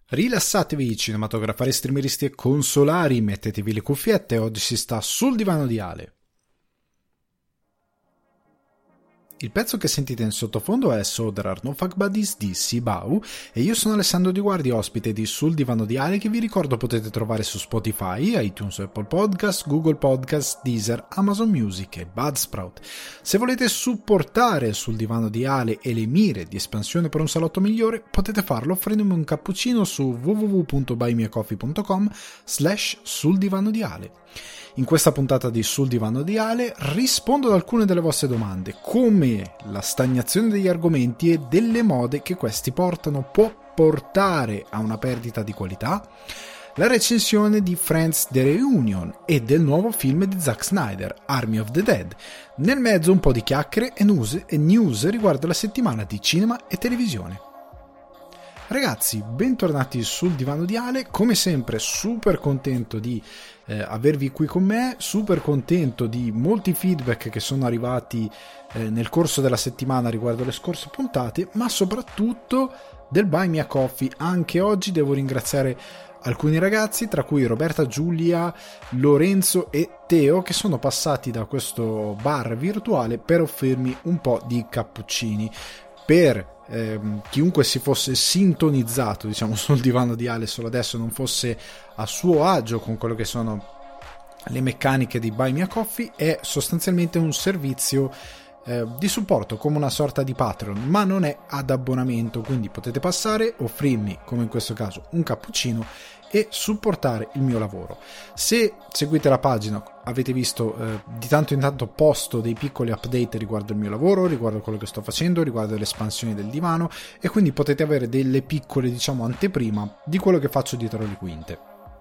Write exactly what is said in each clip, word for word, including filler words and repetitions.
Rilassatevi cinematografari, streameristi e consolari, mettetevi le cuffiette e oggi si sta sul divano di Ale. Il pezzo che sentite in sottofondo è So There Are No Fuck Buddies di Sibau e io sono Alessandro Di Guardi, ospite di Sul Divano di Ale, che vi ricordo potete trovare su Spotify, iTunes, Apple Podcast, Google Podcast, Deezer, Amazon Music e Buzzsprout. Se volete supportare Sul Divano di Ale e le mire di espansione per un salotto migliore, potete farlo offrendomi un cappuccino su w w w punto buy me a coffee punto com slash sul divano di Ale. In questa puntata di Sul Divano di Ale rispondo ad alcune delle vostre domande, come la stagnazione degli argomenti e delle mode che questi portano può portare a una perdita di qualità, la recensione di Friends The Reunion e del nuovo film di Zack Snyder, Army of the Dead, nel mezzo un po' di chiacchiere e news, e news riguardo la settimana di cinema e televisione. Ragazzi, bentornati sul Divano di Ale, come sempre super contento di eh, avervi qui con me, super contento di molti feedback che sono arrivati eh, nel corso della settimana riguardo le scorse puntate, ma soprattutto del Buy Me a Coffee. Anche oggi devo ringraziare alcuni ragazzi, tra cui Roberta, Giulia, Lorenzo e Teo, che sono passati da questo bar virtuale per offrirmi un po' di cappuccini. Per Eh, chiunque si fosse sintonizzato, diciamo, sul divano di Ale solo adesso, non fosse a suo agio con quello che sono le meccaniche di Buy Me a Coffee, è sostanzialmente un servizio eh, di supporto, come una sorta di Patreon, ma non è ad abbonamento, quindi potete passare, offrirmi, come in questo caso, un cappuccino e supportare il mio lavoro. Se seguite la pagina avete visto eh, di tanto in tanto posto dei piccoli update riguardo il mio lavoro, riguardo quello che sto facendo, riguardo le espansioni del divano, e quindi potete avere delle piccole, diciamo, anteprima di quello che faccio dietro le quinte.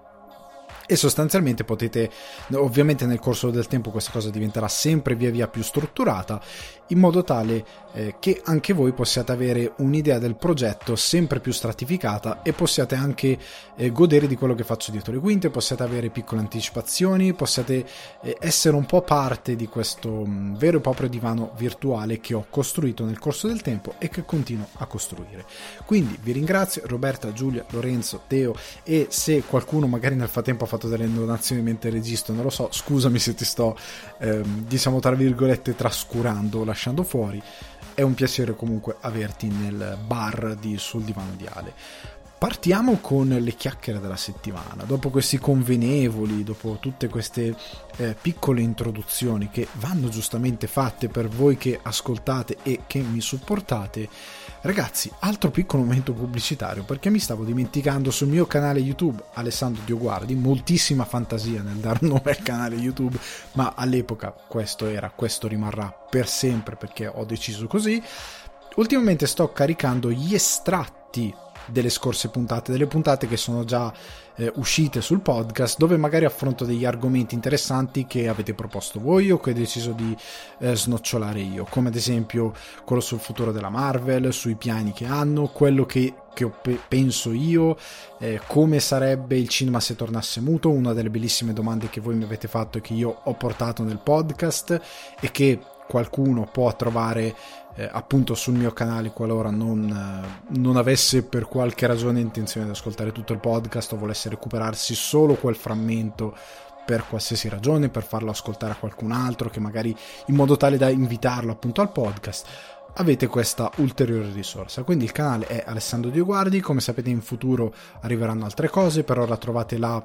E sostanzialmente potete, ovviamente nel corso del tempo questa cosa diventerà sempre via via più strutturata, in modo tale eh, che anche voi possiate avere un'idea del progetto sempre più stratificata e possiate anche eh, godere di quello che faccio dietro le quinte, possiate avere piccole anticipazioni, possiate eh, essere un po' parte di questo mh, vero e proprio divano virtuale che ho costruito nel corso del tempo e che continuo a costruire. Quindi vi ringrazio Roberta, Giulia, Lorenzo, Teo, e se qualcuno magari nel frattempo ha fatto delle donazioni mentre registro, non lo so, scusami se ti sto ehm, diciamo tra virgolette trascurando, lasciando fuori. È un piacere comunque averti nel bar di Sul Divano di Ale. Partiamo con le chiacchiere della settimana. Dopo questi convenevoli, dopo tutte queste eh, piccole introduzioni che vanno giustamente fatte per voi che ascoltate e che mi supportate, ragazzi, altro piccolo momento pubblicitario, perché mi stavo dimenticando sul mio canale YouTube Alessandro Di Guardi, moltissima fantasia nel dar nome al canale YouTube, ma all'epoca questo era, questo rimarrà per sempre perché ho deciso così. Ultimamente sto caricando gli estratti delle scorse puntate, delle puntate che sono già eh, uscite sul podcast, dove magari affronto degli argomenti interessanti che avete proposto voi o che ho deciso di eh, snocciolare io, come ad esempio quello sul futuro della Marvel, sui piani che hanno, quello che, che ho, penso io, eh, come sarebbe il cinema se tornasse muto, una delle bellissime domande che voi mi avete fatto e che io ho portato nel podcast e che qualcuno può trovare eh, appunto sul mio canale qualora non, eh, non avesse per qualche ragione intenzione di ascoltare tutto il podcast o volesse recuperarsi solo quel frammento per qualsiasi ragione, per farlo ascoltare a qualcun altro, che magari in modo tale da invitarlo appunto al podcast. Avete questa ulteriore risorsa. Quindi il canale è Alessandro Di Guardi, come sapete in futuro arriveranno altre cose, per ora trovate là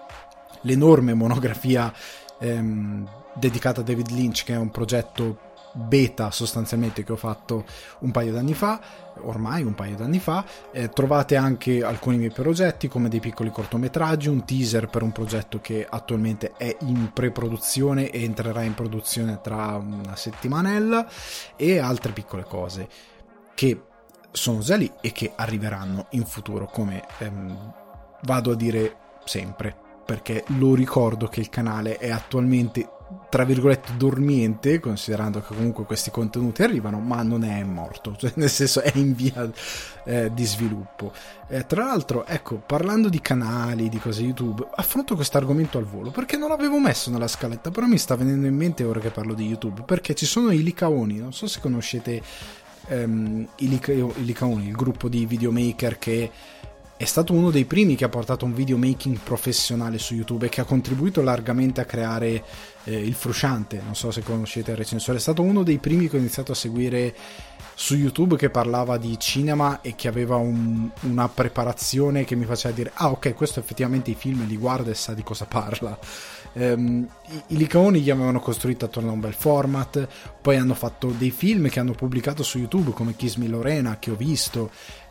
l'enorme monografia ehm, dedicata a David Lynch, che è un progetto beta sostanzialmente che ho fatto un paio d'anni fa, ormai un paio d'anni fa. Eh, trovate anche alcuni miei progetti come dei piccoli cortometraggi, un teaser per un progetto che attualmente è in pre-produzione e entrerà in produzione tra una settimanella, e altre piccole cose che sono già lì e che arriveranno in futuro, come ehm, vado a dire sempre, perché lo ricordo che il canale è attualmente tra virgolette dormiente, considerando che comunque questi contenuti arrivano, ma non è morto, cioè nel senso è in via eh, di sviluppo. Eh, tra l'altro, ecco, parlando di canali, di cose YouTube, affronto questo argomento al volo perché non l'avevo messo nella scaletta, però mi sta venendo in mente ora che parlo di YouTube, perché ci sono i Licaoni, non so se conoscete ehm, i, Lica- i Licaoni, il gruppo di videomaker che è stato uno dei primi che ha portato un videomaking professionale su YouTube e che ha contribuito largamente a creare eh, il Frusciante, non so se conoscete il recensore, è stato uno dei primi che ho iniziato a seguire su YouTube, che parlava di cinema e che aveva un, una preparazione che mi faceva dire ah ok, questo effettivamente i film li guarda e sa di cosa parla. Um, i, i Licaoni gli avevano costruito attorno a un bel format, poi hanno fatto dei film che hanno pubblicato su YouTube come Kiss Me Lorena, che ho visto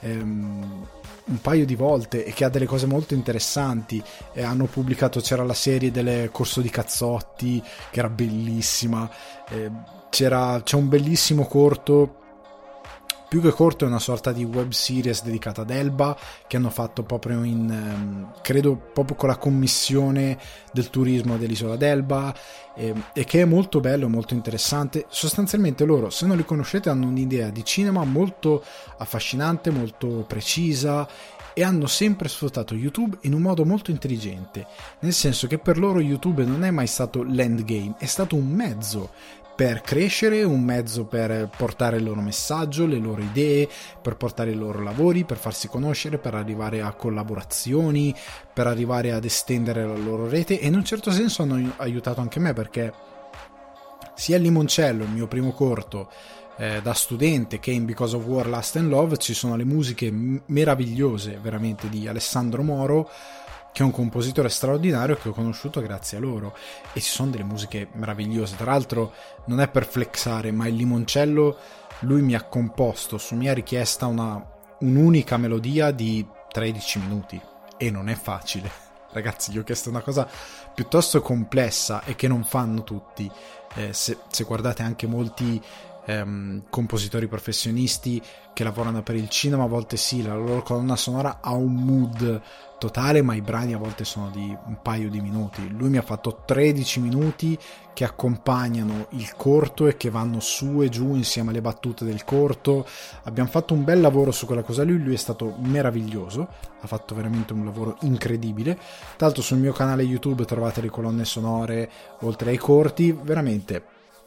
um, un paio di volte e che ha delle cose molto interessanti, e hanno pubblicato, c'era la serie del Corso di Cazzotti che era bellissima, eh, c'era, c'è un bellissimo corto, più che corto è una sorta di web series dedicata ad Elba, che hanno fatto proprio in ehm, credo proprio con la commissione del turismo dell'isola d'Elba, eh, e che è molto bello, molto interessante. Sostanzialmente loro, se non li conoscete, hanno un'idea di cinema molto affascinante, molto precisa, e hanno sempre sfruttato YouTube in un modo molto intelligente, nel senso che per loro YouTube non è mai stato l'endgame, è stato un mezzo per crescere, un mezzo per portare il loro messaggio, le loro idee, per portare i loro lavori, per farsi conoscere, per arrivare a collaborazioni, per arrivare ad estendere la loro rete, e in un certo senso hanno aiutato anche me, perché sia il Limoncello, il mio primo corto eh, da studente, che in Because of War, Lust and Love, ci sono le musiche meravigliose veramente di Alessandro Moro, che è un compositore straordinario che ho conosciuto grazie a loro, e ci sono delle musiche meravigliose. Tra l'altro non è per flexare, ma il Limoncello, lui mi ha composto su mia richiesta una, un'unica melodia di tredici minuti, e non è facile, ragazzi. Gli ho chiesto una cosa piuttosto complessa e che non fanno tutti. Eh, se, se guardate anche molti ehm, compositori professionisti che lavorano per il cinema, a volte sì, la loro colonna sonora ha un mood totale, ma i brani a volte sono di un paio di minuti. Lui mi ha fatto tredici minuti che accompagnano il corto e che vanno su e giù insieme alle battute del corto. Abbiamo fatto un bel lavoro su quella cosa lì, lui è stato meraviglioso, ha fatto veramente un lavoro incredibile. Tra l'altro sul mio canale YouTube trovate le colonne sonore oltre ai corti. Veramente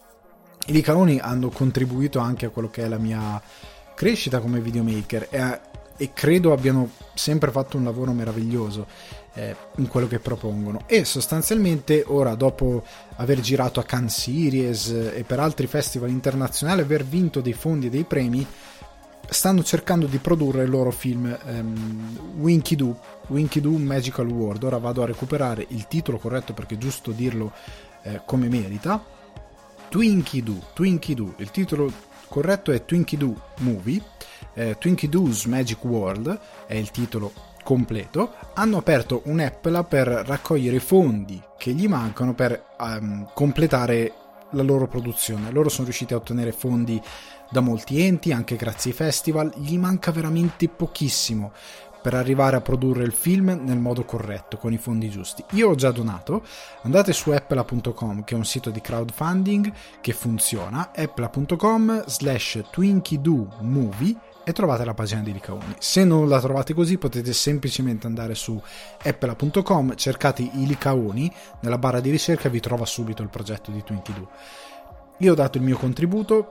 i Licaoni hanno contribuito anche a quello che è la mia crescita come videomaker, e, e credo abbiano sempre fatto un lavoro meraviglioso eh, in quello che propongono. E sostanzialmente ora, dopo aver girato a Cannes Series e per altri festival internazionali, aver vinto dei fondi e dei premi, stanno cercando di produrre il loro film um, Winky Doo Winky Doo Magical World. Ora vado a recuperare il titolo corretto, perché è giusto dirlo eh, come merita. Twinkie Doo Twinkie Doo il titolo corretto è Twinkie Doo Movie, eh, Twinkie Doo's Magic World è il titolo completo. Hanno aperto un'app per raccogliere i fondi che gli mancano per um, completare la loro produzione. Loro sono riusciti a ottenere fondi da molti enti, anche grazie ai festival. Gli manca veramente pochissimo per arrivare a produrre il film nel modo corretto, con i fondi giusti. Io ho già donato, andate su epla punto com, che è un sito di crowdfunding che funziona, epla punto com slash Twinkie Doo Movie, e trovate la pagina di Licaoni. Se non la trovate così, potete semplicemente andare su epla punto com, cercate i Licaoni, nella barra di ricerca vi trova subito il progetto di Twinkie Doo. Io ho dato il mio contributo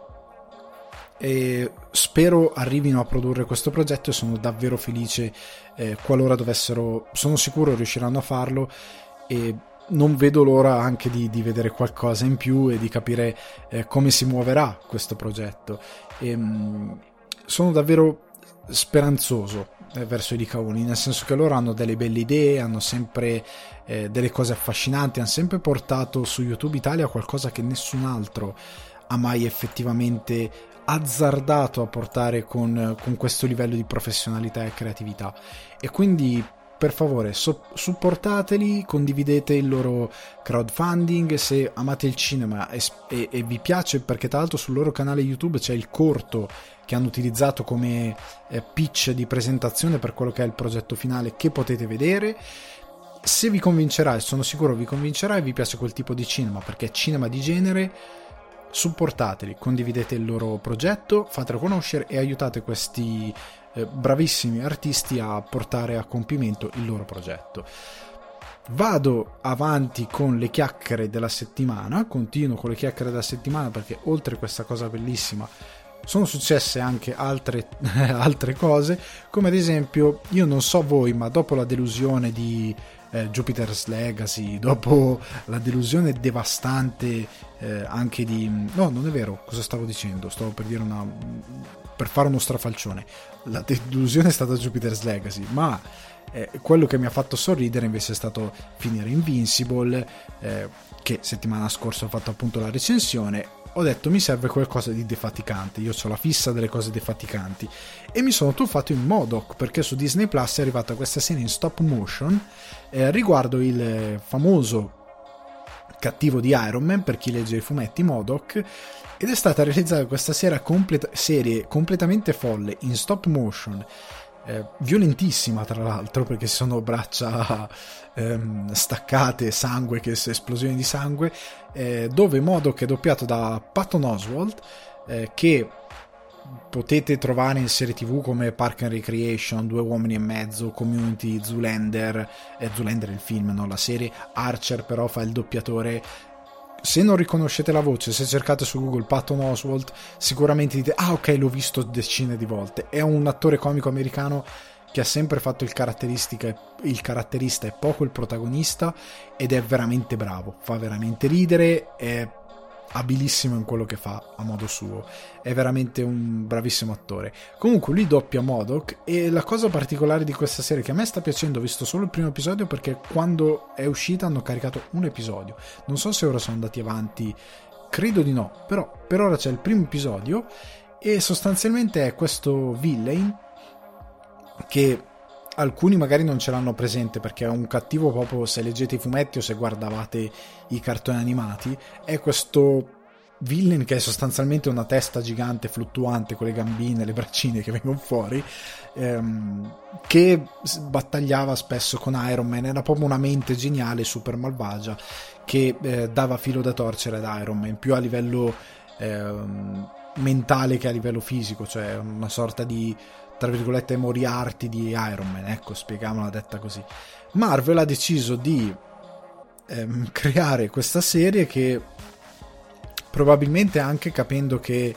e spero arrivino a produrre questo progetto, e sono davvero felice eh, qualora dovessero, sono sicuro riusciranno a farlo, e non vedo l'ora anche di, di vedere qualcosa in più e di capire eh, come si muoverà questo progetto. E, mh, sono davvero speranzoso eh, verso i Licaoni, nel senso che loro hanno delle belle idee, hanno sempre eh, delle cose affascinanti, hanno sempre portato su YouTube Italia qualcosa che nessun altro ha mai effettivamente azzardato a portare con, con questo livello di professionalità e creatività. E quindi per favore so, supportateli, condividete il loro crowdfunding se amate il cinema e, e, e vi piace, perché tra l'altro sul loro canale YouTube c'è il corto che hanno utilizzato come eh, pitch di presentazione per quello che è il progetto finale, che potete vedere. Se vi convincerà, e sono sicuro vi convincerà, e vi piace quel tipo di cinema, perché è cinema di genere, supportateli, condividete il loro progetto, fatelo conoscere e aiutate questi eh, bravissimi artisti a portare a compimento il loro progetto. Vado avanti con le chiacchiere della settimana, continuo con le chiacchiere della settimana, perché oltre a questa cosa bellissima sono successe anche altre, altre cose, come ad esempio, io non so voi, ma dopo la delusione di eh, Jupiter's Legacy, dopo la delusione devastante eh, anche di... no, non è vero, cosa stavo dicendo? Stavo per dire una... per fare uno strafalcione. La delusione è stata Jupiter's Legacy, ma eh, quello che mi ha fatto sorridere invece è stato finire Invincible, eh, che settimana scorsa ho fatto appunto la recensione. Ho detto mi serve qualcosa di defaticante, io ho la fissa delle cose defaticanti, e mi sono tuffato in M O D O K, perché su Disney Plus è arrivata questa serie in stop motion eh, riguardo il famoso cattivo di Iron Man, per chi legge i fumetti M O D O K, ed è stata realizzata questa serie, completa- serie completamente folle in stop motion, eh, violentissima tra l'altro, perché ci sono braccia ehm, staccate, sangue, che esplosioni di sangue, eh, dove M O D O K è doppiato da Patton Oswalt, eh, che potete trovare in serie tv come Park and Recreation, Due uomini e mezzo, Community, Zoolander, eh, Zoolander è il film, non la serie. Archer però fa il doppiatore. Se non riconoscete la voce, se cercate su Google Patton Oswalt, sicuramente dite ah ok, l'ho visto decine di volte. È un attore comico americano che ha sempre fatto il caratteristica il caratterista e poco il protagonista, ed è veramente bravo, fa veramente ridere, è abilissimo in quello che fa a modo suo, è veramente un bravissimo attore. Comunque lui doppia M O D O K, e la cosa particolare di questa serie che a me sta piacendo, ho visto solo il primo episodio perché quando è uscita hanno caricato un episodio, non so se ora sono andati avanti, credo di no, però per ora c'è il primo episodio, e sostanzialmente è questo villain che alcuni magari non ce l'hanno presente perché è un cattivo proprio se leggete i fumetti o se guardavate i cartoni animati. È questo villain che è sostanzialmente una testa gigante fluttuante con le gambine, le braccine che vengono fuori, ehm, che battagliava spesso con Iron Man. Era proprio una mente geniale, super malvagia, che eh, dava filo da torcere ad Iron Man, più a livello ehm, mentale che a livello fisico, cioè una sorta di, tra virgolette, Moriarty di Iron Man, ecco, spieghiamola detta così. Marvel ha deciso di ehm, creare questa serie che probabilmente, anche capendo che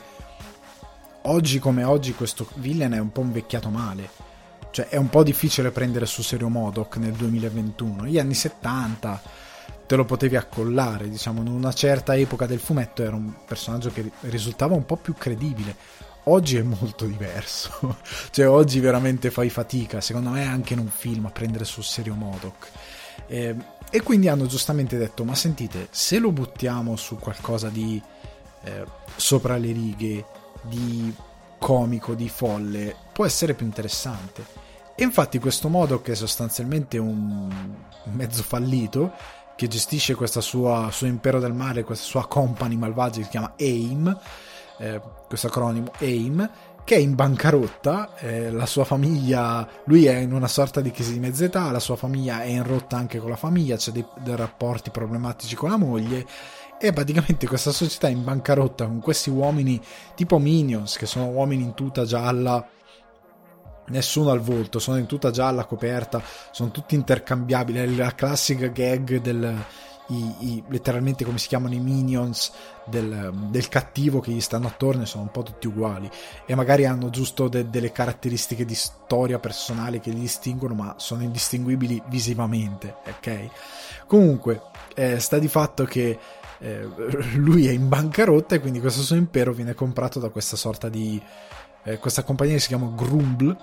oggi come oggi questo villain è un po' invecchiato male, cioè è un po' difficile prendere sul serio M O D O K nel duemilaventuno. Gli anni settanta te lo potevi accollare, diciamo, in una certa epoca del fumetto era un personaggio che risultava un po' più credibile. Oggi è molto diverso, cioè oggi veramente fai fatica, secondo me, anche in un film a prendere sul serio M O D O K. Eh, e quindi hanno giustamente detto, ma sentite, se lo buttiamo su qualcosa di eh, sopra le righe, di comico, di folle, può essere più interessante. E infatti questo M O D O K è sostanzialmente un mezzo fallito che gestisce questa sua suo impero del male, questa sua company malvagia che si chiama AIM, eh, questo acronimo AIM, che è in bancarotta, eh, la sua famiglia, lui è in una sorta di crisi di mezza età, la sua famiglia è in rotta anche con la famiglia, c'è dei, dei rapporti problematici con la moglie, e praticamente questa società è in bancarotta con questi uomini tipo Minions, che sono uomini in tuta gialla, nessuno al volto, sono in tuta gialla coperta, sono tutti intercambiabili, è la classica gag del i, i, letteralmente come si chiamano i minions del, del cattivo che gli stanno attorno, sono un po' tutti uguali e magari hanno giusto de, delle caratteristiche di storia personale che li distinguono, ma sono indistinguibili visivamente, ok? Comunque eh, sta di fatto che eh, lui è in bancarotta e quindi questo suo impero viene comprato da questa sorta di eh, questa compagnia che si chiama Grumble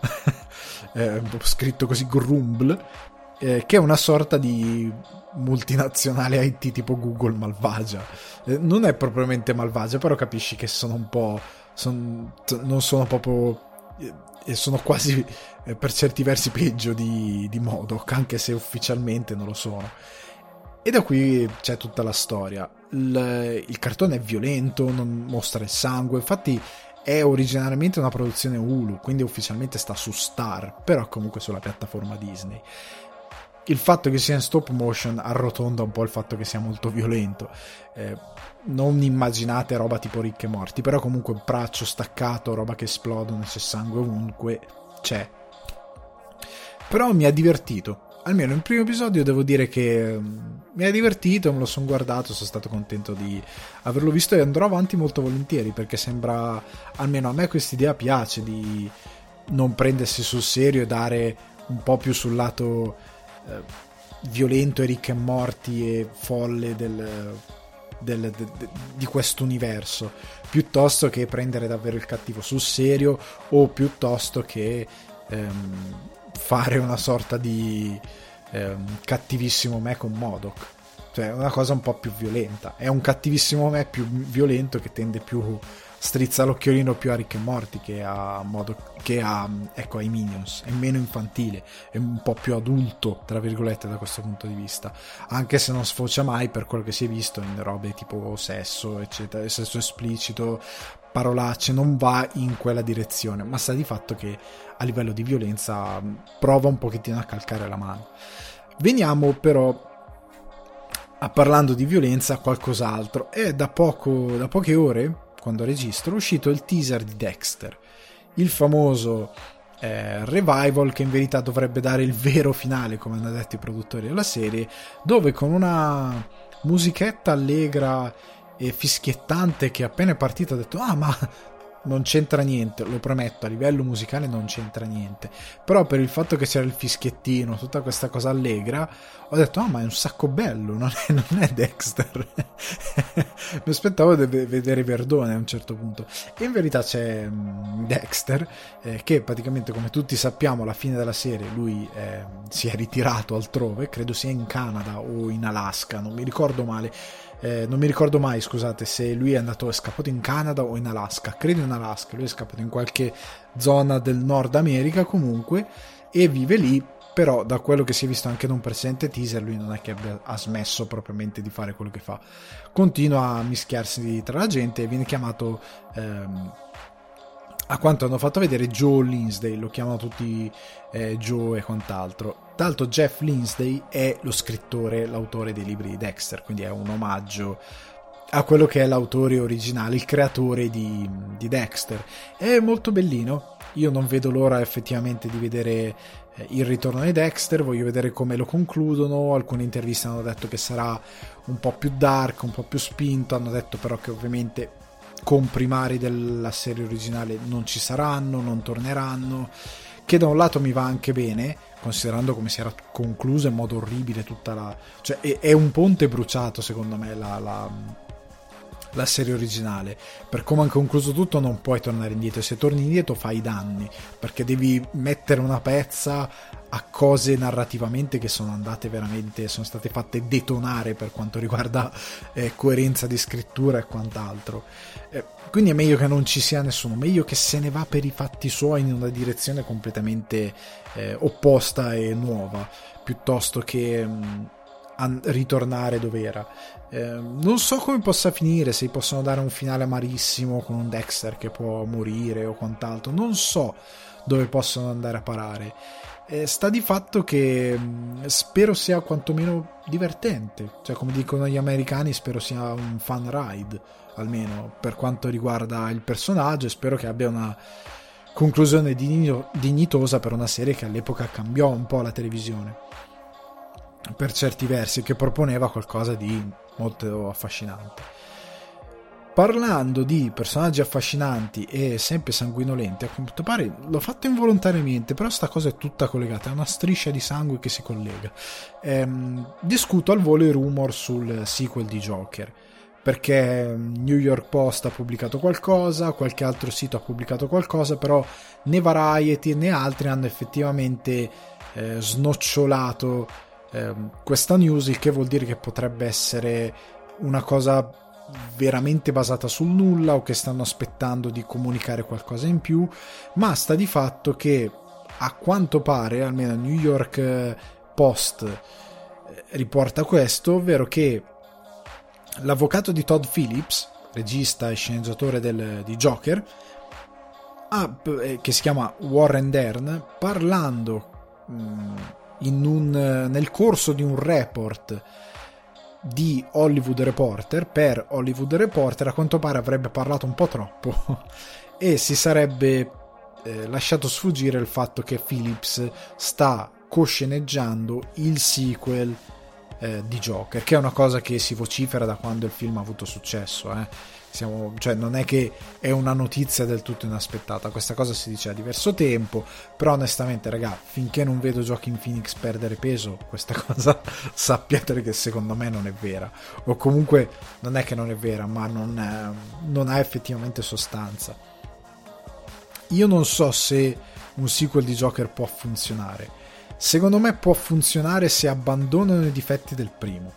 eh, scritto così Grumble, eh, che è una sorta di multinazionale I T tipo Google malvagia. Eh, non è propriamente malvagia, però capisci che sono un po' son, non sono proprio e eh, sono quasi eh, per certi versi peggio di, di M O D O K, anche se ufficialmente non lo sono. E da qui c'è tutta la storia. Il, il cartone è violento, non mostra il sangue, infatti è originariamente una produzione Hulu, quindi ufficialmente sta su Star, però comunque sulla piattaforma Disney. Il fatto che sia in stop motion arrotonda un po' il fatto che sia molto violento. Eh, non immaginate roba tipo Ricchi e Morti, però comunque braccio staccato, roba che esplodono, c'è sangue ovunque, c'è. Però mi ha divertito, almeno il primo episodio devo dire che mi ha divertito, me lo sono guardato, sono stato contento di averlo visto e andrò avanti molto volentieri, perché sembra, almeno a me quest'idea piace, di non prendersi sul serio e dare un po' più sul lato eh, violento e Rick e Morty e folle del, del, de, de, di questo universo, piuttosto che prendere davvero il cattivo sul serio, o piuttosto che ehm, fare una sorta di ehm, cattivissimo me con MODOK, cioè una cosa un po' più violenta. È un cattivissimo me più violento che tende più, strizza l'occhiolino più a Rick e Morty che a MODOK, che a, ecco, ai Minions. È meno infantile, è un po' più adulto tra virgolette da questo punto di vista, anche se non sfocia mai, per quello che si è visto, in robe tipo sesso eccetera, sesso esplicito, parolacce, non va in quella direzione, ma sta di fatto che a livello di violenza prova un pochettino a calcare la mano. Veniamo però a, parlando di violenza, a qualcos'altro. È da poco, da poche ore, quando registro, è uscito il teaser di Dexter, il famoso eh, revival che in verità dovrebbe dare il vero finale, come hanno detto i produttori della serie, dove con una musichetta allegra e fischiettante che appena è partita ho detto: ah, ma non c'entra niente, lo premetto, a livello musicale non c'entra niente, però per il fatto che c'era il fischiettino, tutta questa cosa allegra, ho detto: ah, ma è un sacco bello, non è, non è Dexter. Mi aspettavo di vedere Verdone a un certo punto, e in verità c'è um, Dexter, eh, che praticamente, come tutti sappiamo, alla fine della serie lui eh, si è ritirato altrove, credo sia in Canada o in Alaska, non mi ricordo male. Eh, non mi ricordo mai, scusate, se lui è andato, è scappato in Canada o in Alaska, credo in Alaska, lui è scappato in qualche zona del Nord America comunque, e vive lì. Però da quello che si è visto anche da un precedente teaser, lui non è che abbia, ha smesso propriamente di fare quello che fa, continua a mischiarsi tra la gente e viene chiamato ehm, a quanto hanno fatto vedere Joe Lindsay, lo chiamano tutti eh, Joe e quant'altro. Tra l'altro Jeff Lindsay è lo scrittore, l'autore dei libri di Dexter, quindi è un omaggio a quello che è l'autore originale, il creatore di, di Dexter. È molto bellino, io non vedo l'ora effettivamente di vedere eh, il ritorno di Dexter, voglio vedere come lo concludono. Alcune interviste hanno detto che sarà un po' più dark, un po' più spinto, hanno detto però che ovviamente comprimari della serie originale non ci saranno, non torneranno, che da un lato mi va anche bene, considerando come si era concluso in modo orribile tutta la, cioè è, è un ponte bruciato secondo me la, la, la serie originale. Per come hanno concluso tutto non puoi tornare indietro, e se torni indietro fai danni, perché devi mettere una pezza a cose narrativamente che sono andate veramente, sono state fatte detonare per quanto riguarda eh, coerenza di scrittura e quant'altro. Eh, quindi è meglio che non ci sia nessuno, meglio che se ne va per i fatti suoi in una direzione completamente eh, opposta e nuova, piuttosto che mh, a ritornare dove era. Eh, non so come possa finire, se possono dare un finale amarissimo con un Dexter che può morire o quant'altro, non so dove possono andare a parare. Eh, sta di fatto che mh, spero sia quantomeno divertente, cioè come dicono gli americani, spero sia un fun ride, almeno per quanto riguarda il personaggio, e spero che abbia una conclusione dignitosa per una serie che all'epoca cambiò un po' la televisione per certi versi, che proponeva qualcosa di molto affascinante. Parlando di personaggi affascinanti e sempre sanguinolenti, a quanto pare l'ho fatto involontariamente, però sta cosa è tutta collegata, è una striscia di sangue che si collega. Ehm, discuto al volo i rumor sul sequel di Joker, perché New York Post ha pubblicato qualcosa, qualche altro sito ha pubblicato qualcosa, però né Variety né altri hanno effettivamente eh, snocciolato eh, questa news, il che vuol dire che potrebbe essere una cosa veramente basata sul nulla, o che stanno aspettando di comunicare qualcosa in più. Ma sta di fatto che a quanto pare, almeno New York Post riporta questo, ovvero che l'avvocato di Todd Phillips, regista e sceneggiatore del, di Joker, ha, che si chiama Warren Dern, parlando mh, in un, nel corso di un report di Hollywood Reporter per Hollywood Reporter, a quanto pare avrebbe parlato un po' troppo e si sarebbe eh, lasciato sfuggire il fatto che Phillips sta cosceneggiando il sequel eh, di Joker, che è una cosa che si vocifera da quando il film ha avuto successo, eh. Siamo, cioè non è che è una notizia del tutto inaspettata, questa cosa si dice da diverso tempo, però onestamente raga, finché non vedo Joaquin Phoenix perdere peso, questa cosa sappiate che secondo me non è vera, o comunque non è che non è vera, ma non, è, non ha effettivamente sostanza. Io non so se un sequel di Joker può funzionare. Secondo me può funzionare se abbandonano i difetti del primo.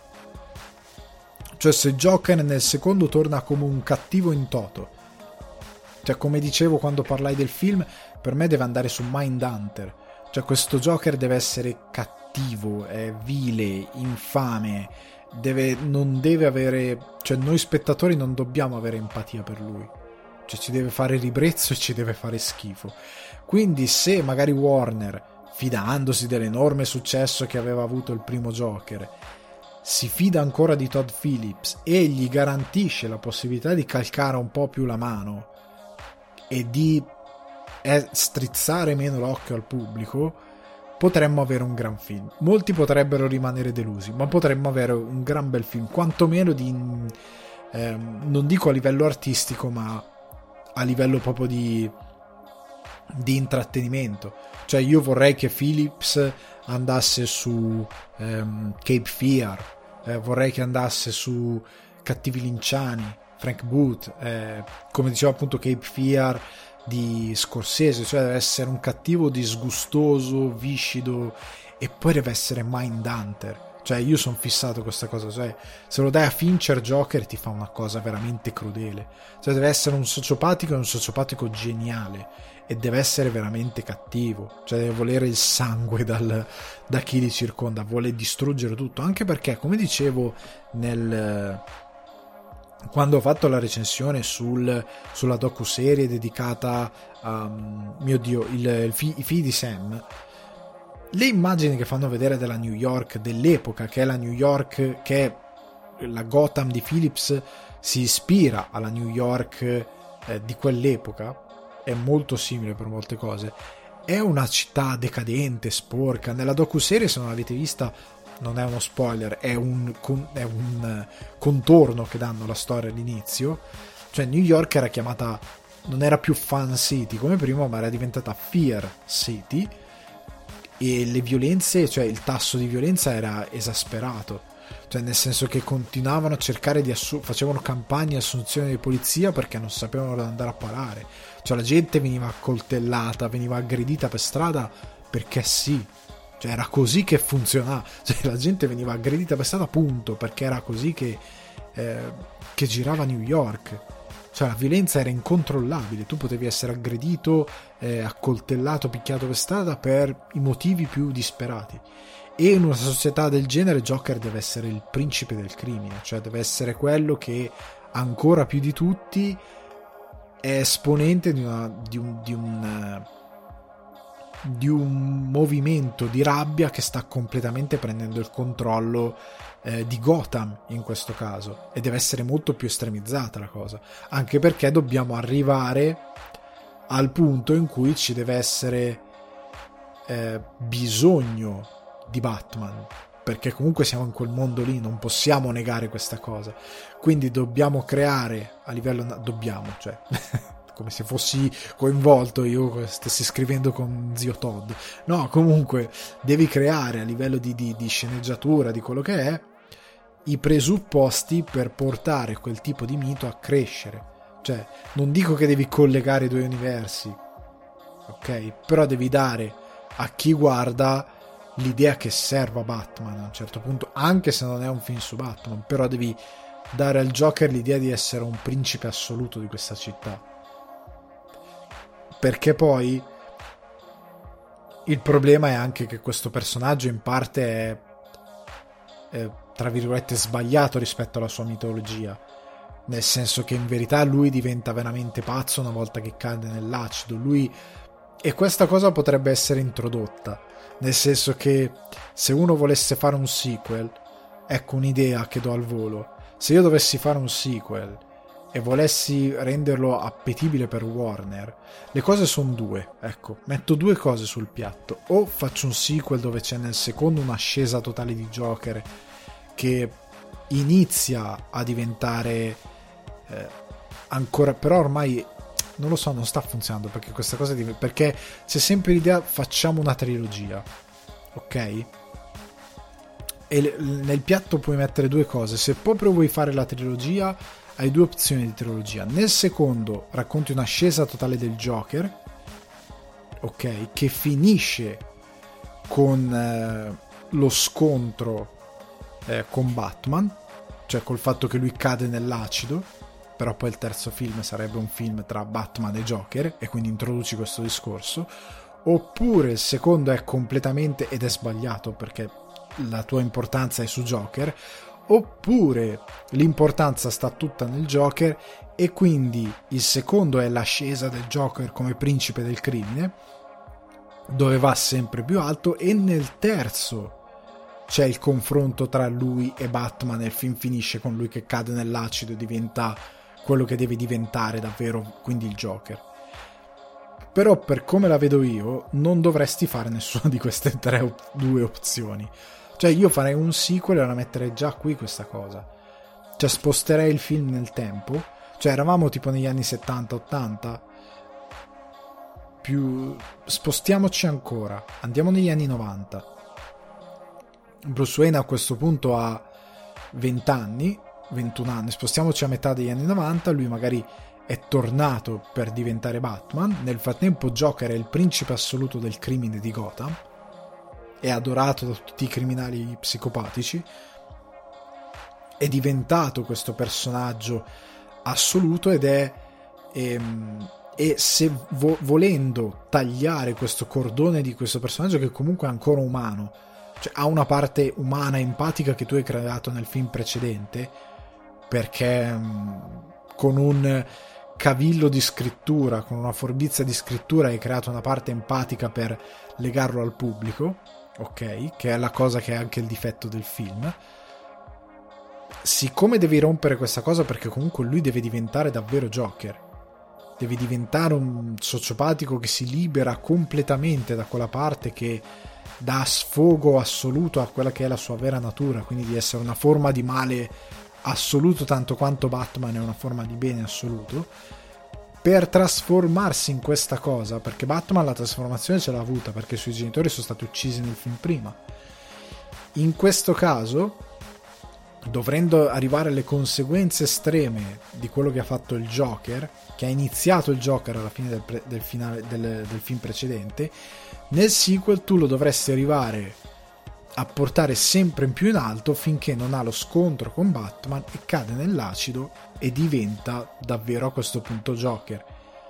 Cioè se Joker nel secondo torna come un cattivo in toto. Cioè come dicevo quando parlai del film, per me deve andare su Mindhunter. Cioè questo Joker deve essere cattivo, è vile, infame, deve, non deve avere... Cioè noi spettatori non dobbiamo avere empatia per lui. Cioè ci deve fare ribrezzo e ci deve fare schifo. Quindi se magari Warner, fidandosi dell'enorme successo che aveva avuto il primo Joker, si fida ancora di Todd Phillips e gli garantisce la possibilità di calcare un po' più la mano e di eh, strizzare meno l'occhio al pubblico, potremmo avere un gran film. Molti potrebbero rimanere delusi, ma potremmo avere un gran bel film, quantomeno di eh, non dico a livello artistico, ma a livello proprio di di intrattenimento. Cioè io vorrei che Phillips andasse su ehm, Cape Fear, eh, vorrei che andasse su Cattivi Linciani, Frank Booth, eh, come diceva appunto Cape Fear di Scorsese, cioè deve essere un cattivo disgustoso, viscido, e poi deve essere Mindhunter. Cioè io sono fissato con questa cosa, cioè se lo dai a Fincher Joker ti fa una cosa veramente crudele, cioè deve essere un sociopatico e un sociopatico geniale, e deve essere veramente cattivo, cioè deve volere il sangue dal, da chi li circonda, vuole distruggere tutto, anche perché come dicevo nel quando ho fatto la recensione sul, sulla docuserie dedicata a mio dio il, il fi, i figli di Sam, le immagini che fanno vedere della New York dell'epoca, che è la New York, che è la Gotham di Phillips, si ispira alla New York eh, di quell'epoca, è molto simile per molte cose, è una città decadente, sporca. Nella docuserie, se non l'avete vista, non è uno spoiler, è un, è un contorno che danno alla storia all'inizio. Cioè New York era chiamata, non era più Fun City come prima, ma era diventata Fear City, e le violenze, cioè il tasso di violenza era esasperato, cioè nel senso che continuavano a cercare di assu- facevano campagne di assunzione di polizia perché non sapevano dove andare a parare, cioè la gente veniva accoltellata, veniva aggredita per strada perché sì, cioè era così che funzionava, cioè la gente veniva aggredita per strada punto, perché era così che, eh, che girava New York. Cioè la violenza era incontrollabile, tu potevi essere aggredito, eh, accoltellato, picchiato per strada per i motivi più disperati, e in una società del genere Joker deve essere il principe del crimine, cioè deve essere quello che ancora più di tutti è esponente di, una, di, un, di, un, di un movimento di rabbia che sta completamente prendendo il controllo Eh, di Gotham in questo caso, e deve essere molto più estremizzata la cosa, anche perché dobbiamo arrivare al punto in cui ci deve essere eh, bisogno di Batman, perché comunque siamo in quel mondo lì, non possiamo negare questa cosa, quindi dobbiamo creare a livello dobbiamo, cioè come se fossi coinvolto io stessi scrivendo con zio Todd, no, comunque devi creare a livello di, di, di sceneggiatura, di quello che è, i presupposti per portare quel tipo di mito a crescere. Cioè non dico che devi collegare i due universi, ok, però devi dare a chi guarda l'idea che serva Batman a un certo punto, anche se non è un film su Batman, però devi dare al Joker l'idea di essere un principe assoluto di questa città, perché poi il problema è anche che questo personaggio in parte è, è tra virgolette sbagliato rispetto alla sua mitologia, nel senso che in verità lui diventa veramente pazzo una volta che cade nell'acido, lui, e questa cosa potrebbe essere introdotta, nel senso che se uno volesse fare un sequel, ecco un'idea che do al volo, se io dovessi fare un sequel e volessi renderlo appetibile per Warner, le cose sono due, ecco, metto due cose sul piatto: o faccio un sequel dove c'è nel secondo un'ascesa totale di Joker che inizia a diventare eh, ancora, però ormai non lo so, non sta funzionando, perché questa cosa di, perché c'è sempre l'idea facciamo una trilogia, ok? E nel piatto puoi mettere due cose. Se proprio vuoi fare la trilogia, hai due opzioni di trilogia: nel secondo racconti un'ascesa totale del Joker, ok, che finisce con eh, lo scontro eh, con Batman, cioè col fatto che lui cade nell'acido, però poi il terzo film sarebbe un film tra Batman e Joker e quindi introduci questo discorso. Oppure il secondo è completamente, ed è sbagliato perché la tua importanza è su Joker, oppure l'importanza sta tutta nel Joker e quindi il secondo è l'ascesa del Joker come principe del crimine, dove va sempre più alto, e nel terzo c'è il confronto tra lui e Batman e il film finisce con lui che cade nell'acido e diventa quello che deve diventare davvero, quindi il Joker. Però per come la vedo io non dovresti fare nessuna di queste tre op- due opzioni. Cioè io farei un sequel e la metterei già qui questa cosa, cioè sposterei il film nel tempo, cioè eravamo tipo negli anni settanta ottanta, più spostiamoci ancora, andiamo negli anni novanta. Bruce Wayne a questo punto ha venti anni, ventuno anni, spostiamoci a metà degli anni novanta, lui magari è tornato per diventare Batman, nel frattempo Joker è il principe assoluto del crimine di Gotham, è adorato da tutti i criminali psicopatici, è diventato questo personaggio assoluto ed è ehm, e se vo- volendo tagliare questo cordone di questo personaggio che comunque è ancora umano, cioè ha una parte umana empatica che tu hai creato nel film precedente, perché mh, con un cavillo di scrittura, con una forbizia di scrittura hai creato una parte empatica per legarlo al pubblico, ok, che è la cosa che è anche il difetto del film. Siccome devi rompere questa cosa, perché comunque lui deve diventare davvero Joker, deve diventare un sociopatico che si libera completamente da quella parte che dà sfogo assoluto a quella che è la sua vera natura, quindi di essere una forma di male assoluto tanto quanto Batman è una forma di bene assoluto, per trasformarsi in questa cosa, perché Batman la trasformazione ce l'ha avuta perché i suoi genitori sono stati uccisi nel film prima. In questo caso, dovendo arrivare alle conseguenze estreme di quello che ha fatto il Joker, che ha iniziato il Joker alla fine del, pre- del finale del, del film precedente, nel sequel tu lo dovresti arrivare a portare sempre in più in alto finché non ha lo scontro con Batman e cade nell'acido e diventa davvero a questo punto Joker,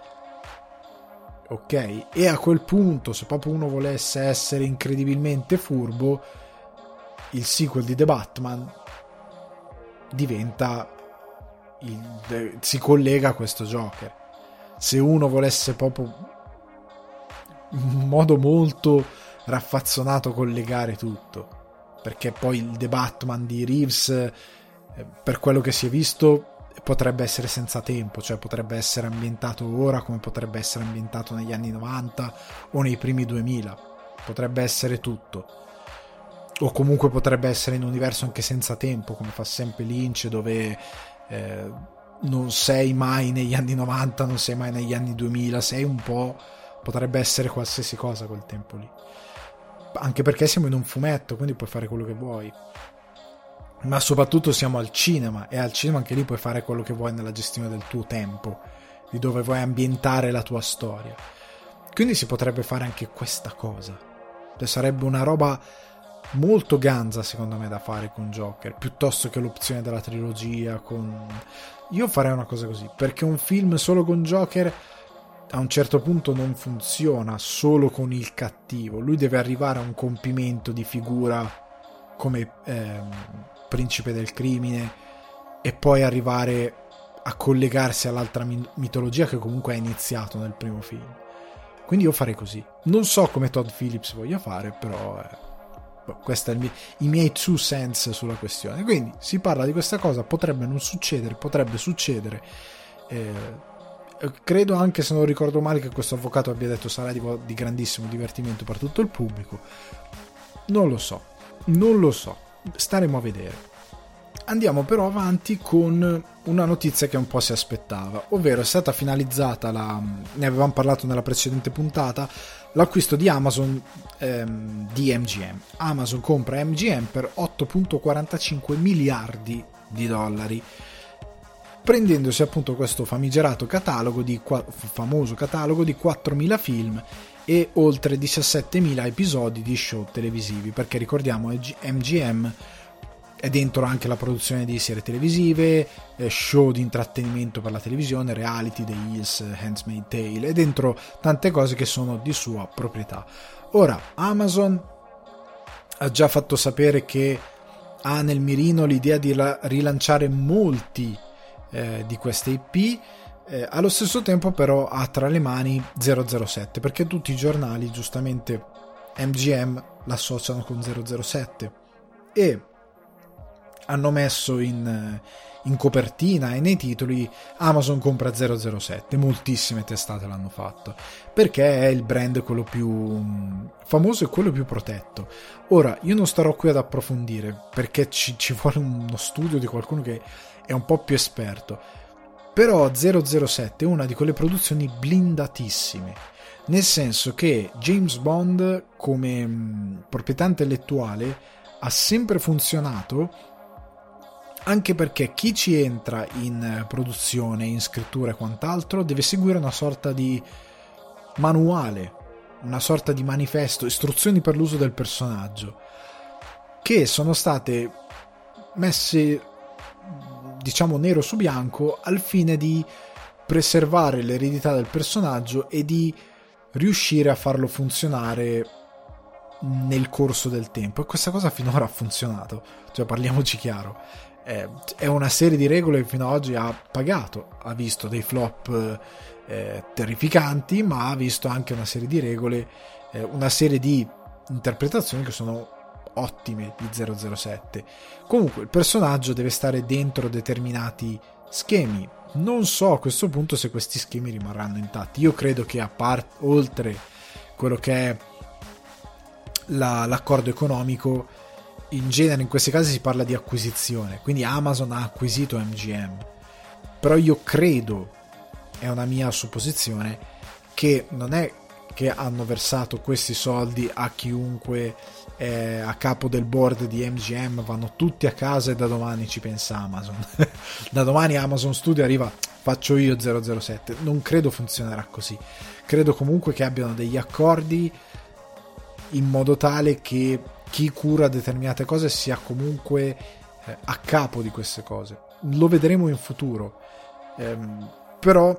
ok? E a quel punto, se proprio uno volesse essere incredibilmente furbo, il sequel di The Batman diventa il, si collega a questo Joker. Se uno volesse proprio in modo molto raffazzonato collegare tutto, perché poi il The Batman di Reeves, eh, per quello che si è visto, potrebbe essere senza tempo, cioè potrebbe essere ambientato ora come potrebbe essere ambientato negli anni novanta o nei primi duemila, potrebbe essere tutto, o comunque potrebbe essere in un universo anche senza tempo come fa sempre Lynch, dove eh, non sei mai negli anni novanta, non sei mai negli anni duemila, sei un po', potrebbe essere qualsiasi cosa quel tempo lì, anche perché siamo in un fumetto, quindi puoi fare quello che vuoi, ma soprattutto siamo al cinema, e al cinema anche lì puoi fare quello che vuoi nella gestione del tuo tempo, di dove vuoi ambientare la tua storia, quindi si potrebbe fare anche questa cosa, cioè sarebbe una roba molto ganza secondo me da fare con Joker, piuttosto che l'opzione della trilogia con... Io farei una cosa così, perché un film solo con Joker a un certo punto non funziona solo con il cattivo, lui deve arrivare a un compimento di figura come ehm, principe del crimine e poi arrivare a collegarsi all'altra mitologia che comunque è iniziato nel primo film. Quindi io farei così. Non so come Todd Phillips voglia fare, però eh, Questi sono i miei two cents sulla questione. Quindi si parla di questa cosa, potrebbe non succedere, potrebbe succedere. Eh, credo anche, se non ricordo male, che questo avvocato abbia detto sarà di, di grandissimo divertimento per tutto il pubblico. Non lo so, non lo so, staremo a vedere. Andiamo però avanti con una notizia che un po' si aspettava, ovvero è stata finalizzata la, ne avevamo parlato nella precedente puntata, l'acquisto di Amazon ehm, di M G M. Amazon compra M G M per otto virgola quarantacinque miliardi di dollari, prendendosi appunto questo famigerato catalogo di famoso catalogo di quattromila film e oltre diciassettemila episodi di show televisivi, perché ricordiamo M G M è dentro anche la produzione di serie televisive, show di intrattenimento per la televisione, reality, The Hills, Handmaid's Tale, è dentro tante cose che sono di sua proprietà. Ora, Amazon ha già fatto sapere che ha nel mirino l'idea di rilanciare molti eh, di queste I P, eh, allo stesso tempo però ha tra le mani zero zero sette, perché tutti i giornali giustamente M G M l'associano con zero zero sette e hanno messo in, in copertina e nei titoli Amazon compra zero zero sette. Moltissime testate l'hanno fatto, perché è il brand quello più famoso e quello più protetto. Ora, io non starò qui ad approfondire, perché ci, ci vuole uno studio di qualcuno che è un po' più esperto, però zero zero sette è una di quelle produzioni blindatissime, nel senso che James Bond come mh, proprietà intellettuale ha sempre funzionato, anche perché chi ci entra in produzione, in scrittura e quant'altro deve seguire una sorta di manuale, una sorta di manifesto, istruzioni per l'uso del personaggio, che sono state messe, diciamo, nero su bianco al fine di preservare l'eredità del personaggio e di riuscire a farlo funzionare nel corso del tempo. E questa cosa finora ha funzionato, cioè parliamoci chiaro. È una serie di regole che fino ad oggi ha pagato, ha visto dei flop eh, terrificanti, ma ha visto anche una serie di regole, eh, una serie di interpretazioni che sono ottime di zero zero sette. Comunque il personaggio deve stare dentro determinati schemi. Non so a questo punto se questi schemi rimarranno intatti. Io credo che a parte, oltre quello che è la, l'accordo economico, in genere in questi casi si parla di acquisizione, quindi Amazon ha acquisito M G M, però io credo, è una mia supposizione, che non è che hanno versato questi soldi a chiunque è a capo del board di M G M, vanno tutti a casa e da domani ci pensa Amazon. Da domani Amazon Studio arriva, faccio io zero zero sette. Non credo funzionerà così. Credo comunque che abbiano degli accordi in modo tale che chi cura determinate cose sia comunque eh, a capo di queste cose. Lo vedremo in futuro, ehm, però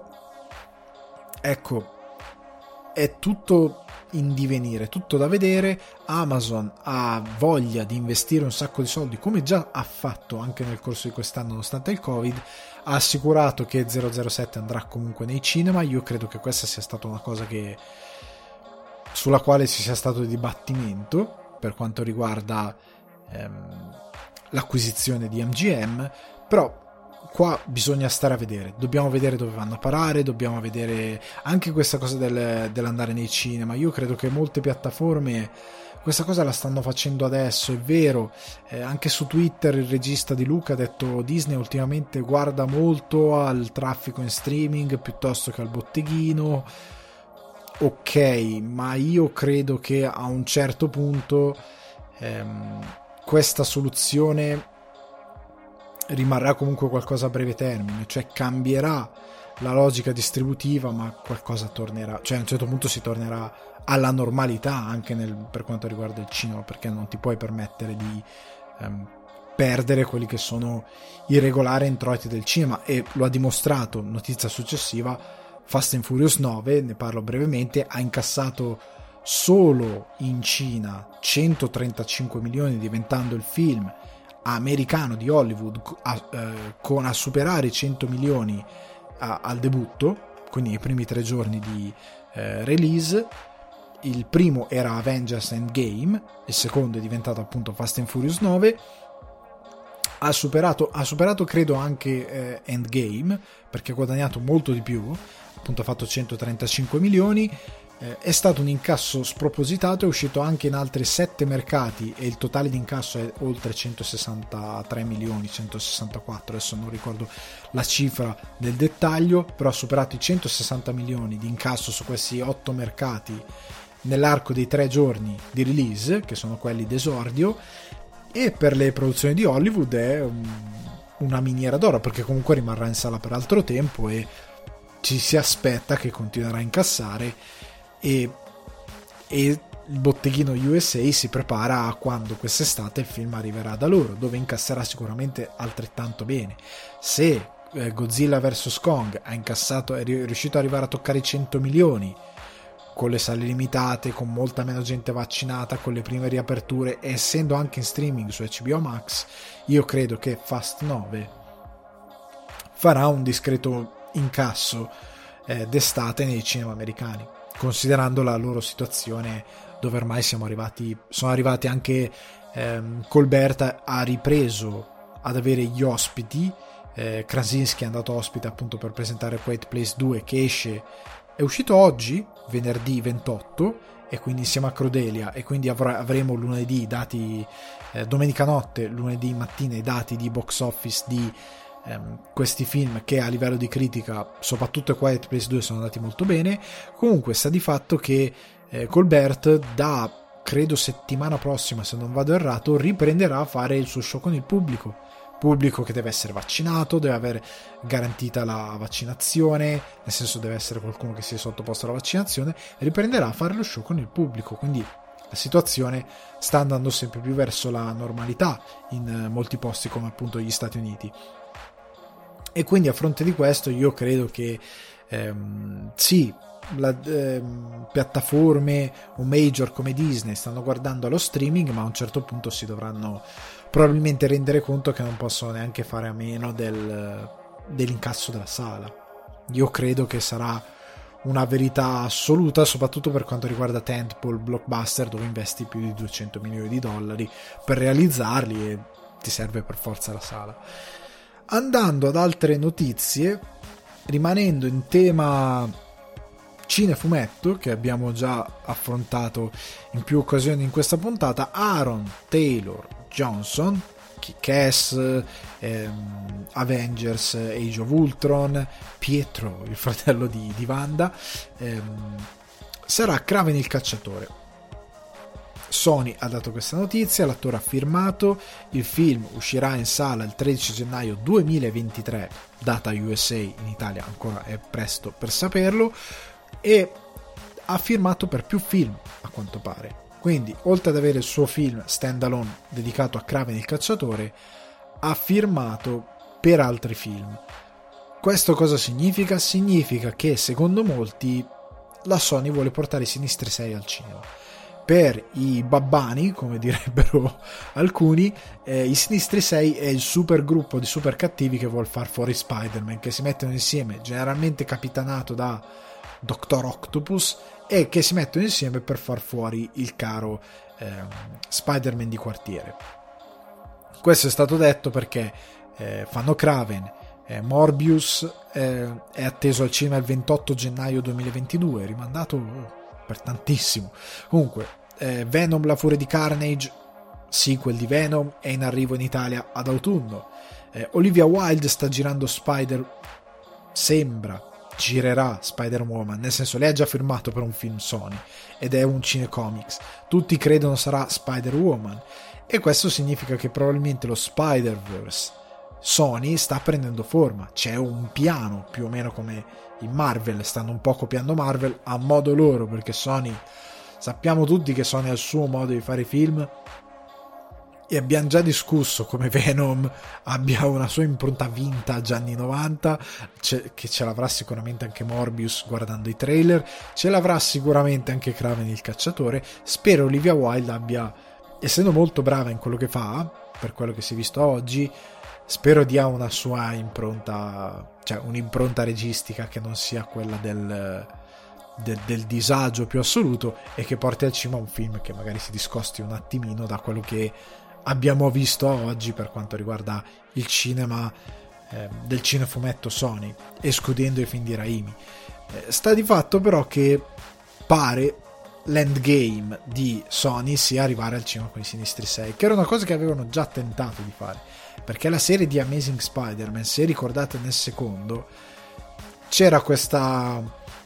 ecco, è tutto in divenire, tutto da vedere. Amazon ha voglia di investire un sacco di soldi, come già ha fatto anche nel corso di quest'anno nonostante il Covid. Ha assicurato che zero zero sette andrà comunque nei cinema. Io credo che questa sia stata una cosa che sulla quale ci sia stato dibattimento per quanto riguarda ehm, l'acquisizione di M G M, però qua bisogna stare a vedere, dobbiamo vedere dove vanno a parare, dobbiamo vedere anche questa cosa del, dell'andare nei cinema. Io credo che molte piattaforme questa cosa la stanno facendo adesso, è vero, eh, anche su Twitter il regista di Luca ha detto Disney ultimamente guarda molto al traffico in streaming piuttosto che al botteghino. Ok, ma io credo che a un certo punto ehm, questa soluzione rimarrà comunque qualcosa a breve termine, cioè cambierà la logica distributiva, ma qualcosa tornerà, cioè a un certo punto si tornerà alla normalità anche nel, per quanto riguarda il cinema, perché non ti puoi permettere di ehm, perdere quelli che sono i regolari introiti del cinema, e lo ha dimostrato, notizia successiva, Fast and Furious nove, ne parlo brevemente, ha incassato solo in Cina centotrentacinque milioni, diventando il film americano di Hollywood a, eh, con a superare i cento milioni a, al debutto, quindi i primi tre giorni di eh, release, il primo era Avengers Endgame, il secondo è diventato appunto Fast and Furious nove. Ha superato, ha superato credo anche eh, Endgame, perché ha guadagnato molto di più, appunto ha fatto centotrentacinque milioni, eh, è stato un incasso spropositato, è uscito anche in altri sette mercati e il totale di incasso è oltre centosessantatré milioni, centosessantaquattro, adesso non ricordo la cifra del dettaglio, però ha superato i centosessanta milioni di incasso su questi otto mercati nell'arco dei tre giorni di release, che sono quelli d'esordio. E per le produzioni di Hollywood è un, una miniera d'oro, perché comunque rimarrà in sala per altro tempo e ci si aspetta che continuerà a incassare, e, e il botteghino U S A si prepara a quando quest'estate il film arriverà da loro, dove incasserà sicuramente altrettanto bene. Se eh, Godzilla versus Kong ha incassato, è riuscito ad arrivare a toccare i cento milioni con le sale limitate, con molta meno gente vaccinata, con le prime riaperture, e essendo anche in streaming su H B O Max, io credo che Fast nove farà un discreto incasso eh, d'estate nei cinema americani, considerando la loro situazione, dove ormai siamo arrivati, sono arrivati anche ehm, Colbert ha ripreso ad avere gli ospiti, eh, Krasinski è andato ospite appunto per presentare Quiet Place due, che esce, è uscito oggi, venerdì ventotto, e quindi insieme a Crudelia, e quindi avr- avremo lunedì i dati, eh, domenica notte, lunedì mattina i dati di box office di ehm, questi film, che a livello di critica, soprattutto Quiet Place due, sono andati molto bene. Comunque sta di fatto che eh, Colbert da credo settimana prossima, se non vado errato, riprenderà a fare il suo show con il pubblico pubblico che deve essere vaccinato, deve avere garantita la vaccinazione, nel senso deve essere qualcuno che sia sottoposto alla vaccinazione, e riprenderà a fare lo show con il pubblico. Quindi la situazione sta andando sempre più verso la normalità in molti posti come appunto gli Stati Uniti, e quindi a fronte di questo io credo che ehm, sì, la, ehm, piattaforme o major come Disney stanno guardando allo streaming, ma a un certo punto si dovranno probabilmente rendere conto che non possono neanche fare a meno del, dell'incasso della sala. Io credo che sarà una verità assoluta, soprattutto per quanto riguarda tentpole blockbuster, dove investi più di duecento milioni di dollari per realizzarli e ti serve per forza la sala. Andando ad altre notizie, rimanendo in tema cinefumetto, che abbiamo già affrontato in più occasioni in questa puntata, Aaron Taylor Johnson, Kick-Ass, ehm, Avengers, Age of Ultron, Pietro, il fratello di, di Wanda, ehm, sarà Kraven il cacciatore. Sony ha dato questa notizia, l'attore ha firmato, il film uscirà in sala il tredici gennaio duemilaventitré, data U S A, in Italia ancora è presto per saperlo, e ha firmato per più film a quanto pare. Quindi, oltre ad avere il suo film standalone dedicato a Kraven il cacciatore, ha firmato per altri film. Questo cosa significa? Significa che, secondo molti, la Sony vuole portare i Sinistri sei al cinema. Per i babbani, come direbbero alcuni, eh, i Sinistri sei è il super gruppo di super cattivi che vuol far fuori Spider-Man, che si mettono insieme, generalmente capitanato da Doctor Octopus, e che si mettono insieme per far fuori il caro eh, Spider-Man di quartiere. Questo è stato detto perché eh, fanno Kraven, eh, Morbius eh, è atteso al cinema il ventotto gennaio duemilaventidue, rimandato per tantissimo. Comunque eh, Venom la furia di Carnage, sequel di Venom, è in arrivo in Italia ad autunno. eh, Olivia Wilde sta girando Spider sembra girerà Spider-Woman, nel senso lei ha già firmato per un film Sony ed è un cinecomics, tutti credono sarà Spider-Woman, e questo significa che probabilmente lo Spider-Verse Sony sta prendendo forma. C'è un piano più o meno come in Marvel, stanno un po' copiando Marvel a modo loro, perché Sony, sappiamo tutti che Sony ha il suo modo di fare i film, e abbiamo già discusso come Venom abbia una sua impronta vintage anni novanta, che ce l'avrà sicuramente anche Morbius guardando i trailer, ce l'avrà sicuramente anche Kraven il cacciatore. Spero Olivia Wilde abbia, essendo molto brava in quello che fa, per quello che si è visto oggi, spero dia una sua impronta, cioè un'impronta registica che non sia quella del de, del disagio più assoluto e che porti al cinema un film che magari si discosti un attimino da quello che abbiamo visto oggi per quanto riguarda il cinema eh, del cinefumetto Sony, escludendo i film di Raimi. Eh, sta di fatto però che pare l'endgame di Sony sia arrivare al cinema con i Sinistri sei, che era una cosa che avevano già tentato di fare, perché la serie di Amazing Spider-Man, se ricordate nel secondo, c'era questa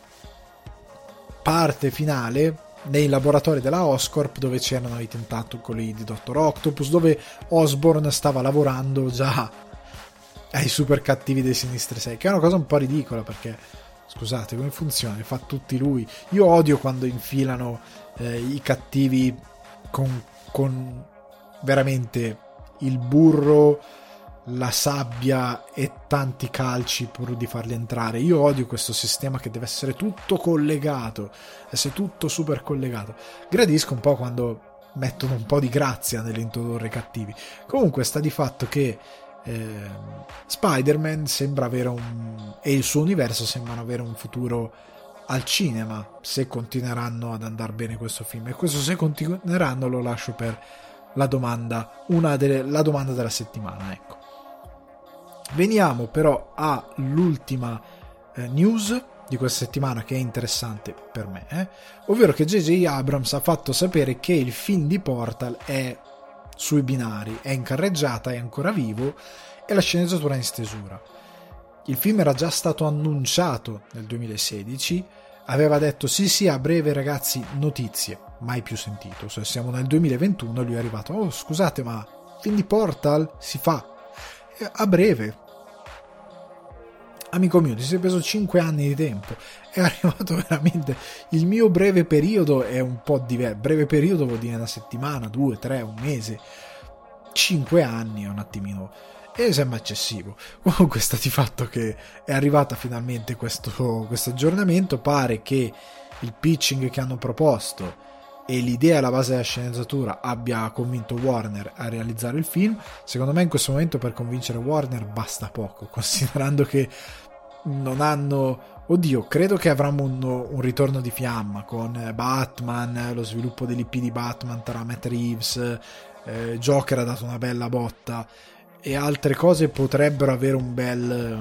parte finale nei laboratori della Oscorp dove c'erano i tentacoli di Doctor Octopus, dove Osborn stava lavorando già ai super cattivi dei Sinistri sei, che è una cosa un po' ridicola, perché scusate, come funziona? Fa tutti lui. Io odio quando infilano eh, i cattivi con, con veramente il burro, la sabbia e tanti calci pur di farli entrare. Io odio questo sistema che deve essere tutto collegato, essere tutto super collegato. Gradisco un po' quando mettono un po' di grazia nell'introdurre i cattivi. Comunque sta di fatto che eh, Spider-Man sembra avere un e il suo universo sembrano avere un futuro al cinema, se continueranno ad andare bene questo film. E questo se continueranno lo lascio per la domanda, una delle, la domanda della settimana, ecco. Veniamo però all'ultima eh, news di questa settimana, che è interessante per me, eh? ovvero che J J Abrams ha fatto sapere che il film di Portal è sui binari, è in carreggiata, è ancora vivo e la sceneggiatura è in stesura. Il film era già stato annunciato nel duemilasedici, aveva detto sì sì a breve ragazzi, notizie, mai più sentito. Se siamo nel duemilaventuno, lui è arrivato, oh scusate ma il film di Portal si fa a breve. Amico mio, ti sei preso cinque anni di tempo, è arrivato veramente. Il mio breve periodo è un po' diverso. Breve periodo vuol dire una settimana, due, tre, un mese. Cinque anni è un attimino, e sembra eccessivo. Comunque sta di fatto che è arrivata finalmente questo, questo aggiornamento. Pare che il pitching che hanno proposto e l'idea alla base della sceneggiatura abbia convinto Warner a realizzare il film. Secondo me in questo momento per convincere Warner basta poco, considerando che non hanno, oddio, credo che avranno un, un ritorno di fiamma con Batman, lo sviluppo dell'I P di Batman tra Matt Reeves, eh, Joker ha dato una bella botta e altre cose potrebbero avere un bel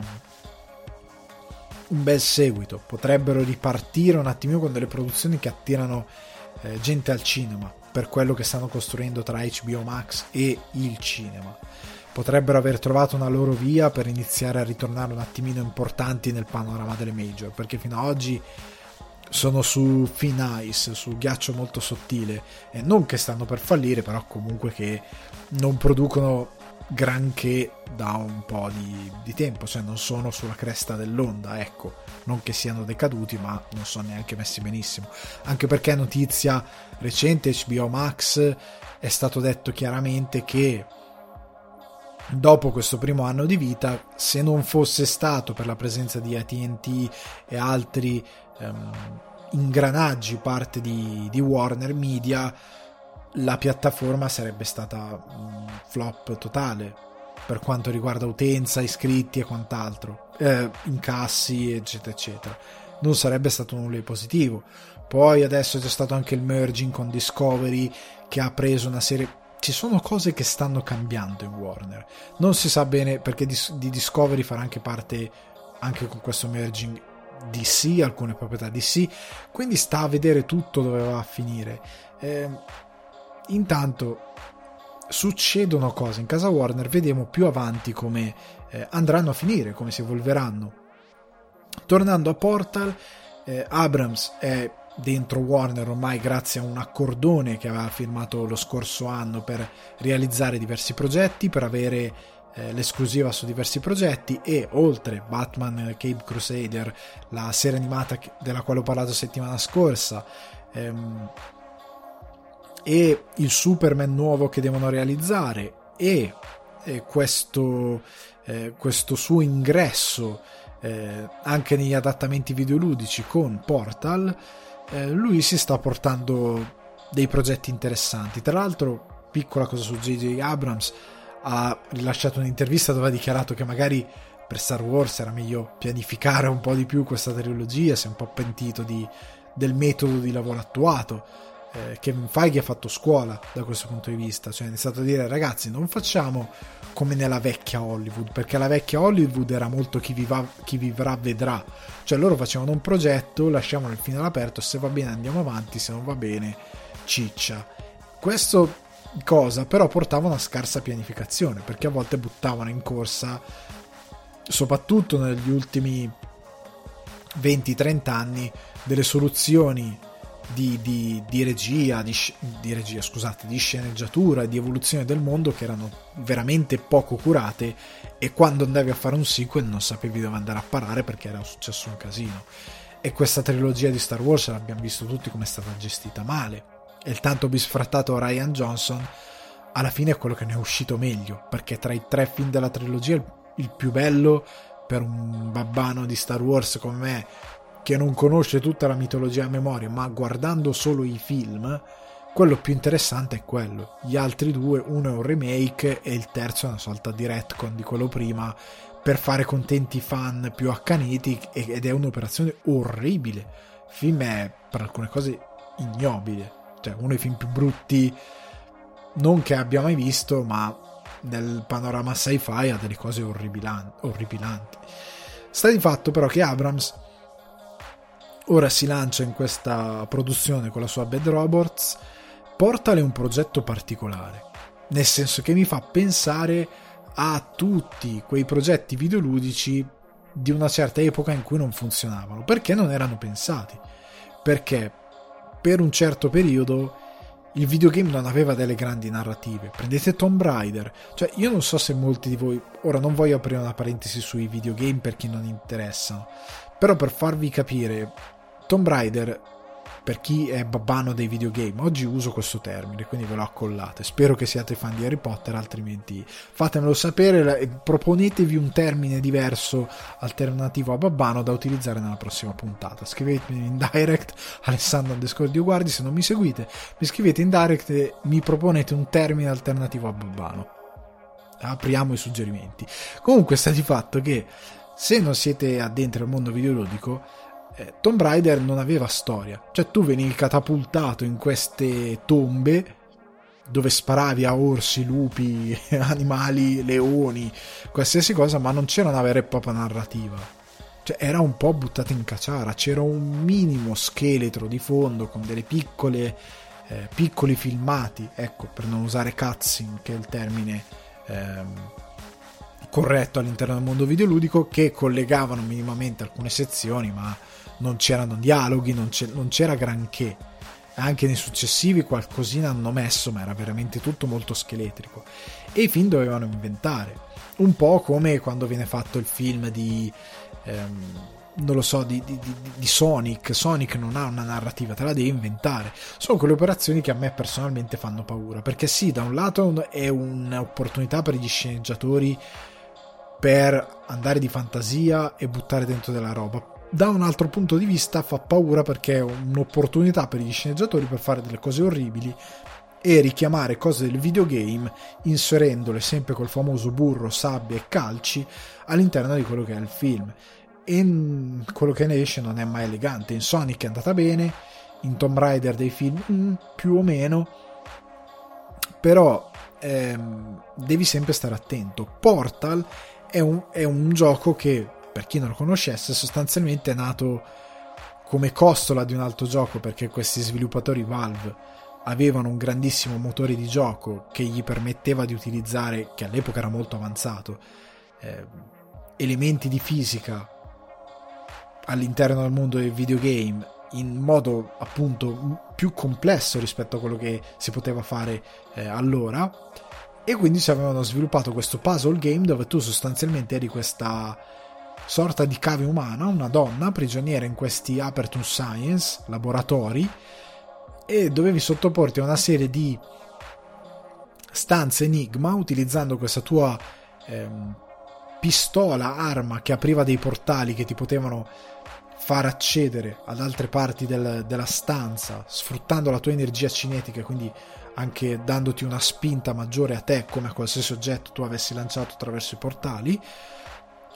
un bel seguito, potrebbero ripartire un attimino con delle produzioni che attirano Eh, gente al cinema, per quello che stanno costruendo tra H B O Max e il cinema. Potrebbero aver trovato una loro via per iniziare a ritornare un attimino importanti nel panorama delle major, perché fino ad oggi sono su thin ice, su ghiaccio molto sottile, e non che stanno per fallire, però comunque che non producono granché da un po' di, di tempo, cioè non sono sulla cresta dell'onda, ecco, non che siano decaduti, ma non sono neanche messi benissimo, anche perché notizia recente H B O Max è stato detto chiaramente che dopo questo primo anno di vita, se non fosse stato per la presenza di A T and T e altri um, ingranaggi parte di, di Warner Media, la piattaforma sarebbe stata un flop totale per quanto riguarda utenza, iscritti e quant'altro, eh, incassi eccetera eccetera. Non sarebbe stato nulla di positivo. Poi adesso c'è stato anche il merging con Discovery che ha preso una serie, ci sono cose che stanno cambiando in Warner, non si sa bene perché di, di Discovery farà anche parte anche con questo merging D C, alcune proprietà D C, quindi sta a vedere tutto dove va a finire. eh, Intanto succedono cose in casa Warner, vediamo più avanti come eh, andranno a finire, come si evolveranno. Tornando a Portal, eh, Abrams è dentro Warner ormai grazie a un accordone che aveva firmato lo scorso anno per realizzare diversi progetti, per avere eh, l'esclusiva su diversi progetti, e oltre Batman Cape Crusader, la serie animata della quale ho parlato settimana scorsa, ehm, e il Superman nuovo che devono realizzare, e, e questo, eh, questo suo ingresso eh, anche negli adattamenti videoludici con Portal, eh, lui si sta portando dei progetti interessanti. Tra l'altro, piccola cosa su J J Abrams, ha rilasciato un'intervista dove ha dichiarato che magari per Star Wars era meglio pianificare un po' di più questa trilogia, si è un po' pentito di, del metodo di lavoro attuato. eh, Kevin Feige ha fatto scuola da questo punto di vista, cioè ha iniziato a dire ragazzi non facciamo come nella vecchia Hollywood, perché la vecchia Hollywood era molto chi, viva, chi vivrà vedrà, cioè loro facevano un progetto, lasciamolo il fine all'aperto, se va bene andiamo avanti, se non va bene ciccia. Questo cosa però portava una scarsa pianificazione, perché a volte buttavano in corsa, soprattutto negli ultimi venti trenta anni, delle soluzioni di, di, di regia di, di regia scusate di sceneggiatura e di evoluzione del mondo che erano veramente poco curate, e quando andavi a fare un sequel non sapevi dove andare a parare perché era successo un casino. E questa trilogia di Star Wars l'abbiamo visto tutti come è stata gestita male, e il tanto bisfrattato Rian Johnson alla fine è quello che ne è uscito meglio, perché tra i tre film della trilogia il più bello per un babbano di Star Wars come me, che non conosce tutta la mitologia a memoria, ma guardando solo i film, quello più interessante è quello. Gli altri due, uno è un remake e il terzo è una sorta di retcon di quello prima per fare contenti i fan più accaniti, ed è un'operazione orribile. Il film è per alcune cose ignobile, cioè uno dei film più brutti non che abbia mai visto, ma nel panorama sci-fi ha delle cose orribilanti. Sta di fatto però che Abrams ora si lancia in questa produzione con la sua Bad Robots, portale un progetto particolare, nel senso che mi fa pensare a tutti quei progetti videoludici di una certa epoca in cui non funzionavano, perché non erano pensati, perché per un certo periodo il videogame non aveva delle grandi narrative. Prendete Tomb Raider, cioè io non so se molti di voi, ora non voglio aprire una parentesi sui videogame per chi non interessano, però per farvi capire, Tomb Raider, per chi è babbano dei videogame, oggi uso questo termine, quindi ve lo accollate, spero che siate fan di Harry Potter, altrimenti fatemelo sapere e proponetevi un termine diverso alternativo a babbano da utilizzare nella prossima puntata. Scrivetemi in direct Alessandro underscore Dioguardi, se non mi seguite mi scrivete in direct e mi proponete un termine alternativo a babbano, apriamo i suggerimenti. Comunque sta di fatto che se non siete addentro al mondo videoludico, Eh, Tomb Raider non aveva storia, cioè tu venivi catapultato in queste tombe dove sparavi a orsi, lupi, animali, leoni, qualsiasi cosa, ma non c'era una vera e propria narrativa, cioè era un po' buttata in caciara, c'era un minimo scheletro di fondo con delle piccole eh, piccoli filmati, ecco, per non usare cutscene che è il termine ehm, corretto all'interno del mondo videoludico, che collegavano minimamente alcune sezioni, ma non c'erano dialoghi, non, non c'era granché. Anche nei successivi qualcosina hanno messo, ma era veramente tutto molto scheletrico, e i film dovevano inventare, un po' come quando viene fatto il film di ehm, non lo so di, di, di, di Sonic Sonic non ha una narrativa, te la devi inventare. Sono quelle operazioni che a me personalmente fanno paura, perché sì, da un lato è un'opportunità per gli sceneggiatori per andare di fantasia e buttare dentro della roba, da un altro punto di vista fa paura perché è un'opportunità per gli sceneggiatori per fare delle cose orribili e richiamare cose del videogame inserendole sempre col famoso burro, sabbia e calci all'interno di quello che è il film, e quello che ne esce non è mai elegante. In Sonic è andata bene, in Tomb Raider dei film mm, più o meno, però ehm, devi sempre stare attento. Portal è un, è un gioco che, per chi non lo conoscesse, sostanzialmente è nato come costola di un altro gioco, perché questi sviluppatori Valve avevano un grandissimo motore di gioco che gli permetteva di utilizzare, che all'epoca era molto avanzato, eh, elementi di fisica all'interno del mondo del videogame in modo appunto più complesso rispetto a quello che si poteva fare eh, allora, e quindi ci avevano sviluppato questo puzzle game dove tu sostanzialmente eri questa sorta di cave umana, una donna prigioniera in questi Aperture Science laboratori, e dovevi sottoporti a una serie di stanze enigma utilizzando questa tua ehm, pistola, arma che apriva dei portali che ti potevano far accedere ad altre parti del, della stanza sfruttando la tua energia cinetica, quindi anche dandoti una spinta maggiore a te come a qualsiasi oggetto tu avessi lanciato attraverso i portali.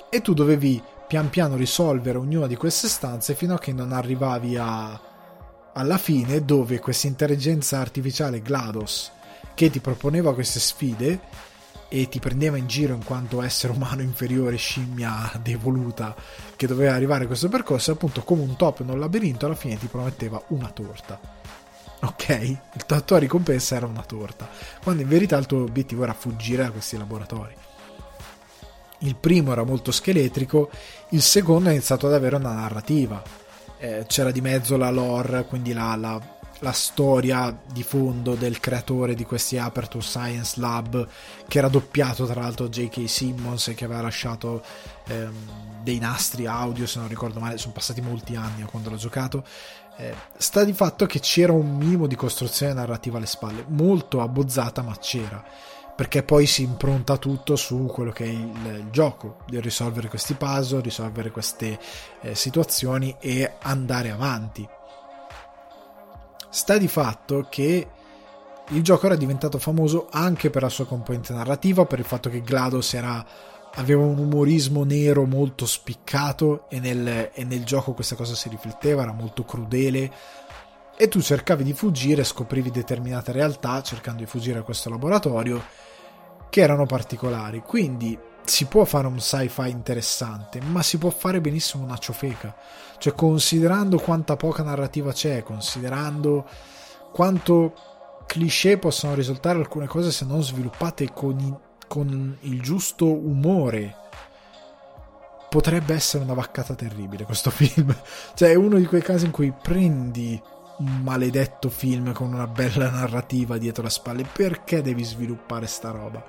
e tu dovevi pian piano risolvere ognuna di queste stanze fino a che non arrivavi a, alla fine, dove questa intelligenza artificiale GLaDOS, che ti proponeva queste sfide e ti prendeva in giro in quanto essere umano inferiore, scimmia devoluta che doveva arrivare a questo percorso, appunto come un topo in un labirinto, alla fine ti prometteva una torta. Ok? Il la tua ricompensa era una torta, quando in verità il tuo obiettivo era fuggire da questi laboratori. Il primo era molto scheletrico, il secondo ha iniziato ad avere una narrativa, eh, c'era di mezzo la lore, quindi la, la, la storia di fondo del creatore di questi Aperture Science Lab, che era doppiato tra l'altro J K. Simmons e che aveva lasciato ehm, dei nastri audio, se non ricordo male, sono passati molti anni da quando l'ho giocato. Eh, sta di fatto che c'era un minimo di costruzione narrativa alle spalle, molto abbozzata, ma c'era, perché poi si impronta tutto su quello che è il, il gioco, di risolvere questi puzzle, risolvere queste eh, situazioni e andare avanti. Sta di fatto che il gioco era diventato famoso anche per la sua componente narrativa, per il fatto che GLaDOS era, aveva un umorismo nero molto spiccato e nel, e nel gioco questa cosa si rifletteva, era molto crudele, e tu cercavi di fuggire, scoprivi determinate realtà cercando di fuggire da questo laboratorio che erano particolari. Quindi si può fare un sci-fi interessante, ma si può fare benissimo una ciofeca, cioè considerando quanta poca narrativa c'è, considerando quanto cliché possono risultare alcune cose se non sviluppate con, i, con il giusto umore, potrebbe essere una vaccata terribile questo film. Cioè è uno di quei casi in cui prendi un maledetto film con una bella narrativa dietro le spalle, perché devi sviluppare sta roba?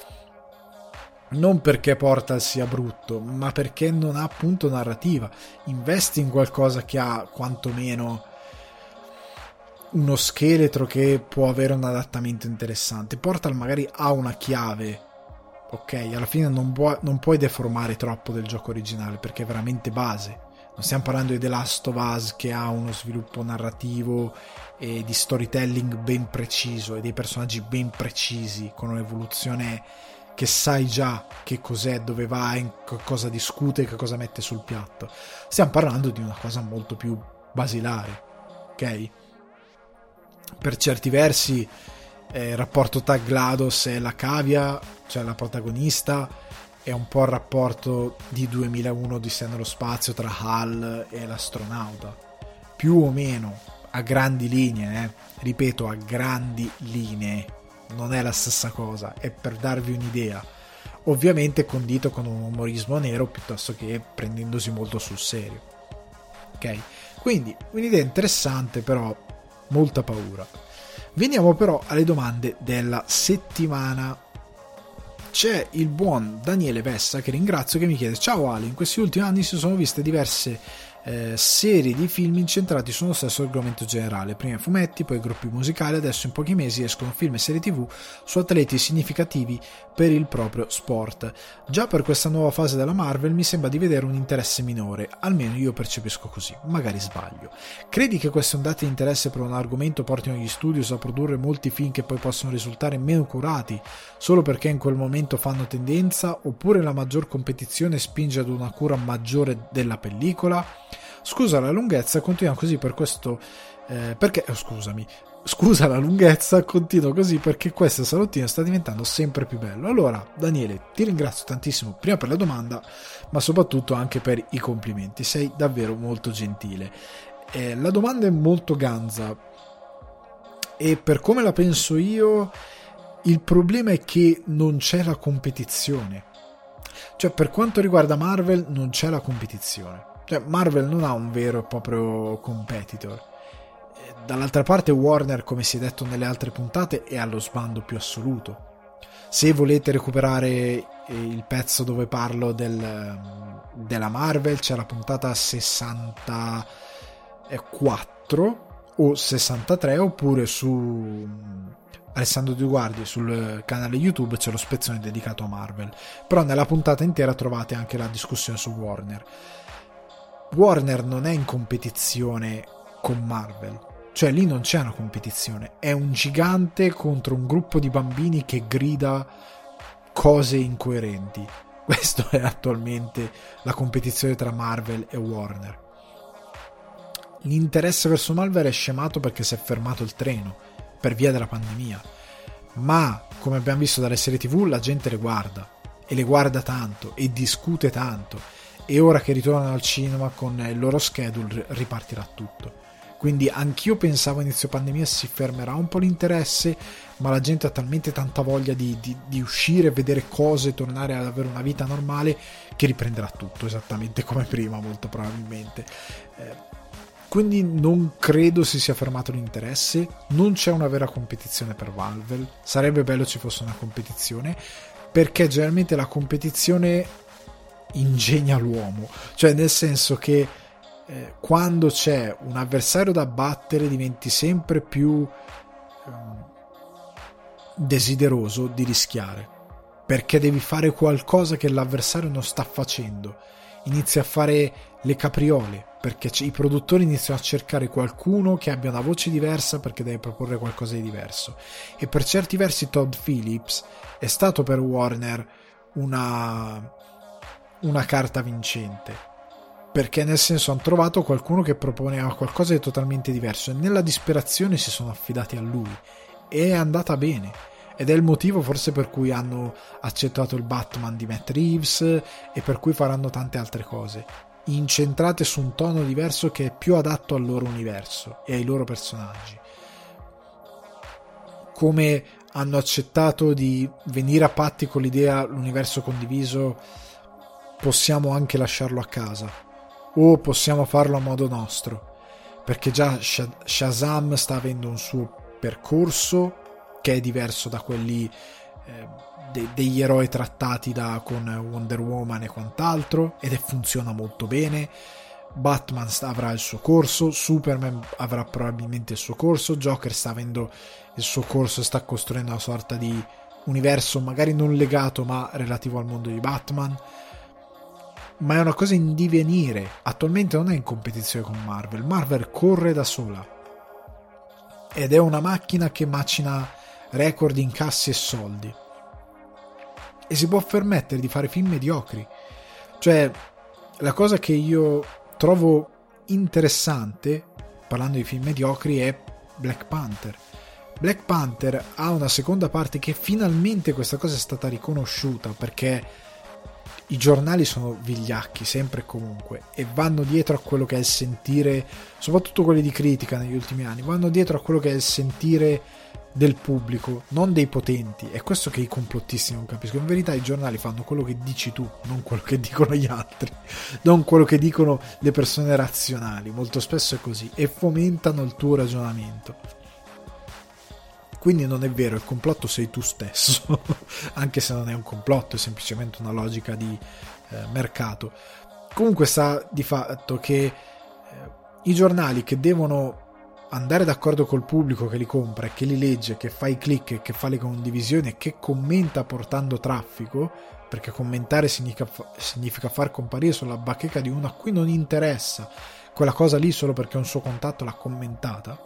Non perché Portal sia brutto, ma perché non ha appunto narrativa. Investi in qualcosa che ha quantomeno uno scheletro che può avere un adattamento interessante. Portal magari ha una chiave, ok? Alla fine non, può, non puoi deformare troppo del gioco originale, perché è veramente base. Non stiamo parlando di The Last of Us, che ha uno sviluppo narrativo e di storytelling ben preciso e dei personaggi ben precisi, con un'evoluzione che sai già che cos'è, dove va, in cosa discute, che cosa mette sul piatto. Stiamo parlando di una cosa molto più basilare, ok? Per certi versi eh, il rapporto tra GLaDOS e la cavia, cioè la protagonista, è un po' il rapporto di duemilauno Odissea nello spazio tra Hal e l'astronauta, più o meno, a grandi linee, eh. ripeto, a grandi linee, non è la stessa cosa, è per darvi un'idea, ovviamente condito con un umorismo nero piuttosto che prendendosi molto sul serio, ok? Quindi un'idea interessante, però molta paura. Veniamo però alle domande della settimana. C'è il buon Daniele Vessa, che ringrazio, che mi chiede: ciao Ale, in questi ultimi anni si sono viste diverse eh, serie di film incentrati sullo stesso argomento generale, prima fumetti, poi gruppi musicali, adesso in pochi mesi escono film e serie tv su atleti significativi per il proprio sport. Già per questa nuova fase della Marvel mi sembra di vedere un interesse minore, almeno io percepisco così, magari sbaglio. Credi che queste ondate di interesse per un argomento portino gli studios a produrre molti film che poi possono risultare meno curati solo perché in quel momento fanno tendenza, oppure la maggior competizione spinge ad una cura maggiore della pellicola? Scusa la lunghezza, continua così per questo eh, perché oh, scusami scusa la lunghezza continua così perché questo salottino sta diventando sempre più bello. Allora Daniele, ti ringrazio tantissimo prima per la domanda, ma soprattutto anche per i complimenti, sei davvero molto gentile. Eh, la domanda è molto ganza e per come la penso io il problema è che non c'è la competizione, cioè per quanto riguarda Marvel non c'è la competizione, cioè Marvel non ha un vero e proprio competitor. Dall'altra parte Warner, come si è detto nelle altre puntate, è allo sbando più assoluto. Se volete recuperare il pezzo dove parlo del, della Marvel, c'è la puntata sessantaquattro o sessantatré, oppure su Alessandro Di Guardi sul canale YouTube c'è lo spezzone dedicato a Marvel, però nella puntata intera trovate anche la discussione su Warner. Warner non è in competizione con Marvel, cioè lì non c'è una competizione, è un gigante contro un gruppo di bambini che grida cose incoerenti, Questa è attualmente la competizione tra Marvel e Warner. L'interesse verso Marvel è scemato perché si è fermato il treno per via della pandemia, ma come abbiamo visto dalle serie tv la gente le guarda, e le guarda tanto e discute tanto, e ora che ritornano al cinema con il loro schedule ripartirà tutto. Quindi anch'io pensavo a inizio pandemia si fermerà un po' l'interesse, ma la gente ha talmente tanta voglia di, di, di uscire, vedere cose, tornare ad avere una vita normale, che riprenderà tutto esattamente come prima, molto probabilmente. Eh, quindi non credo si sia fermato l'interesse, non c'è una vera competizione per Marvel, sarebbe bello ci fosse una competizione, perché generalmente la competizione ingegna l'uomo, cioè nel senso che eh, quando c'è un avversario da battere diventi sempre più eh, desideroso di rischiare, perché devi fare qualcosa che l'avversario non sta facendo, inizi a fare le capriole, perché i produttori iniziano a cercare qualcuno che abbia una voce diversa perché deve proporre qualcosa di diverso, e per certi versi Todd Phillips è stato per Warner una una carta vincente, perché nel senso hanno trovato qualcuno che proponeva qualcosa di totalmente diverso e nella disperazione si sono affidati a lui, e è andata bene, ed è il motivo forse per cui hanno accettato il Batman di Matt Reeves e per cui faranno tante altre cose incentrate su un tono diverso che è più adatto al loro universo e ai loro personaggi, come hanno accettato di venire a patti con l'idea l'universo condiviso, possiamo anche lasciarlo a casa o possiamo farlo a modo nostro, perché già Shazam sta avendo un suo percorso che è diverso da quelli eh, de- degli eroi trattati da, con Wonder Woman e quant'altro, ed è, funziona molto bene. Batman sta, avrà il suo corso, Superman avrà probabilmente il suo corso, Joker sta avendo il suo corso e sta costruendo una sorta di universo magari non legato ma relativo al mondo di Batman, ma è una cosa in divenire, attualmente non è in competizione con Marvel. Marvel corre da sola ed è una macchina che macina record, incassi e soldi, e si può permettere di fare film mediocri. Cioè, la cosa che io trovo interessante parlando di film mediocri è Black Panther. Black Panther ha una seconda parte che finalmente questa cosa è stata riconosciuta, perché i giornali sono vigliacchi sempre e comunque e vanno dietro a quello che è il sentire, soprattutto quelli di critica negli ultimi anni, vanno dietro a quello che è il sentire del pubblico, non dei potenti. È questo che i complottisti non capiscono. In verità i giornali fanno quello che dici tu, non quello che dicono gli altri, non quello che dicono le persone razionali, molto spesso è così, e fomentano il tuo ragionamento. Quindi non è vero, il complotto sei tu stesso, anche se non è un complotto, è semplicemente una logica di eh, mercato. Comunque sta di fatto che eh, i giornali che devono andare d'accordo col pubblico che li compra e che li legge, che fa i click e che fa le condivisioni e che commenta portando traffico, perché commentare significa, significa far comparire sulla bacheca di uno a cui non interessa quella cosa lì solo perché un suo contatto l'ha commentata,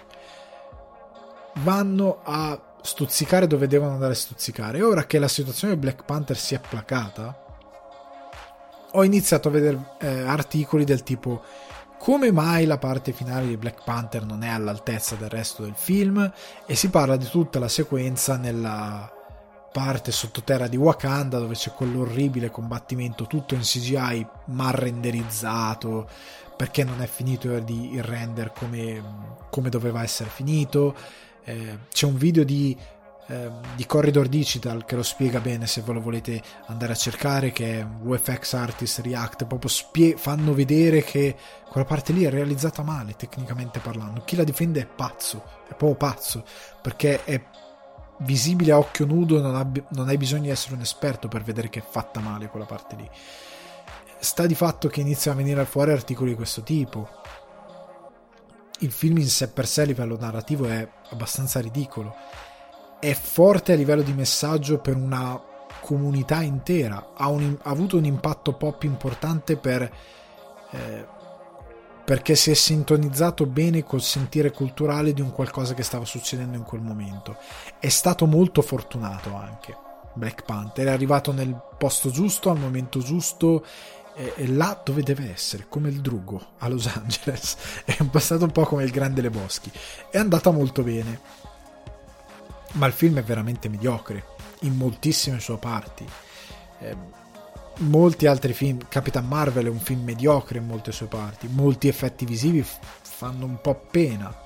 vanno a stuzzicare dove devono andare a stuzzicare. E ora che la situazione di Black Panther si è placata, ho iniziato a vedere eh, articoli del tipo: come mai la parte finale di Black Panther non è all'altezza del resto del film, e si parla di tutta la sequenza nella parte sottoterra di Wakanda dove c'è quell'orribile combattimento tutto in C G I ma renderizzato perché non è finito il render come, come doveva essere finito. Eh, c'è un video di, eh, di Corridor Digital che lo spiega bene, se ve lo volete andare a cercare, che è V F X Artist React, proprio spie- fanno vedere che quella parte lì è realizzata male tecnicamente parlando. Chi la difende è pazzo, è proprio pazzo, perché è visibile a occhio nudo, non, ha, non hai bisogno di essere un esperto per vedere che è fatta male quella parte lì. Sta di fatto che iniziano a venire fuori articoli di questo tipo. Il film in sé per sé a livello narrativo è abbastanza ridicolo, è forte a livello di messaggio per una comunità intera, ha, un, ha avuto un impatto pop importante per eh, perché si è sintonizzato bene col sentire culturale di un qualcosa che stava succedendo in quel momento. È stato molto fortunato anche, Black Panther, è arrivato nel posto giusto, al momento giusto, è, è là dove deve essere, come il drugo a Los Angeles. È passato un po' come il Grande Lebowski. È andata molto bene, ma il film è veramente mediocre in moltissime sue parti. Eh, molti altri film, Capitan Marvel è un film mediocre in molte sue parti, molti effetti visivi f- fanno un po' pena,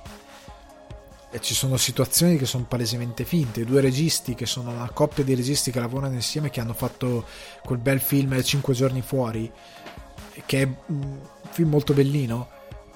e ci sono situazioni che sono palesemente finte. I due registi, che sono una coppia di registi che lavorano insieme, che hanno fatto quel bel film Cinque giorni fuori, che è un film molto bellino,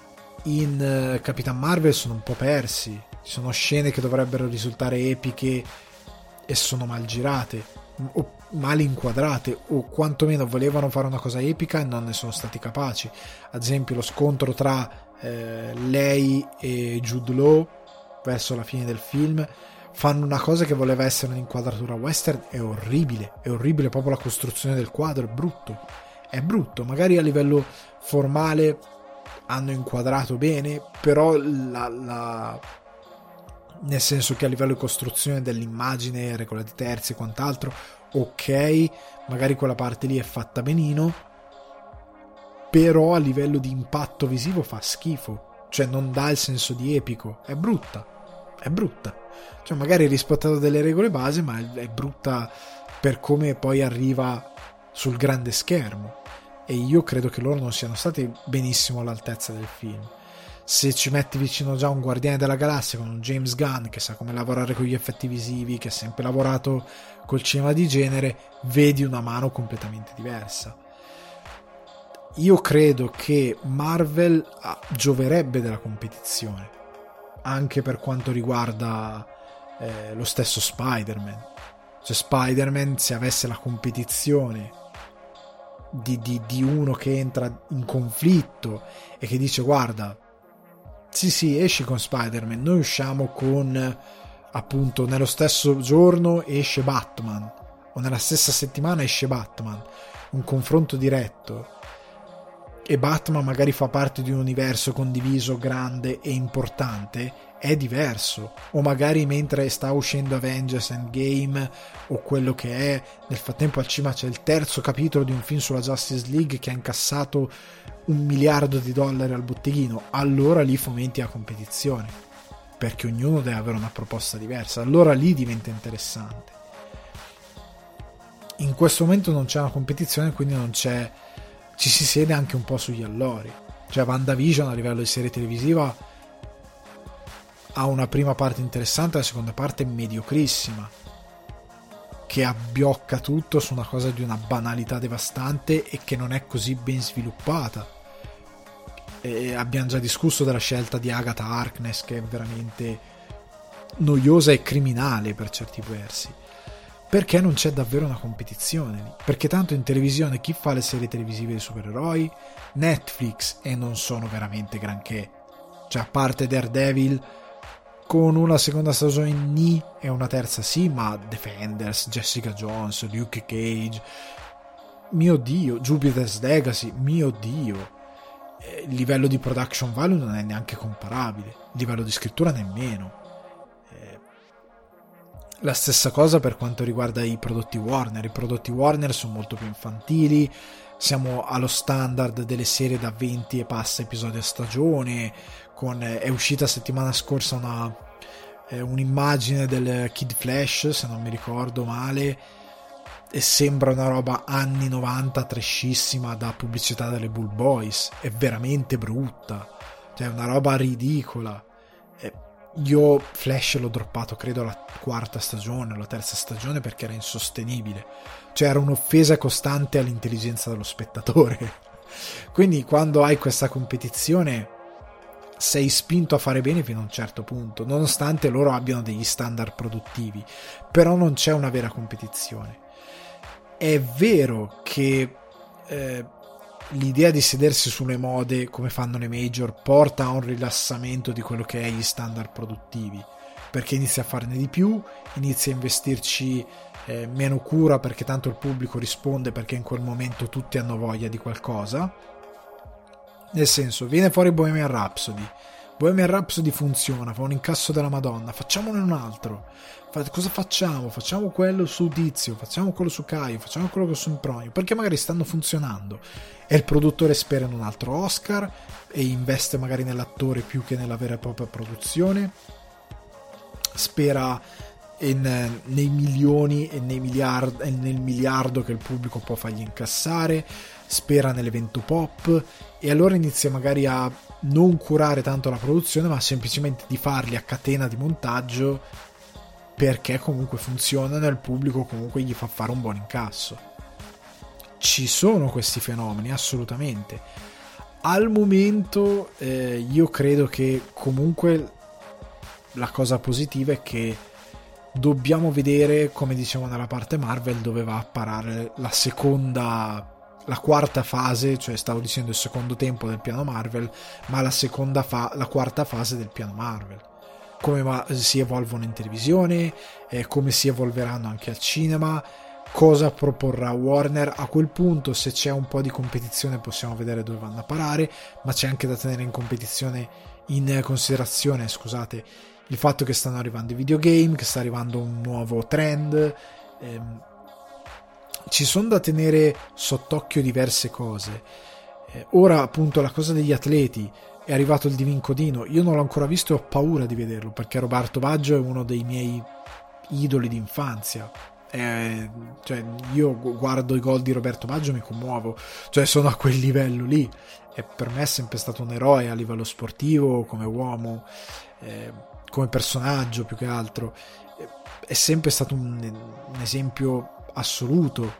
in Capitan Marvel sono un po' persi. Ci sono scene che dovrebbero risultare epiche e sono mal girate o mal inquadrate, o quantomeno volevano fare una cosa epica e non ne sono stati capaci. Ad esempio lo scontro tra eh, lei e Jude Law verso la fine del film, fanno una cosa che voleva essere un'inquadratura western, è orribile, è orribile proprio la costruzione del quadro, è brutto, è brutto. Magari a livello formale hanno inquadrato bene, però la, la... nel senso che a livello di costruzione dell'immagine, regola di terzi e quant'altro, ok, magari quella parte lì è fatta benino, però a livello di impatto visivo fa schifo, cioè non dà il senso di epico, è brutta, è brutta, cioè magari rispettato delle regole base, ma è brutta per come poi arriva sul grande schermo, e io credo che loro non siano stati benissimo all'altezza del film. Se ci metti vicino già un Guardiane della Galassia con un James Gunn che sa come lavorare con gli effetti visivi, che ha sempre lavorato col cinema di genere, vedi una mano completamente diversa. Io credo che Marvel gioverebbe della competizione, anche per quanto riguarda eh, lo stesso Spider-Man. Cioè Spider-Man, se avesse la competizione di, di, di uno che entra in conflitto e che dice guarda, sì sì, esci con Spider-Man, noi usciamo con, appunto, nello stesso giorno esce Batman, o nella stessa settimana esce Batman, un confronto diretto, e Batman magari fa parte di un universo condiviso grande e importante, è diverso. O magari mentre sta uscendo Avengers Endgame o quello che è, nel frattempo al cinema c'è il terzo capitolo di un film sulla Justice League che ha incassato un miliardo di dollari al botteghino, allora lì fomenti la competizione, perché ognuno deve avere una proposta diversa, allora lì diventa interessante. In questo momento non c'è una competizione, quindi non c'è, ci si siede anche un po' sugli allori. Cioè WandaVision a livello di serie televisiva ha una prima parte interessante, la seconda parte mediocrissima, che abbiocca tutto su una cosa di una banalità devastante e che non è così ben sviluppata. E abbiamo già discusso della scelta di Agatha Harkness, che è veramente noiosa e criminale per certi versi, perché non c'è davvero una competizione lì. Perché tanto in televisione chi fa le serie televisive dei supereroi? Netflix, e non sono veramente granché, cioè a parte Daredevil con una seconda stagione in Ni e una terza sì, ma Defenders, Jessica Jones, Luke Cage, mio dio, Jupiter's Legacy, mio dio, eh, il livello di production value non è neanche comparabile, il livello di scrittura nemmeno. Eh, la stessa cosa per quanto riguarda i prodotti Warner. I prodotti Warner sono molto più infantili, siamo allo standard delle serie da venti e passa episodi a stagione. Con, è uscita settimana scorsa una, eh, un'immagine del Kid Flash, se non mi ricordo male, e sembra una roba anni novanta trashissima da pubblicità delle Bull Boys, è veramente brutta, cioè è una roba ridicola. eh, io Flash l'ho droppato credo alla quarta stagione o la terza stagione perché era insostenibile, cioè era un'offesa costante all'intelligenza dello spettatore. Quindi quando hai questa competizione sei spinto a fare bene fino a un certo punto, nonostante loro abbiano degli standard produttivi, però non c'è una vera competizione. È vero che eh, l'idea di sedersi sulle mode come fanno le major porta a un rilassamento di quello che è gli standard produttivi, perché inizia a farne di più, inizia a investirci eh, meno cura, perché tanto il pubblico risponde, perché in quel momento tutti hanno voglia di qualcosa. Nel senso, viene fuori Bohemian Rhapsody, Bohemian Rhapsody funziona, fa un incasso della Madonna, facciamone un altro. Fa- cosa facciamo? Facciamo quello su Tizio, facciamo quello su Caio, facciamo quello su Impronio, perché magari stanno funzionando e il produttore spera in un altro Oscar e investe magari nell'attore più che nella vera e propria produzione, spera in, nei milioni e nei miliard, e nel miliardo che il pubblico può fargli incassare, spera nell'evento pop, e allora inizia magari a non curare tanto la produzione, ma semplicemente di farli a catena di montaggio, perché comunque funzionano e il pubblico comunque gli fa fare un buon incasso. Ci sono questi fenomeni, assolutamente. Al momento eh, io credo che comunque la cosa positiva è che dobbiamo vedere, come diciamo nella parte Marvel, dove va a parare la seconda, la quarta fase, cioè stavo dicendo il secondo tempo del piano Marvel, ma la seconda fa, la quarta fase del piano Marvel. Come ma, si evolvono in televisione, eh, come si evolveranno anche al cinema, cosa proporrà Warner. A quel punto, se c'è un po' di competizione, possiamo vedere dove vanno a parare, ma c'è anche da tenere in competizione in considerazione, scusate, il fatto che stanno arrivando i videogame, che sta arrivando un nuovo trend, ehm, ci sono da tenere sott'occhio diverse cose. Eh, ora appunto la cosa degli atleti, è arrivato il Divin Codino, io non l'ho ancora visto e ho paura di vederlo, perché Roberto Baggio è uno dei miei idoli d'infanzia. Eh, cioè io guardo i gol di Roberto Baggio e mi commuovo, cioè sono a quel livello lì, e per me è sempre stato un eroe a livello sportivo, come uomo, eh, come personaggio più che altro, è sempre stato un, un esempio assoluto.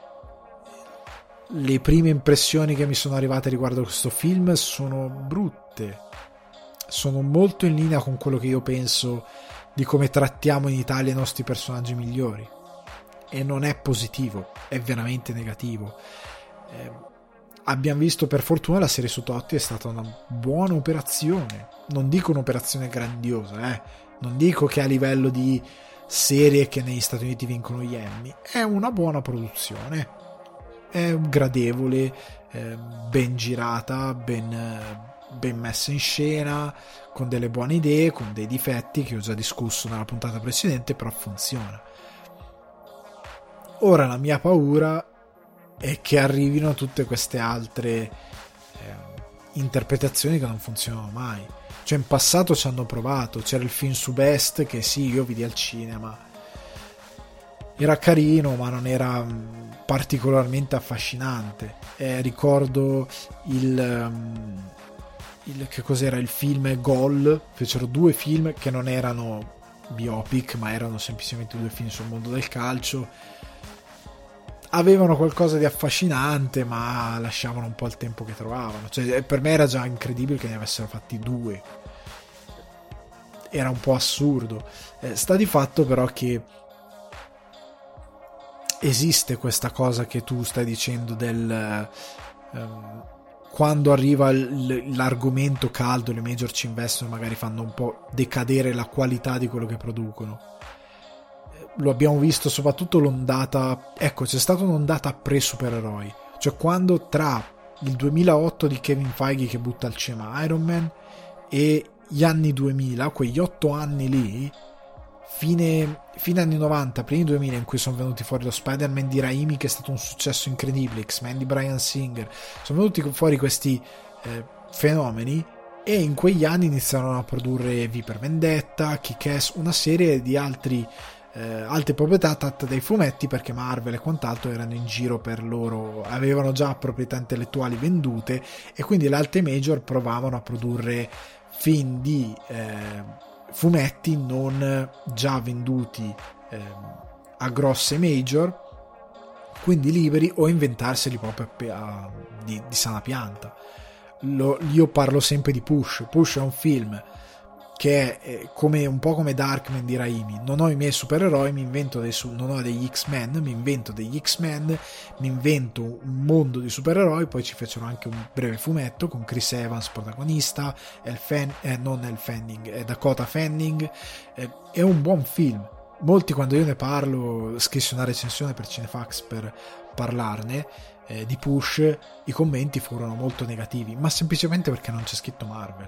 Le prime impressioni che mi sono arrivate riguardo questo film sono brutte, sono molto in linea con quello che io penso di come trattiamo in Italia i nostri personaggi migliori, e non è positivo, è veramente negativo. Eh, abbiamo visto, per fortuna la serie su Totti è stata una buona operazione, non dico un'operazione grandiosa, eh. non dico che a livello di serie che negli Stati Uniti vincono gli Emmy, è una buona produzione, è gradevole, eh, ben girata, ben, ben messa in scena, con delle buone idee, con dei difetti che ho già discusso nella puntata precedente, però funziona. Ora la mia paura è che arrivino tutte queste altre eh, interpretazioni che non funzionano mai. Cioè in passato ci hanno provato, c'era il film su Best che sì, io vidi al cinema, era carino ma non era particolarmente affascinante. Eh, ricordo il, um, il che cos'era il film Goal, fecero due film che non erano biopic ma erano semplicemente due film sul mondo del calcio, avevano qualcosa di affascinante ma lasciavano un po' il tempo che trovavano. Cioè, per me era già incredibile che ne avessero fatti due, era un po' assurdo. Eh, sta di fatto però che esiste questa cosa che tu stai dicendo del um, quando arriva l- l'argomento caldo, le major ci investono, magari fanno un po' decadere la qualità di quello che producono. Lo abbiamo visto soprattutto l'ondata, ecco, c'è stata un'ondata pre-supereroi, cioè quando tra il duemilaotto di Kevin Feige che butta al cinema Iron Man e gli anni duemila, quegli otto anni lì, fine, fine anni novanta, primi duemila, in cui sono venuti fuori lo Spider-Man di Raimi che è stato un successo incredibile, X-Men di Bryan Singer, sono venuti fuori questi eh, fenomeni, e in quegli anni iniziarono a produrre V per Vendetta, Kick-Ass, una serie di altri eh, altre proprietà tratte dai fumetti, perché Marvel e quant'altro erano in giro per loro, avevano già proprietà intellettuali vendute, e quindi le altre major provavano a produrre film di eh, fumetti non già venduti eh, a grosse major, quindi liberi, o inventarseli proprio a, a, di, di sana pianta. Lo, io parlo sempre di Push. Push è un film che è eh, come, un po' come Darkman di Raimi. Non ho i miei supereroi, mi invento dei su- non ho degli X-Men, mi invento degli X-Men, mi invento un mondo di supereroi. Poi ci fecero anche un breve fumetto con Chris Evans protagonista, El Fan- eh, non El Fanning, eh, Dakota Fanning. Eh, è un buon film. Molti, quando io ne parlo, scrissi una recensione per Cinefax per parlarne eh, di Push, i commenti furono molto negativi, ma semplicemente perché non c'è scritto Marvel.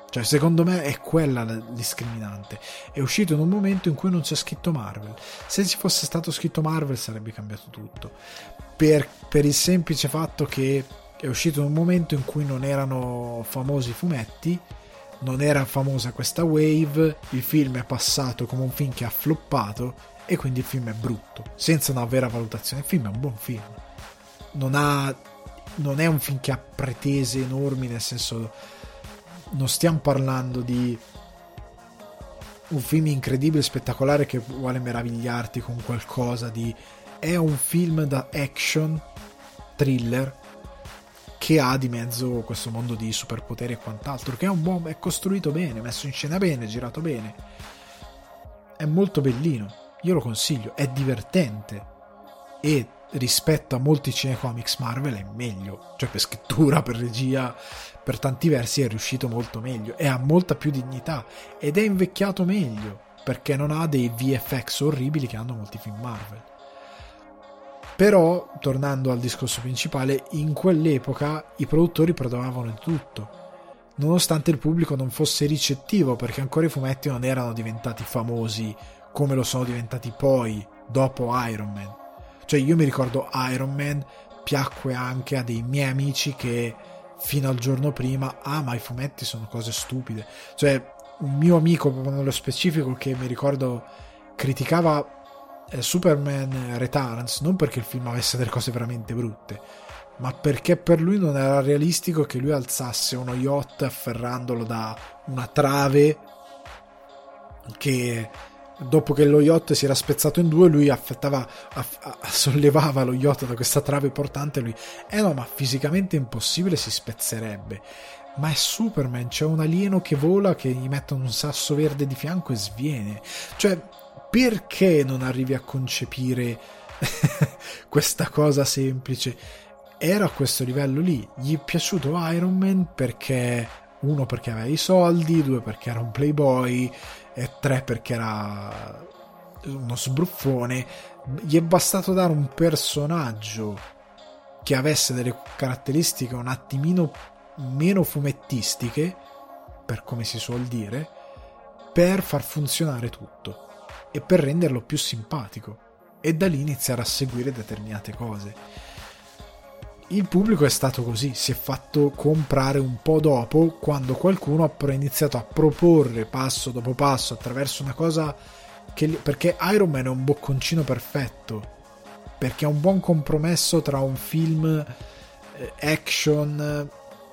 Cioè, secondo me è quella la discriminante. È uscito in un momento in cui non c'è scritto Marvel. Se ci fosse stato scritto Marvel sarebbe cambiato tutto. Per, per il semplice fatto che è uscito in un momento in cui non erano famosi i fumetti, non era famosa questa wave, il film è passato come un film che ha floppato e quindi il film è brutto, senza una vera valutazione. Il film è un buon film. Non ha, non è un film che ha pretese enormi, nel senso, non stiamo parlando di un film incredibile, spettacolare, che vuole meravigliarti con qualcosa di... È un film da action thriller che ha di mezzo questo mondo di superpoteri e quant'altro, che è un buon, è costruito bene, messo in scena bene, girato bene, è molto bellino, io lo consiglio, è divertente e rispetto a molti cinecomics Marvel è meglio, cioè per scrittura, per regia, per tanti versi è riuscito molto meglio e ha molta più dignità ed è invecchiato meglio perché non ha dei V F X orribili che hanno molti film Marvel. Però, tornando al discorso principale, in quell'epoca i produttori prodavano di tutto, nonostante il pubblico non fosse ricettivo, perché ancora i fumetti non erano diventati famosi come lo sono diventati poi dopo Iron Man. Cioè, io mi ricordo Iron Man piacque anche a dei miei amici che fino al giorno prima, ah, ma i fumetti sono cose stupide. Cioè, un mio amico proprio nello specifico che mi ricordo criticava eh, Superman Returns non perché il film avesse delle cose veramente brutte, ma perché per lui non era realistico che lui alzasse uno yacht afferrandolo da una trave, che dopo che lo yacht si era spezzato in due lui affettava, aff- sollevava lo yacht da questa trave portante e lui eh no, ma fisicamente è impossibile, si spezzerebbe. Ma è Superman, c'è un alieno che vola, che gli mettono un sasso verde di fianco e sviene. Cioè, perché non arrivi a concepire questa cosa semplice? Era a questo livello lì. Gli è piaciuto Iron Man perché, uno, perché aveva i soldi, due, perché era un playboy, e tre, perché era uno sbruffone. Gli è bastato dare un personaggio che avesse delle caratteristiche un attimino meno fumettistiche, per come si suol dire, per far funzionare tutto e per renderlo più simpatico, e da lì iniziare a seguire determinate cose. Il pubblico è stato così, si è fatto comprare un po' dopo, quando qualcuno ha iniziato a proporre passo dopo passo attraverso una cosa che, perché Iron Man è un bocconcino perfetto, perché è un buon compromesso tra un film eh, action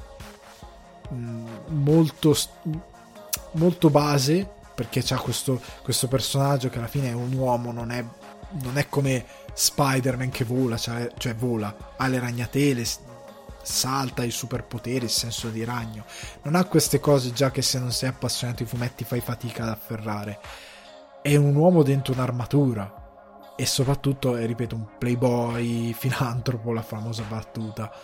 mh, molto molto base, perché c'ha questo, questo personaggio che alla fine è un uomo, non è, non è come Spider-Man che vola, cioè, cioè vola, ha le ragnatele, salta, i superpoteri, il senso di ragno, non ha queste cose già che se non sei appassionato ai fumetti fai fatica ad afferrare. È un uomo dentro un'armatura e soprattutto è, ripeto, un playboy filantropo, la famosa battuta,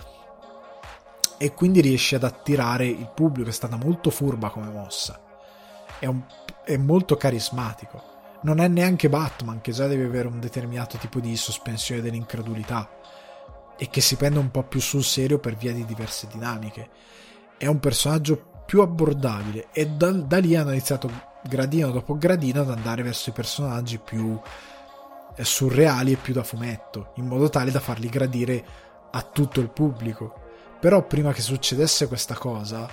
e quindi riesce ad attirare il pubblico. È stata molto furba come mossa, è, un, è molto carismatico, non è neanche Batman, che già deve avere un determinato tipo di sospensione dell'incredulità e che si prende un po' più sul serio per via di diverse dinamiche. È un personaggio più abbordabile e da, da lì hanno iniziato gradino dopo gradino ad andare verso i personaggi più eh, surreali e più da fumetto, in modo tale da farli gradire a tutto il pubblico. Però prima che succedesse questa cosa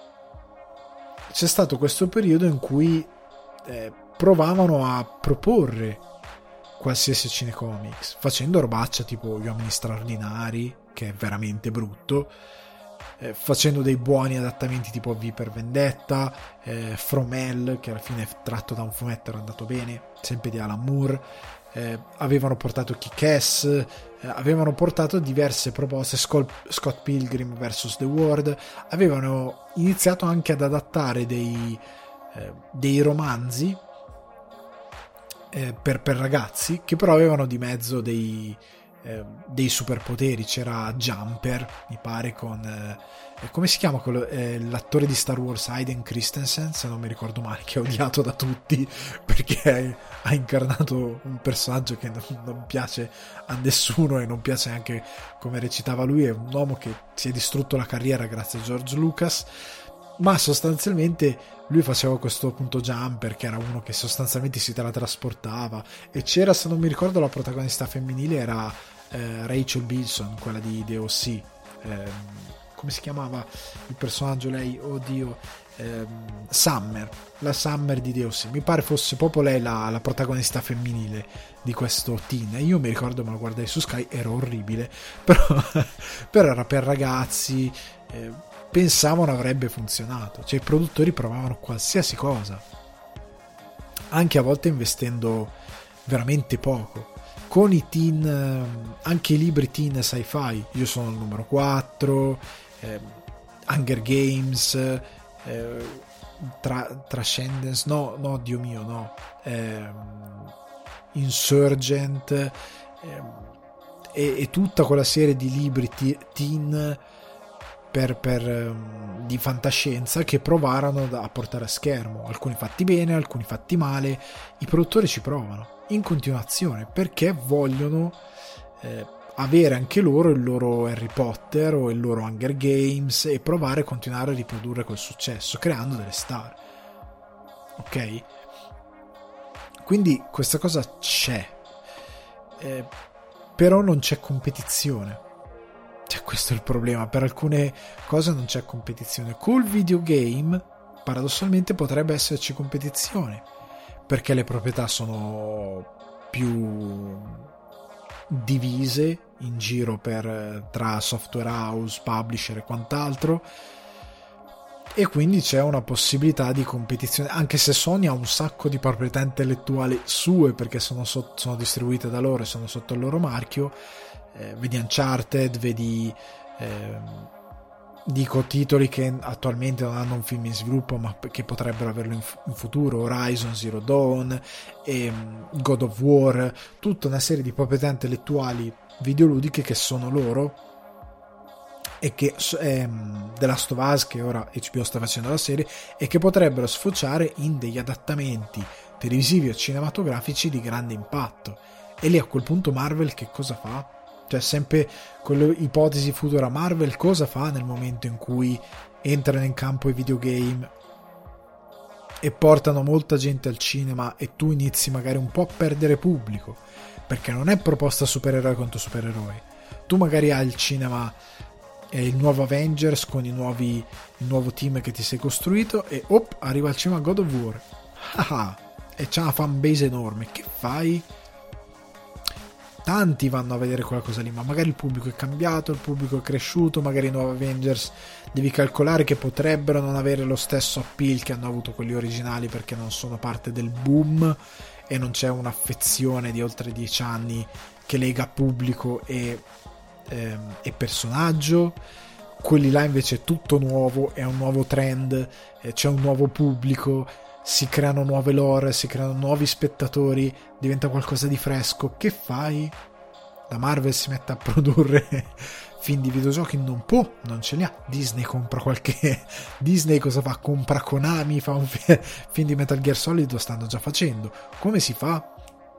c'è stato questo periodo in cui eh, provavano a proporre qualsiasi cinecomics facendo robaccia tipo Gli Uomini Straordinari, che è veramente brutto, eh, facendo dei buoni adattamenti tipo V per Vendetta, eh, From Hell, che alla fine è tratto da un fumetto, era andato bene, sempre di Alan Moore, eh, avevano portato Kick-Ass, eh, avevano portato diverse proposte, Scott, Scott Pilgrim versus The World, avevano iniziato anche ad adattare dei, eh, dei romanzi eh, per, per ragazzi, che però avevano di mezzo dei, eh, dei superpoteri. C'era Jumper, mi pare, con eh, come si chiama quello, eh, l'attore di Star Wars, Hayden Christensen, se non mi ricordo male, che è odiato da tutti perché ha incarnato un personaggio che non, non piace a nessuno e non piace neanche come recitava lui. È un uomo che si è distrutto la carriera grazie a George Lucas, ma sostanzialmente lui faceva questo punto jumper che era uno che sostanzialmente si teletrasportava, e c'era, se non mi ricordo, la protagonista femminile era eh, Rachel Bilson, quella di D O C. Eh, come si chiamava il personaggio lei? Oddio, ehm, Summer, la Summer di D O C, mi pare fosse proprio lei la, la protagonista femminile di questo teen. E io mi ricordo, me lo guardai su Sky, era orribile, però, però era per ragazzi, eh, pensavano avrebbe funzionato, cioè i produttori provavano qualsiasi cosa, anche a volte investendo veramente poco. Con i teen, anche i libri teen sci-fi, Io sono il numero quattro, eh, Hunger Games, eh, tra, Transcendence, no, no, Dio mio, no, eh, Insurgent, eh, e, e tutta quella serie di libri t- teen per, per um, di fantascienza che provarono a portare a schermo, alcuni fatti bene, alcuni fatti male. I produttori ci provano in continuazione perché vogliono eh, avere anche loro il loro Harry Potter o il loro Hunger Games e provare a continuare a riprodurre quel successo creando delle star. Ok, quindi questa cosa c'è, eh, però non c'è competizione. Cioè, questo è il problema, per alcune cose non c'è competizione. Col videogame paradossalmente potrebbe esserci competizione, perché le proprietà sono più divise in giro per, tra software house, publisher e quant'altro, e quindi c'è una possibilità di competizione, anche se Sony ha un sacco di proprietà intellettuali sue perché sono, so, sono distribuite da loro e sono sotto il loro marchio. Eh, vedi Uncharted, vedi eh, dico titoli che attualmente non hanno un film in sviluppo ma che potrebbero averlo in, f- in futuro, Horizon Zero Dawn e um, God of War, tutta una serie di proprietà intellettuali videoludiche che sono loro e che ehm, The Last of Us, che ora H B O sta facendo la serie, e che potrebbero sfociare in degli adattamenti televisivi o cinematografici di grande impatto. E lì a quel punto Marvel che cosa fa? Cioè, sempre con l'ipotesi futura, Marvel cosa fa nel momento in cui entrano in campo i videogame e portano molta gente al cinema e tu inizi magari un po' a perdere pubblico, perché non è proposta supereroe contro supereroi. Tu magari hai il cinema e il nuovo Avengers con i nuovi, il nuovo team che ti sei costruito e op, arriva al cinema God of War, ah, e c'ha una fanbase enorme. Che fai? Tanti vanno a vedere quella cosa lì, ma magari il pubblico è cambiato, il pubblico è cresciuto, magari i nuovi Avengers devi calcolare che potrebbero non avere lo stesso appeal che hanno avuto quelli originali perché non sono parte del boom e non c'è un'affezione di oltre dieci anni che lega pubblico e, ehm, e personaggio. Quelli là invece è tutto nuovo, è un nuovo trend, eh, c'è un nuovo pubblico, si creano nuove lore, si creano nuovi spettatori, diventa qualcosa di fresco. Che fai? La Marvel si mette a produrre film di videogiochi? Non può, non ce li ha. Disney compra qualche... Disney cosa fa? Compra Konami, fa un film di Metal Gear Solid, lo stanno già facendo. Come si fa?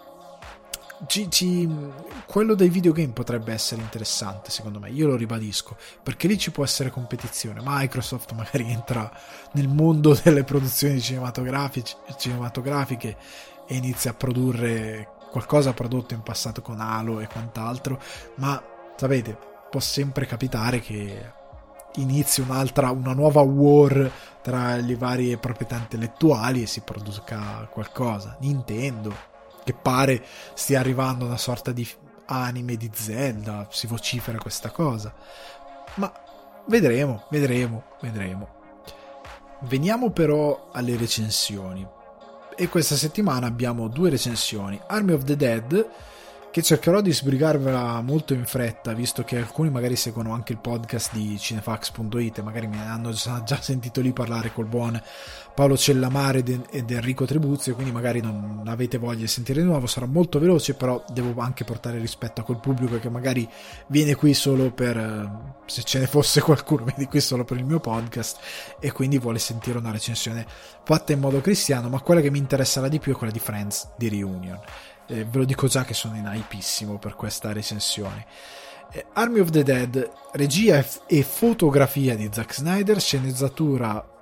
Ci, ci, quello dei videogame potrebbe essere interessante, secondo me, io lo ribadisco, perché lì ci può essere competizione. Microsoft magari entra nel mondo delle produzioni cinematografiche cinematografiche e inizia a produrre qualcosa prodotto in passato con Halo e quant'altro, ma sapete, può sempre capitare che inizi un'altra, una nuova war tra le varie proprietà intellettuali e si produca qualcosa. Nintendo, che pare stia arrivando una sorta di anime di Zelda, si vocifera questa cosa, ma vedremo, vedremo, vedremo. Veniamo però alle recensioni, e questa settimana abbiamo due recensioni. Army of the Dead, che cercherò di sbrigarvela molto in fretta, visto che alcuni magari seguono anche il podcast di cinefax punto it e magari mi hanno già, già sentito lì parlare col buon Paolo Cellamare ed Enrico Tribuzio, quindi magari non avete voglia di sentire di nuovo. Sarà molto veloce, però devo anche portare rispetto a quel pubblico che magari viene qui solo per, se ce ne fosse qualcuno, viene qui solo per il mio podcast e quindi vuole sentire una recensione fatta in modo cristiano, ma quella che mi interesserà di più è quella di Friends di Reunion. Eh, ve lo dico già che sono in hypissimo per questa recensione. eh, Army of the Dead, regia e, f- e fotografia di Zack Snyder, sceneggiatura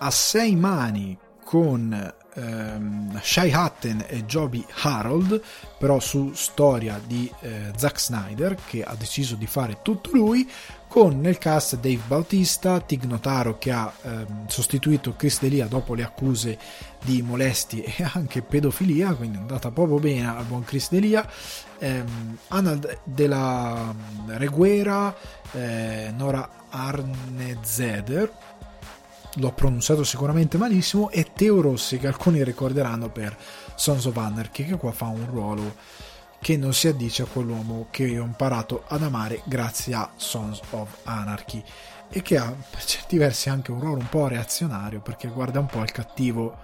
a sei mani con ehm, Shai Hatten e Joby Harold, però su storia di eh, Zack Snyder, che ha deciso di fare tutto lui, con nel cast Dave Bautista, Tig Notaro che ha ehm, sostituito Chris D'Elia dopo le accuse di molestie e anche pedofilia, quindi è andata proprio bene al buon Chris D'Elia, ehm, Anna della Reguera, eh, Nora Arnezeder, l'ho pronunciato sicuramente malissimo, e Teo Rossi, che alcuni ricorderanno per Sons of Anarchy, che qua fa un ruolo che non si addice a quell'uomo che io ho imparato ad amare grazie a Sons of Anarchy, e che ha per certi versi anche un ruolo un po' reazionario, perché guarda un po' il cattivo,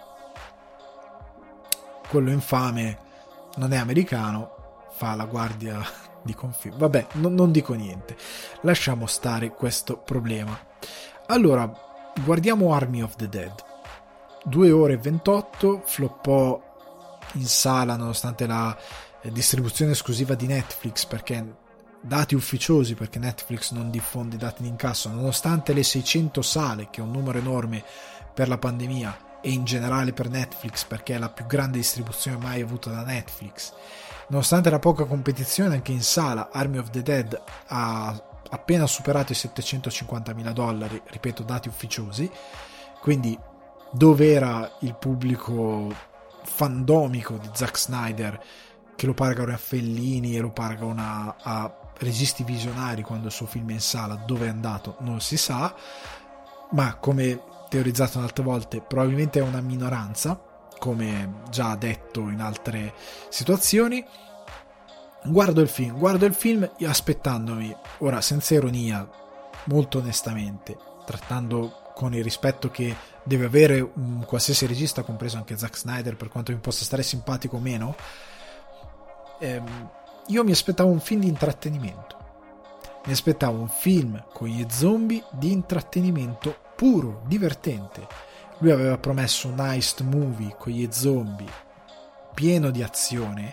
quello infame, non è americano, fa la guardia di confine. Vabbè, non, non dico niente, lasciamo stare questo problema. Allora, guardiamo Army of the Dead. due ore e ventotto, floppò in sala nonostante la eh, distribuzione esclusiva di Netflix, perché dati ufficiosi, perché Netflix non diffonde i dati di incasso, nonostante le seicento sale, che è un numero enorme per la pandemia e in generale per Netflix, perché è la più grande distribuzione mai avuta da Netflix, nonostante la poca competizione anche in sala, Army of the Dead ha appena superato i settecentocinquantamila dollari, ripeto, dati ufficiosi. Quindi dove era il pubblico fandomico di Zack Snyder, che lo paragona a Fellini e lo paragona a registi visionari quando il suo film è in sala, dove è andato non si sa, ma come teorizzato altre volte probabilmente è una minoranza, come già detto in altre situazioni. Guardo il film, guardo il film aspettandomi, ora senza ironia, molto onestamente, trattando con il rispetto che deve avere un qualsiasi regista, compreso anche Zack Snyder, per quanto mi possa stare simpatico o meno, ehm, io mi aspettavo un film di intrattenimento, mi aspettavo un film con gli zombie di intrattenimento puro, divertente. Lui aveva promesso un heist movie con gli zombie pieno di azione,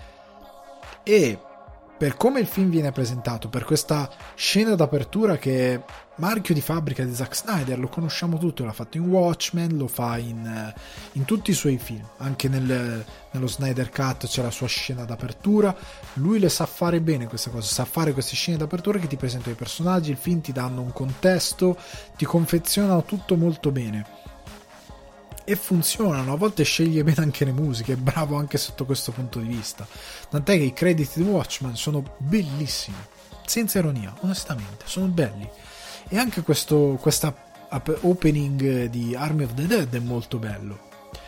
e per come il film viene presentato, per questa scena d'apertura che è marchio di fabbrica di Zack Snyder, lo conosciamo tutti, l'ha fatto in Watchmen, lo fa in, in tutti i suoi film, anche nel, nello Snyder Cut c'è la sua scena d'apertura, lui le sa fare bene queste cose, sa fare queste scene d'apertura che ti presentano i personaggi, il film ti danno un contesto, ti confezionano tutto molto bene e funzionano, a volte sceglie bene anche le musiche, è bravo anche sotto questo punto di vista, tant'è che i crediti di Watchmen sono bellissimi, senza ironia, onestamente, sono belli, e anche questo questa opening di Army of the Dead è molto bello,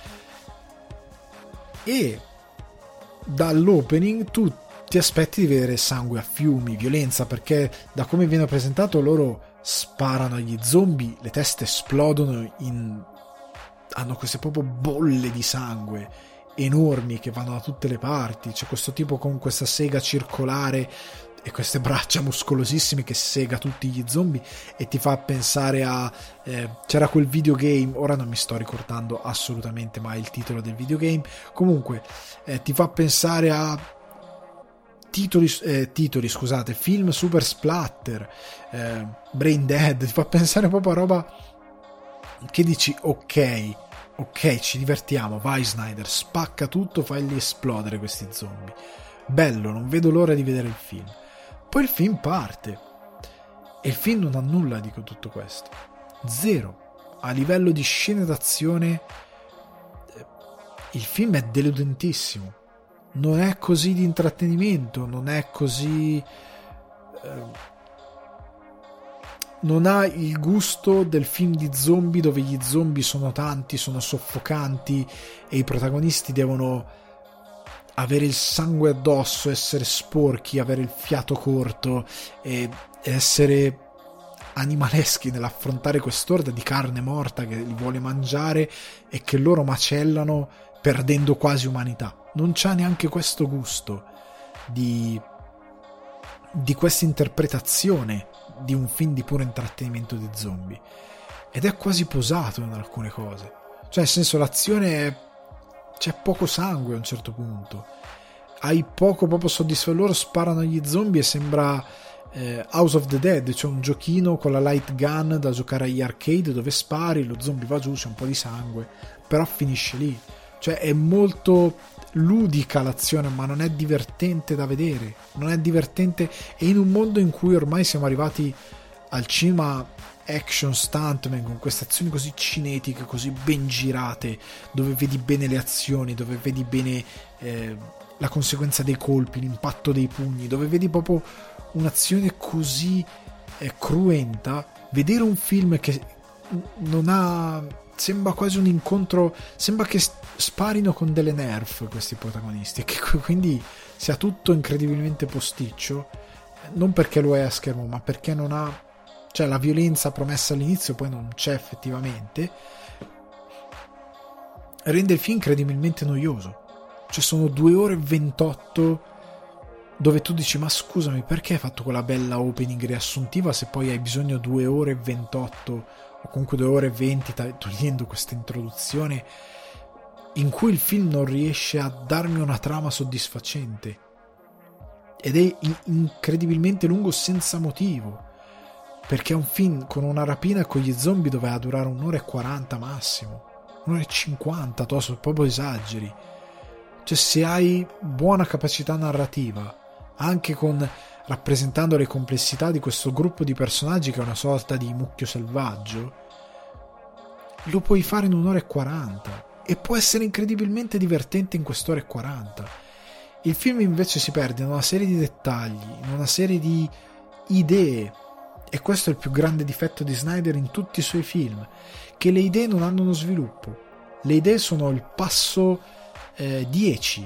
e dall'opening tu ti aspetti di vedere sangue a fiumi, violenza, perché da come viene presentato loro sparano agli zombie, le teste esplodono in hanno queste proprio bolle di sangue enormi che vanno da tutte le parti, c'è questo tipo con questa sega circolare e queste braccia muscolosissime che sega tutti gli zombie e ti fa pensare a eh, c'era quel videogame, ora non mi sto ricordando assolutamente mai il titolo del videogame, comunque eh, ti fa pensare a titoli, eh, titoli scusate film super splatter, eh, Brain Dead, ti fa pensare proprio a roba che dici ok, ok, ci divertiamo, vai Snyder, spacca tutto, fagli esplodere questi zombie, bello, non vedo l'ora di vedere il film. Poi il film parte e il film non ha nulla di tutto questo, zero, a livello di scene d'azione il film è deludentissimo, non è così di intrattenimento, non è così eh, non ha il gusto del film di zombie dove gli zombie sono tanti, sono soffocanti e i protagonisti devono avere il sangue addosso, essere sporchi, avere il fiato corto e essere animaleschi nell'affrontare quest'orda di carne morta che li vuole mangiare e che loro macellano perdendo quasi umanità. Non c'ha neanche questo gusto di di questa interpretazione di un film di puro intrattenimento di zombie, ed è quasi posato in alcune cose, cioè nel senso l'azione è... c'è poco sangue a un certo punto, hai poco proprio soddisfatto, loro sparano agli zombie e sembra eh, House of the Dead, c'è un giochino con la light gun da giocare agli arcade dove spari, lo zombie va giù, c'è un po' di sangue, però finisce lì. Cioè è molto ludica l'azione, ma non è divertente da vedere, non è divertente. E in un mondo in cui ormai siamo arrivati al cinema action stuntman, con queste azioni così cinetiche, così ben girate, dove vedi bene le azioni, dove vedi bene eh, la conseguenza dei colpi, l'impatto dei pugni, dove vedi proprio un'azione così eh, cruenta, vedere un film che non ha, sembra quasi un incontro, sembra che sparino con delle nerf questi protagonisti, e che quindi sia tutto incredibilmente posticcio, non perché lo è a schermo, ma perché non ha, cioè la violenza promessa all'inizio poi non c'è effettivamente, rende il film incredibilmente noioso. Cioè sono due ore e ventotto dove tu dici, ma scusami, perché hai fatto quella bella opening riassuntiva se poi hai bisogno due ore e ventotto o comunque due ore e venti, togliendo questa introduzione in cui il film non riesce a darmi una trama soddisfacente, ed è incredibilmente lungo senza motivo, perché è un film con una rapina con gli zombie doveva durare un'ora e quaranta massimo, un'ora e cinquanta, tosto, proprio esageri. Cioè se hai buona capacità narrativa, anche con rappresentando le complessità di questo gruppo di personaggi che è una sorta di mucchio selvaggio, lo puoi fare in un'ora e quaranta e può essere incredibilmente divertente in quest'ora e quaranta. Il film invece si perde in una serie di dettagli, in una serie di idee, e questo è il più grande difetto di Snyder in tutti i suoi film, che le idee non hanno uno sviluppo. Le idee sono il passo eh, dieci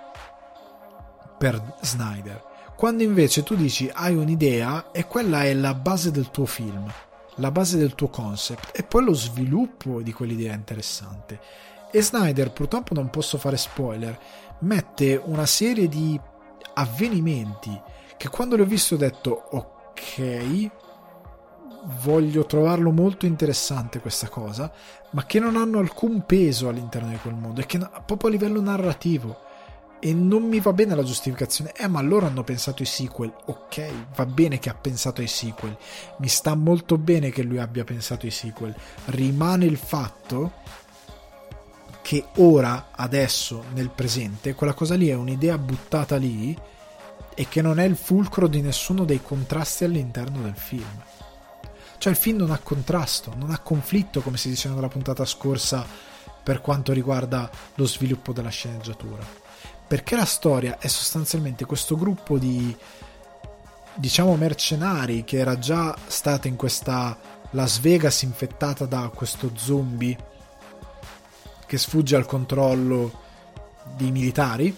per Snyder, quando invece tu dici hai un'idea e quella è la base del tuo film, la base del tuo concept, e poi lo sviluppo di quell'idea è interessante. E Snyder, purtroppo non posso fare spoiler, mette una serie di avvenimenti che quando li ho visti ho detto ok, voglio trovarlo molto interessante questa cosa, ma che non hanno alcun peso all'interno di quel mondo, e che proprio a livello narrativo, e non mi va bene la giustificazione. Eh ma loro hanno pensato ai sequel. Ok, va bene che ha pensato ai sequel, mi sta molto bene che lui abbia pensato ai sequel, rimane il fatto che ora, adesso, nel presente, quella cosa lì è un'idea buttata lì e che non è il fulcro di nessuno dei contrasti all'interno del film. Cioè il film non ha contrasto, non ha conflitto, come si diceva nella puntata scorsa per quanto riguarda lo sviluppo della sceneggiatura, perché la storia è sostanzialmente questo gruppo di, diciamo, mercenari che era già stata in questa Las Vegas infettata da questo zombie che sfugge al controllo dei militari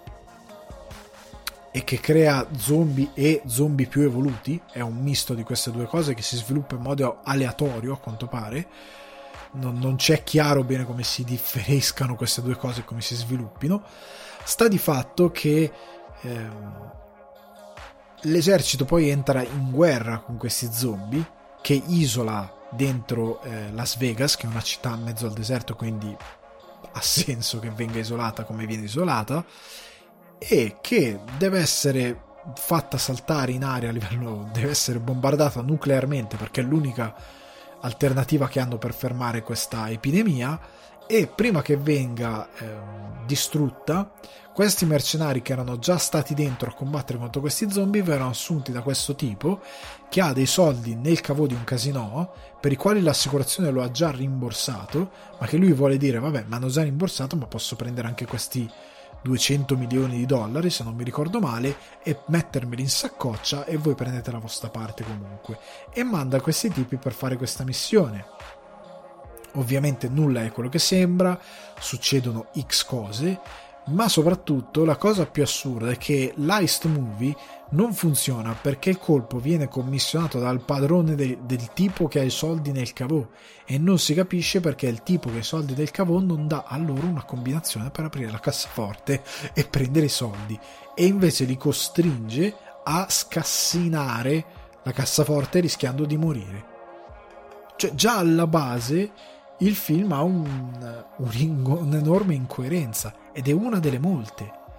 e che crea zombie e zombie più evoluti. È un misto di queste due cose che si sviluppa in modo aleatorio, a quanto pare. Non, non c'è chiaro bene come si differiscano queste due cose e come si sviluppino. Sta di fatto che ehm, l'esercito poi entra in guerra con questi zombie, che isola dentro eh, Las Vegas, che è una città in mezzo al deserto, quindi ha senso che venga isolata come viene isolata, e che deve essere fatta saltare in aria a livello, deve essere bombardata nuclearmente perché è l'unica alternativa che hanno per fermare questa epidemia. E prima che venga eh, distrutta, questi mercenari che erano già stati dentro a combattere contro questi zombie verranno assunti da questo tipo che ha dei soldi nel cavo di un casino per i quali l'assicurazione lo ha già rimborsato, ma che lui vuole dire vabbè, mi hanno già rimborsato, ma posso prendere anche questi duecento milioni di dollari, se non mi ricordo male, e mettermeli in saccoccia e voi prendete la vostra parte comunque. E manda questi tipi per fare questa missione. Ovviamente nulla è quello che sembra, succedono X cose, ma soprattutto la cosa più assurda è che l'heist movie non funziona perché il colpo viene commissionato dal padrone de- del tipo che ha i soldi nel cavò, e non si capisce perché il tipo che ha i soldi del cavò non dà a loro una combinazione per aprire la cassaforte e prendere i soldi, e invece li costringe a scassinare la cassaforte rischiando di morire. Cioè già alla base il film ha un, un, un'enorme incoerenza, ed è una delle molte,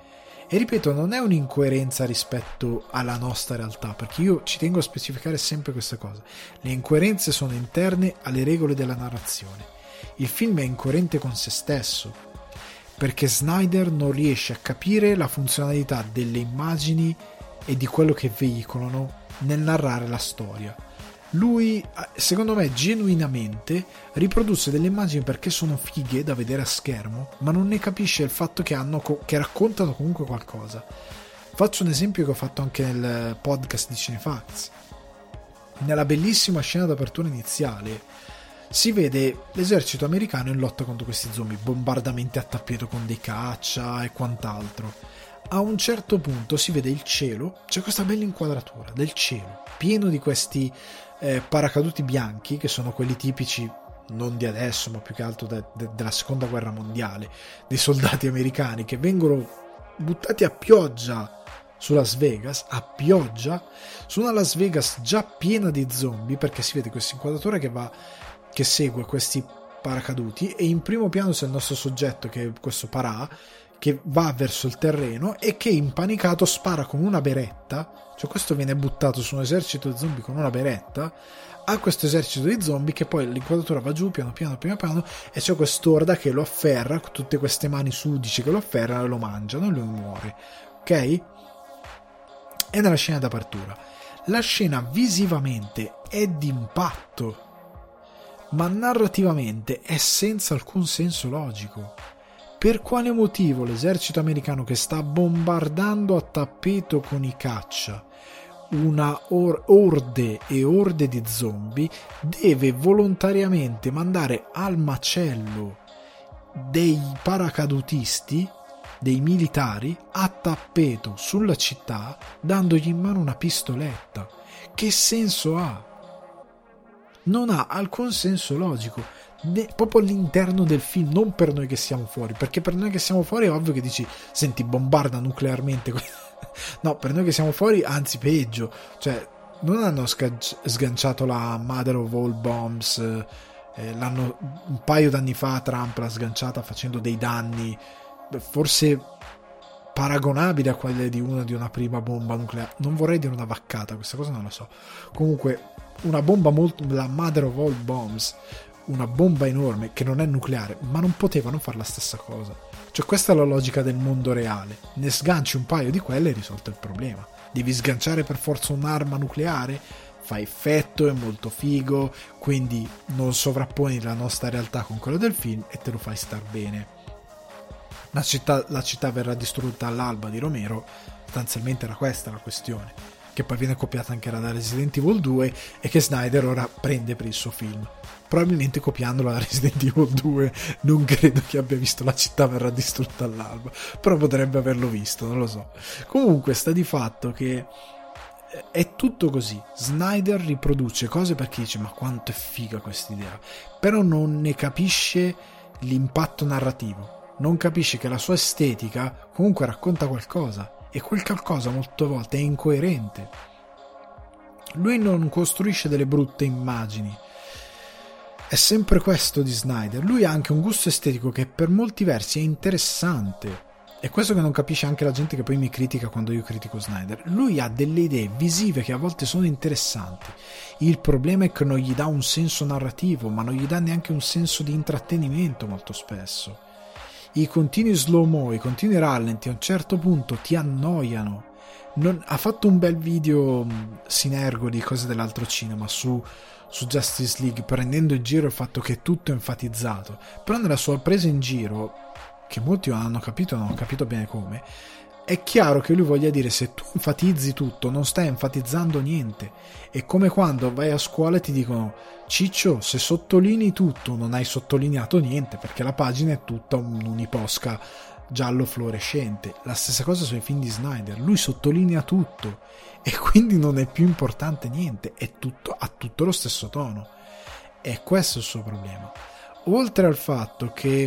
E ripeto, non è un'incoerenza rispetto alla nostra realtà, perché io ci tengo a specificare sempre questa cosa. Le incoerenze sono interne alle regole della narrazione. Il film è incoerente con se stesso, perché Snyder non riesce a capire la funzionalità delle immagini e di quello che veicolano nel narrare la storia. Lui, secondo me, genuinamente riproduce delle immagini perché sono fighe da vedere a schermo, ma non ne capisce il fatto che, hanno, che raccontano comunque qualcosa. Faccio un esempio che ho fatto anche nel podcast di Cinefax. Nella bellissima scena d'apertura iniziale si vede l'esercito americano in lotta contro questi zombie, bombardamenti a tappeto con dei caccia e quant'altro. A un certo punto si vede il cielo, c'è questa bella inquadratura del cielo pieno di questi eh, paracaduti bianchi, che sono quelli tipici non di adesso ma più che altro de- de- della seconda guerra mondiale, dei soldati americani che vengono buttati a pioggia su Las Vegas, a pioggia su una Las Vegas già piena di zombie, perché si vede questa inquadratura che va che segue questi paracaduti e in primo piano c'è il nostro soggetto, che è questo parà, che va verso il terreno e che impanicato spara con una beretta, cioè questo viene buttato su un esercito di zombie con una beretta a questo esercito di zombie, che poi l'inquadratura va giù piano piano piano piano e c'è quest'orda che lo afferra, con tutte queste mani sudice che lo afferrano e lo mangiano e lui muore, ok? E nella scena d'apertura la scena visivamente è d'impatto, ma narrativamente è senza alcun senso logico. Per quale motivo l'esercito americano, che sta bombardando a tappeto con i caccia una or- orde e orde di zombie, deve volontariamente mandare al macello dei paracadutisti, dei militari, a tappeto sulla città, dandogli in mano una pistoletta? Che senso ha? Non ha alcun senso logico, ne, proprio all'interno del film, non per noi che siamo fuori, perché per noi che siamo fuori è ovvio che dici, senti, bombarda nuclearmente. No, per noi che siamo fuori, anzi peggio, cioè non hanno sga- sganciato la Mother of All Bombs, eh, l'hanno un paio d'anni fa Trump l'ha sganciata facendo dei danni forse paragonabili a quelle di una di una prima bomba nucleare. Non vorrei dire una vaccata, questa cosa non la so. Comunque una bomba molto, la Mother of All Bombs, una bomba enorme che non è nucleare, ma non potevano fare la stessa cosa. Cioè questa è la logica del mondo reale: ne sganci un paio di quelle e risolto il problema. Devi sganciare per forza un'arma nucleare? Fa effetto, è molto figo, quindi non sovrapponi la nostra realtà con quello del film e te lo fai star bene. La città, la città verrà distrutta all'alba di Romero, sostanzialmente era questa la questione, che poi viene copiata anche da Resident Evil due e che Snyder ora prende per il suo film, probabilmente copiandolo da Resident Evil due. Non credo che abbia visto La città verrà distrutta all'alba, però potrebbe averlo visto, non lo so. Comunque sta di fatto che è tutto così. Snyder riproduce cose perché dice ma quanto è figa questa idea, però non ne capisce l'impatto narrativo, non capisce che la sua estetica comunque racconta qualcosa, e quel qualcosa molte volte è incoerente. Lui non costruisce delle brutte immagini, è sempre questo di Snyder. Lui ha anche un gusto estetico che per molti versi è interessante, è questo che non capisce anche la gente che poi mi critica quando io critico Snyder. Lui ha delle idee visive che a volte sono interessanti, il problema è che non gli dà un senso narrativo, ma non gli dà neanche un senso di intrattenimento molto spesso. I continui slow-mo, i continui rallenti a un certo punto ti annoiano. Non, ha fatto un bel video Sinergo di cose dell'altro cinema su, su Justice League, prendendo in giro il fatto che tutto è enfatizzato, però nella sua presa in giro, che molti non hanno capito, non hanno capito bene come, è chiaro che lui voglia dire: se tu enfatizzi tutto non stai enfatizzando niente. È come quando vai a scuola e ti dicono: Ciccio, se sottolinei tutto non hai sottolineato niente, perché la pagina è tutta un'iposca giallo fluorescente. La stessa cosa sui film di Snyder, lui sottolinea tutto e quindi non è più importante niente, è tutto, ha tutto lo stesso tono, e questo è il suo problema. Oltre al fatto che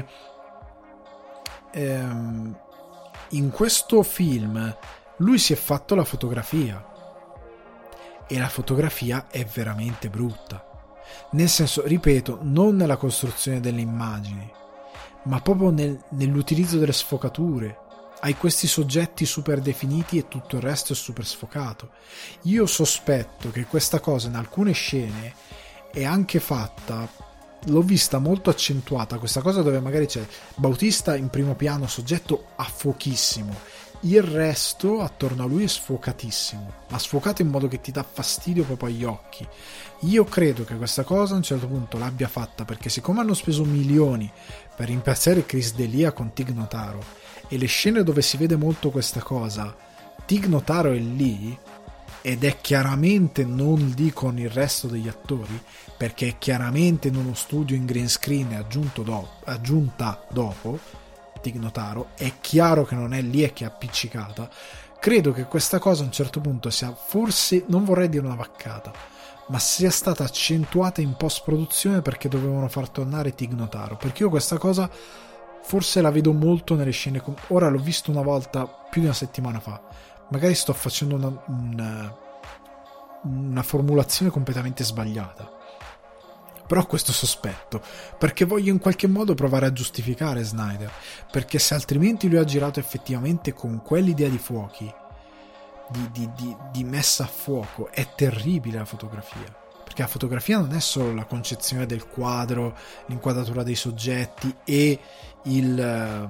ehm, in questo film lui si è fatto la fotografia, e la fotografia è veramente brutta, nel senso, ripeto, non nella costruzione delle immagini, ma proprio nel, nell'utilizzo delle sfocature. hai questi soggetti super definiti e tutto il resto è super sfocato. Io sospetto che questa cosa in alcune scene è anche fatta, l'ho vista molto accentuata, questa cosa dove magari c'è Bautista in primo piano, soggetto a fuochissimo, il resto attorno a lui è sfocatissimo, ma sfocato in modo che ti dà fastidio proprio agli occhi. Io credo che questa cosa a un certo punto l'abbia fatta perché, siccome hanno speso milioni per rimpiazzare Chris D'Elia con Tig Notaro, e le scene dove si vede molto questa cosa, Tig Notaro è lì ed è chiaramente non lì con il resto degli attori, perché è chiaramente in uno studio in green screen e aggiunto do- aggiunta dopo Tig Notaro, è chiaro che non è lì e che è appiccicata. Credo che questa cosa a un certo punto sia, forse, non vorrei dire una vaccata, ma sia stata accentuata in post produzione perché dovevano far tornare Tig Notaro, perché io questa cosa forse la vedo molto nelle scene. Com- ora l'ho visto una volta più di una settimana fa, magari sto facendo una, una, una formulazione completamente sbagliata, però ho questo sospetto perché voglio in qualche modo provare a giustificare Snyder, perché se altrimenti lui ha girato effettivamente con quell'idea di fuochi, di, di, di, di messa a fuoco, è terribile la fotografia, perché la fotografia non è solo la concezione del quadro, l'inquadratura dei soggetti e il,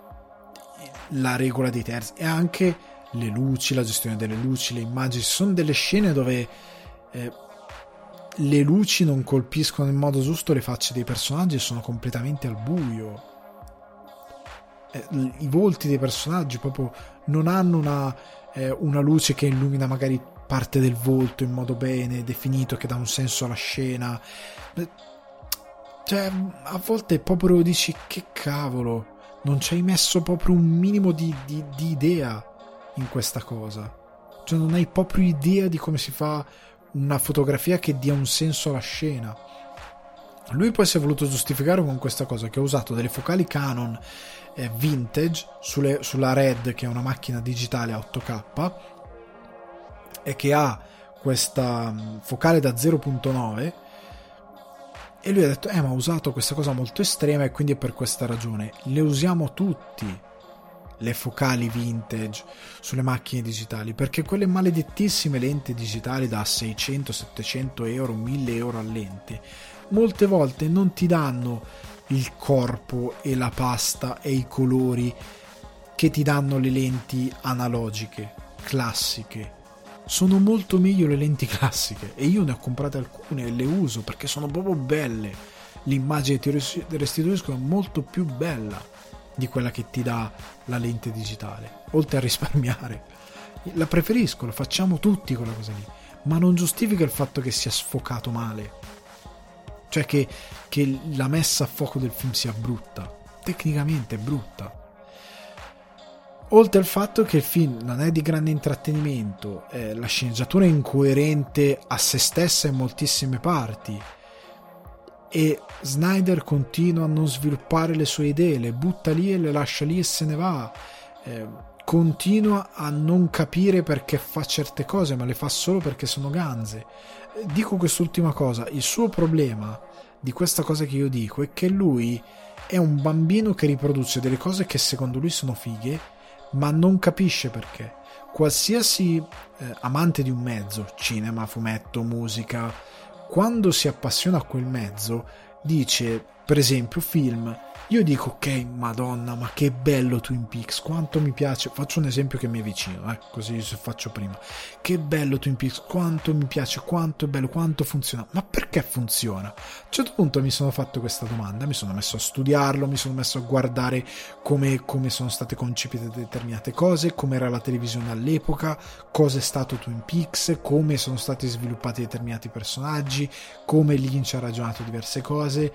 la regola dei terzi, è anche le luci, la gestione delle luci, le immagini. Ci sono delle scene dove eh, le luci non colpiscono in modo giusto le facce dei personaggi e sono completamente al buio, eh, i volti dei personaggi proprio non hanno una, eh, una luce che illumina magari parte del volto in modo bene definito, che dà un senso alla scena. Cioè, a volte proprio dici, che cavolo, non ci hai messo proprio un minimo di, di, di idea in questa cosa, cioè non hai proprio idea di come si fa una fotografia che dia un senso alla scena. Lui poi si è voluto giustificare con questa cosa, che ha usato delle focali Canon eh, vintage sulle, sulla Red, che è una macchina digitale a otto K e che ha questa focale da zero virgola nove, e lui ha detto eh ma ho usato questa cosa molto estrema e quindi è per questa ragione. Le usiamo tutti le focali vintage sulle macchine digitali, perché quelle maledettissime lenti digitali da seicento settecento euro, mille euro a lente molte volte non ti danno il corpo e la pasta e i colori che ti danno le lenti analogiche classiche. Sono molto meglio le lenti classiche e io ne ho comprate alcune e le uso perché sono proprio belle. L'immagine che ti restituiscono è molto più bella di quella che ti dà la lente digitale, oltre a risparmiare. La preferisco, lo facciamo tutti quella cosa lì, ma non giustifica il fatto che sia sfocato male, cioè che, che la messa a fuoco del film sia brutta, tecnicamente è brutta, oltre al fatto che il film non è di grande intrattenimento, eh, la sceneggiatura è incoerente a se stessa in moltissime parti e Snyder continua a non sviluppare le sue idee, le butta lì e le lascia lì e se ne va, eh, continua a non capire perché fa certe cose, ma le fa solo perché sono ganze. Eh, dico quest'ultima cosa, il suo problema di questa cosa che io dico è che lui è un bambino che riproduce delle cose che secondo lui sono fighe, ma non capisce perché. Qualsiasi eh, amante di un mezzo, cinema, fumetto, musica, quando si appassiona a quel mezzo dice, per esempio film, io dico ok, madonna, ma che bello Twin Peaks, quanto mi piace, faccio un esempio che mi è vicino, eh, così se faccio prima, che bello Twin Peaks, quanto mi piace, quanto è bello, quanto funziona, ma perché funziona? A un certo punto mi sono fatto questa domanda, mi sono messo a studiarlo, mi sono messo a guardare come, come sono state concepite determinate cose, come era la televisione all'epoca, cosa è stato Twin Peaks, come sono stati sviluppati determinati personaggi, come Lynch ha ragionato diverse cose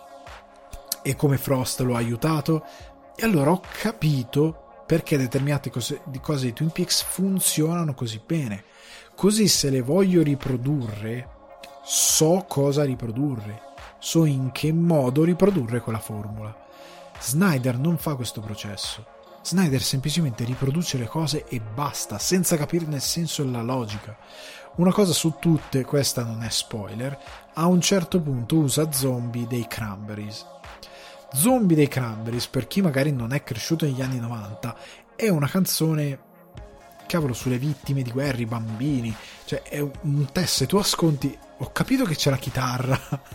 e come Frost lo ha aiutato, e allora ho capito perché determinate cose di, cose di Twin Peaks funzionano così bene, così se le voglio riprodurre so cosa riprodurre, so in che modo riprodurre quella formula. Snyder non fa questo processo, Snyder semplicemente riproduce le cose e basta, senza capirne il senso e la logica. Una cosa su tutte, questa non è spoiler, a un certo punto usa zombie dei Cranberries. Zombie dei Cranberries, per chi magari non è cresciuto negli anni novanta, è una canzone, cavolo, sulle vittime di guerra, i bambini, cioè è un testo, se tu ascolti, ho capito che c'è la chitarra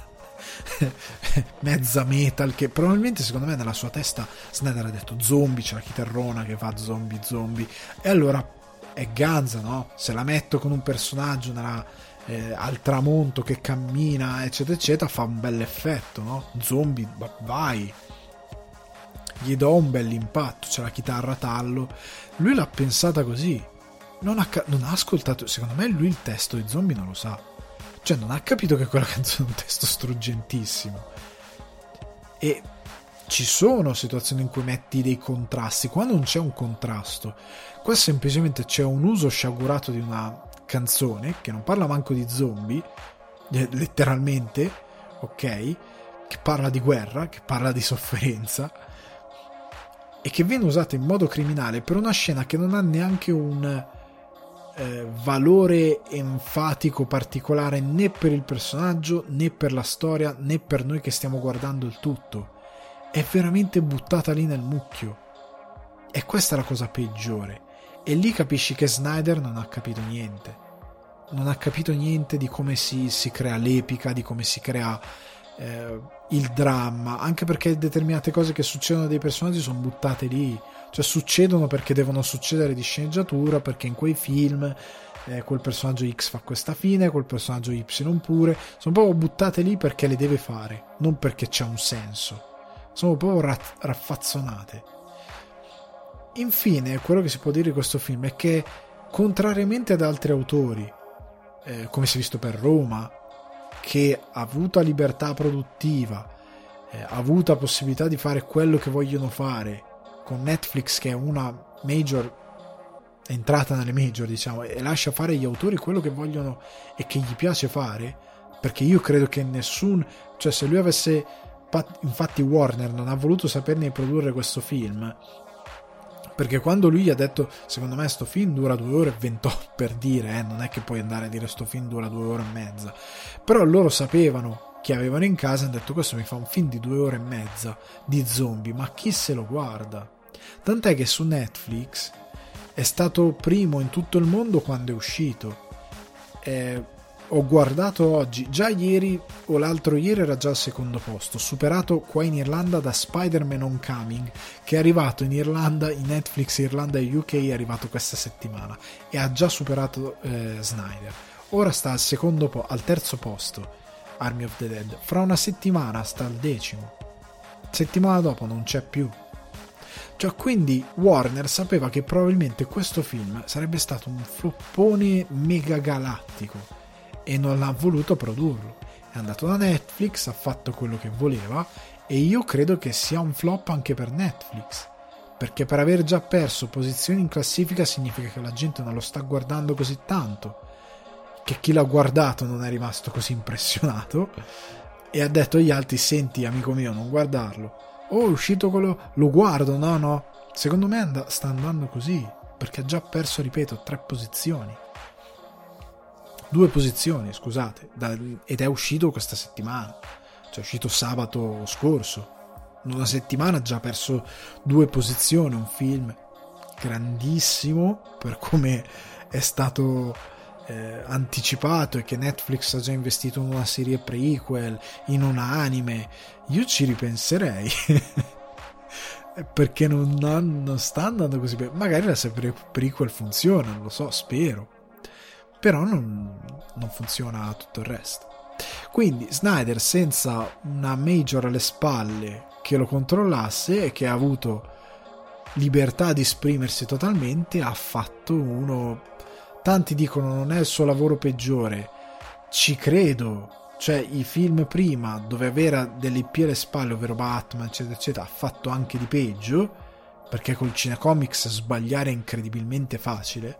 mezza metal, che probabilmente secondo me nella sua testa Snyder ha detto zombie, c'è la chitarrona che fa zombie zombie, e allora è ganza, no? Se la metto con un personaggio nella, eh, al tramonto che cammina eccetera eccetera, fa un bel effetto, no? Zombie, vai, gli do un bel impatto, c'è la chitarra tallo. Lui l'ha pensata così, non ha, non ha ascoltato, secondo me lui il testo di Zombie non lo sa, cioè non ha capito che quella canzone è un testo struggentissimo, e ci sono situazioni in cui metti dei contrasti, quando non c'è un contrasto, qua semplicemente c'è un uso sciagurato di una canzone che non parla manco di zombie, letteralmente, ok, che parla di guerra, che parla di sofferenza, e che viene usata in modo criminale per una scena che non ha neanche un eh, valore enfatico particolare né per il personaggio, né per la storia, né per noi che stiamo guardando il tutto. È veramente buttata lì nel mucchio, e questa è la cosa peggiore, e lì capisci che Snyder non ha capito niente, non ha capito niente di come si, si crea l'epica, di come si crea eh, il dramma, anche perché determinate cose che succedono dei personaggi sono buttate lì, cioè succedono perché devono succedere di sceneggiatura, perché in quei film eh, quel personaggio X fa questa fine, quel personaggio Y pure, sono proprio buttate lì perché le deve fare, non perché c'è un senso, sono proprio rat- raffazzonate. Infine, quello che si può dire di questo film è che, contrariamente ad altri autori, eh, come si è visto per Roma, che ha avuto libertà produttiva, eh, ha avuto la possibilità di fare quello che vogliono fare, con Netflix che è una major, è entrata nelle major, diciamo, e lascia fare agli autori quello che vogliono e che gli piace fare, perché io credo che nessun, cioè se lui avesse, infatti Warner non ha voluto saperne di produrre questo film, perché quando lui gli ha detto secondo me sto film dura due ore e ventotto, per dire, eh, non è che puoi andare a dire sto film dura due ore e mezza, però loro sapevano che avevano in casa e hanno detto questo mi fa un film di due ore e mezza di zombie, ma chi se lo guarda? Tant'è che su Netflix è stato primo in tutto il mondo quando è uscito, eh, ho guardato oggi, già ieri o l'altro ieri era già al secondo posto, superato qua in Irlanda da Spider-Man Homecoming, che è arrivato in Irlanda, in Netflix Irlanda e U K è arrivato questa settimana e ha già superato eh, Snyder. Ora sta al secondo po- al terzo posto Army of the Dead, fra una settimana sta al decimo, settimana dopo non c'è più. Cioè, quindi Warner sapeva che probabilmente questo film sarebbe stato un floppone mega galattico e non ha voluto produrlo, è andato da Netflix, ha fatto quello che voleva, e io credo che sia un flop anche per Netflix, perché per aver già perso posizioni in classifica significa che la gente non lo sta guardando così tanto, che chi l'ha guardato non è rimasto così impressionato e ha detto agli altri senti amico mio non guardarlo, oh è uscito quello, lo guardo, no no, secondo me and- sta andando così perché ha già perso, ripeto, tre posizioni due posizioni, scusate, da, ed è uscito questa settimana, cioè è uscito sabato scorso, in una settimana ha già perso due posizioni, un film grandissimo per come è stato eh, anticipato, e che Netflix ha già investito in una serie prequel, in un anime, io ci ripenserei perché non, non sta andando così bene, magari la serie prequel funziona, non lo so, spero, però non, non funziona tutto il resto. Quindi Snyder, senza una major alle spalle che lo controllasse e che ha avuto libertà di esprimersi totalmente, ha fatto uno, tanti dicono non è il suo lavoro peggiore, ci credo, cioè i film prima dove aveva delle I P alle spalle, ovvero Batman eccetera eccetera, ha fatto anche di peggio, perché col Cinecomics sbagliare è incredibilmente facile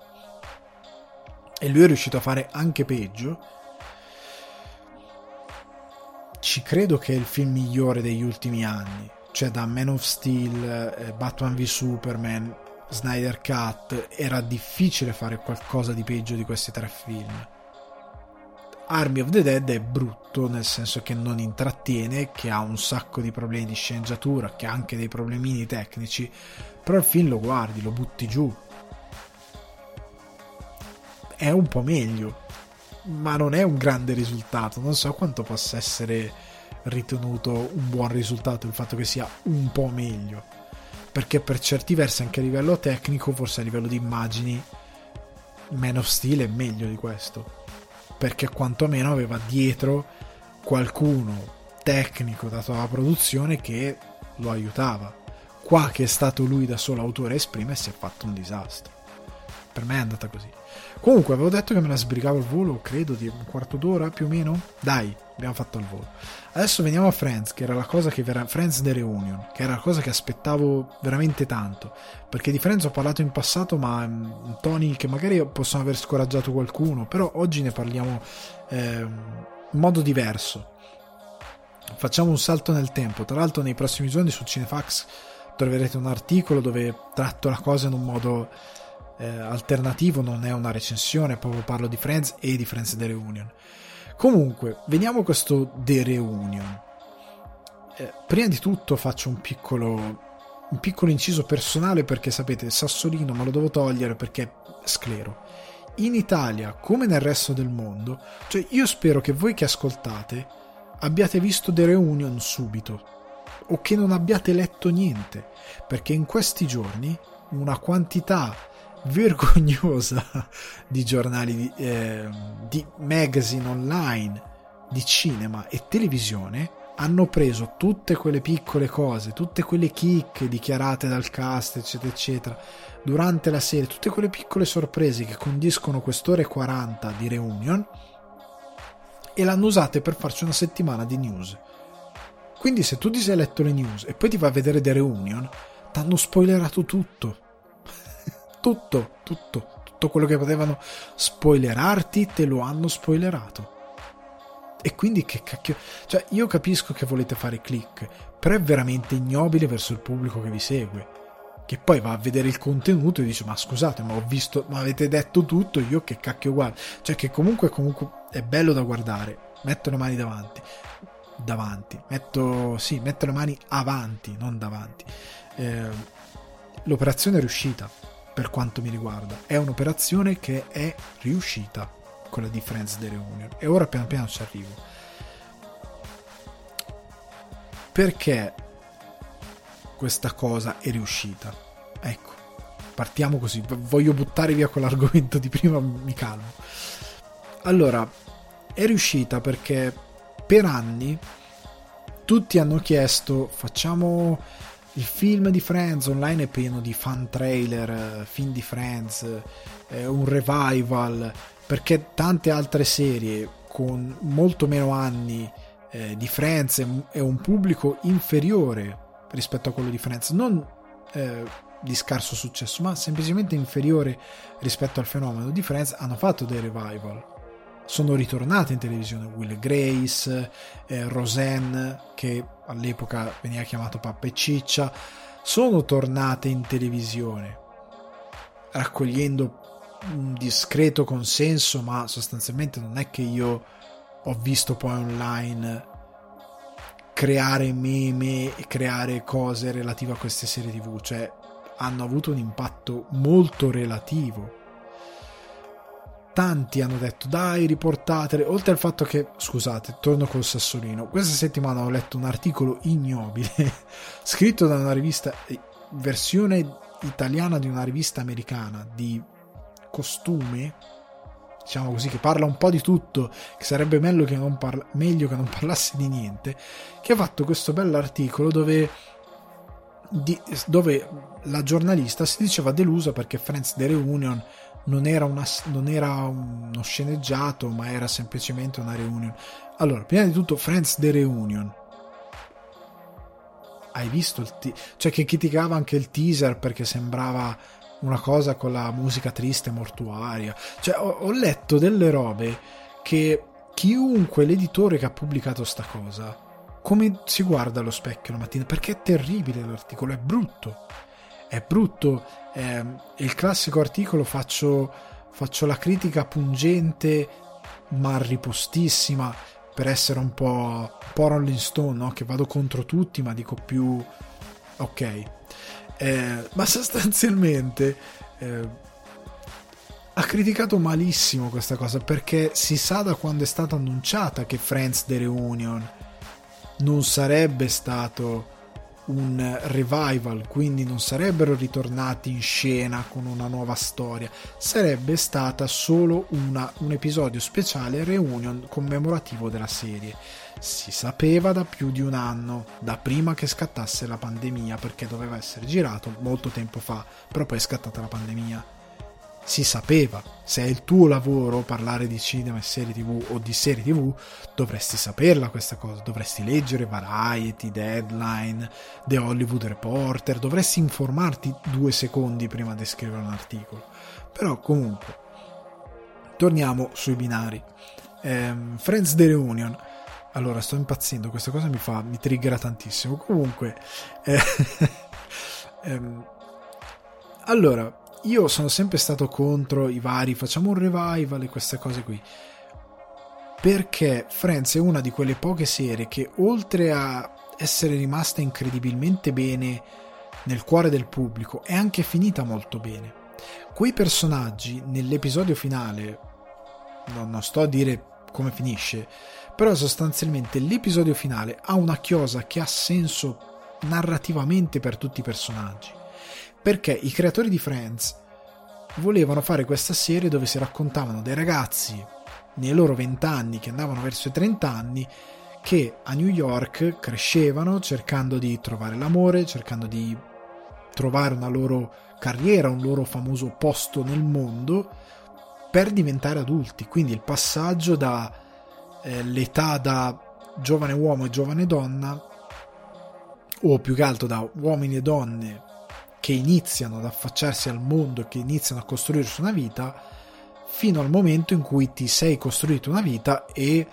e lui è riuscito a fare anche peggio. Ci credo che è il film migliore degli ultimi anni, cioè da Man of Steel, eh, Batman v Superman, Snyder Cut, era difficile fare qualcosa di peggio di questi tre film. Army of the Dead è brutto, nel senso che non intrattiene, che ha un sacco di problemi di sceneggiatura, che ha anche dei problemini tecnici, però il film lo guardi, lo butti giù, è un po' meglio, ma non è un grande risultato. Non so quanto possa essere ritenuto un buon risultato il fatto che sia un po' meglio, perché per certi versi anche a livello tecnico, forse a livello di immagini, Man of Steel è meglio di questo, perché quantomeno aveva dietro qualcuno tecnico dato alla produzione che lo aiutava. Qua che è stato lui da solo autore a esprimersi, si è fatto un disastro. Per me è andata così. Comunque avevo detto che me la sbrigavo al volo, credo di un quarto d'ora più o meno. Dai, abbiamo fatto al volo. Adesso veniamo a Friends, che era la cosa che vera... Friends The Reunion, che era la cosa che aspettavo veramente tanto, perché di Friends ho parlato in passato, ma um, toni che magari possono aver scoraggiato qualcuno, però oggi ne parliamo eh, in modo diverso. Facciamo un salto nel tempo. Tra l'altro nei prossimi giorni su Cinefax troverete un articolo dove tratto la cosa in un modo eh, alternativo, non è una recensione, proprio parlo di Friends e di Friends The Reunion. Comunque, veniamo a questo The Reunion. Eh, prima di tutto faccio un piccolo un piccolo inciso personale, perché sapete, Sassolino me lo devo togliere perché sclero. In Italia, come nel resto del mondo, cioè io spero che voi che ascoltate abbiate visto The Reunion subito, o che non abbiate letto niente, perché in questi giorni una quantità vergognosa di giornali, di, eh, di magazine online, di cinema e televisione hanno preso tutte quelle piccole cose, tutte quelle chicche dichiarate dal cast eccetera eccetera durante la serie, tutte quelle piccole sorprese che condiscono quest'ora e quaranta di Reunion, e l'hanno usate per farci una settimana di news. Quindi se tu ti sei letto le news e poi ti vai a vedere The Reunion, t'hanno spoilerato tutto. tutto, tutto, tutto quello che potevano spoilerarti te lo hanno spoilerato. E quindi che cacchio, cioè io capisco che volete fare click, però è veramente ignobile verso il pubblico che vi segue, che poi va a vedere il contenuto e dice ma scusate, ma ho visto, ma avete detto tutto, io che cacchio guardo. Cioè che comunque comunque è bello da guardare, metto le mani davanti davanti metto sì metto le mani avanti, non davanti. Eh, l'operazione è riuscita. Per quanto mi riguarda è un'operazione che è riuscita, quella di Friends The Reunion, e ora piano piano ci arrivo. Perché questa cosa è riuscita? Ecco, partiamo così, voglio buttare via quell'argomento di prima, mi calmo. Allora, è riuscita perché per anni tutti hanno chiesto facciamo il film di Friends, online è pieno di fan trailer, film di Friends, eh, un revival, perché tante altre serie con molto meno anni eh, di Friends e un pubblico inferiore rispetto a quello di Friends, non eh, di scarso successo, ma semplicemente inferiore rispetto al fenomeno di Friends, hanno fatto dei revival. Sono ritornate in televisione Will e Grace, eh, Roseanne, che all'epoca veniva chiamato Pappa e Ciccia, sono tornate in televisione raccogliendo un discreto consenso, ma sostanzialmente non è che io ho visto poi online creare meme e creare cose relative a queste serie tv, cioè hanno avuto un impatto molto relativo. Tanti hanno detto dai riportatele, oltre al fatto che, scusate, torno col Sassolino, questa settimana ho letto un articolo ignobile scritto da una rivista, versione italiana di una rivista americana di costume, diciamo così, che parla un po' di tutto, che sarebbe meglio che non, parla, meglio che non parlasse di niente, che ha fatto questo bell'articolo dove, di, dove la giornalista si diceva delusa perché Friends The Reunion non era, una, non era uno sceneggiato, ma era semplicemente una reunion. Allora, prima di tutto, Friends The Reunion, hai visto il te- cioè che criticava anche il teaser perché sembrava una cosa con la musica triste mortuaria, cioè ho, ho letto delle robe che chiunque, l'editore che ha pubblicato sta cosa, come si guarda allo specchio la mattina, perché è terribile l'articolo, è brutto è brutto, è il classico articolo faccio, faccio la critica pungente mal ripostissima, per essere un po', un po' Rolling Stone, no? Che vado contro tutti ma dico più ok, eh, ma sostanzialmente eh, ha criticato malissimo questa cosa, perché si sa da quando è stata annunciata che Friends The Reunion non sarebbe stato un revival, quindi non sarebbero ritornati in scena con una nuova storia, sarebbe stata solo una, un episodio speciale reunion commemorativo della serie. Si sapeva da più di un anno, da prima che scattasse la pandemia, perché doveva essere girato molto tempo fa, però poi è scattata la pandemia. Si sapeva, se è il tuo lavoro parlare di cinema e serie tv o di serie tv, dovresti saperla questa cosa, dovresti leggere Variety, Deadline, The Hollywood Reporter, dovresti informarti due secondi prima di scrivere un articolo. Però comunque torniamo sui binari. ehm, Friends The Reunion, allora sto impazzendo, questa cosa mi fa mi triggera tantissimo. Comunque eh, ehm, allora io sono sempre stato contro i vari facciamo un revival e queste cose qui, perché Friends è una di quelle poche serie che, oltre a essere rimasta incredibilmente bene nel cuore del pubblico, è anche finita molto bene. Quei personaggi nell'episodio finale, no, non sto a dire come finisce, però sostanzialmente l'episodio finale ha una chiosa che ha senso narrativamente per tutti i personaggi, perché i creatori di Friends volevano fare questa serie dove si raccontavano dei ragazzi nei loro vent'anni che andavano verso i trenta anni, che a New York crescevano cercando di trovare l'amore, cercando di trovare una loro carriera, un loro famoso posto nel mondo per diventare adulti. Quindi il passaggio da eh, l'età da giovane uomo e giovane donna, o più che altro da uomini e donne che iniziano ad affacciarsi al mondo e che iniziano a costruirsi una vita, fino al momento in cui ti sei costruito una vita e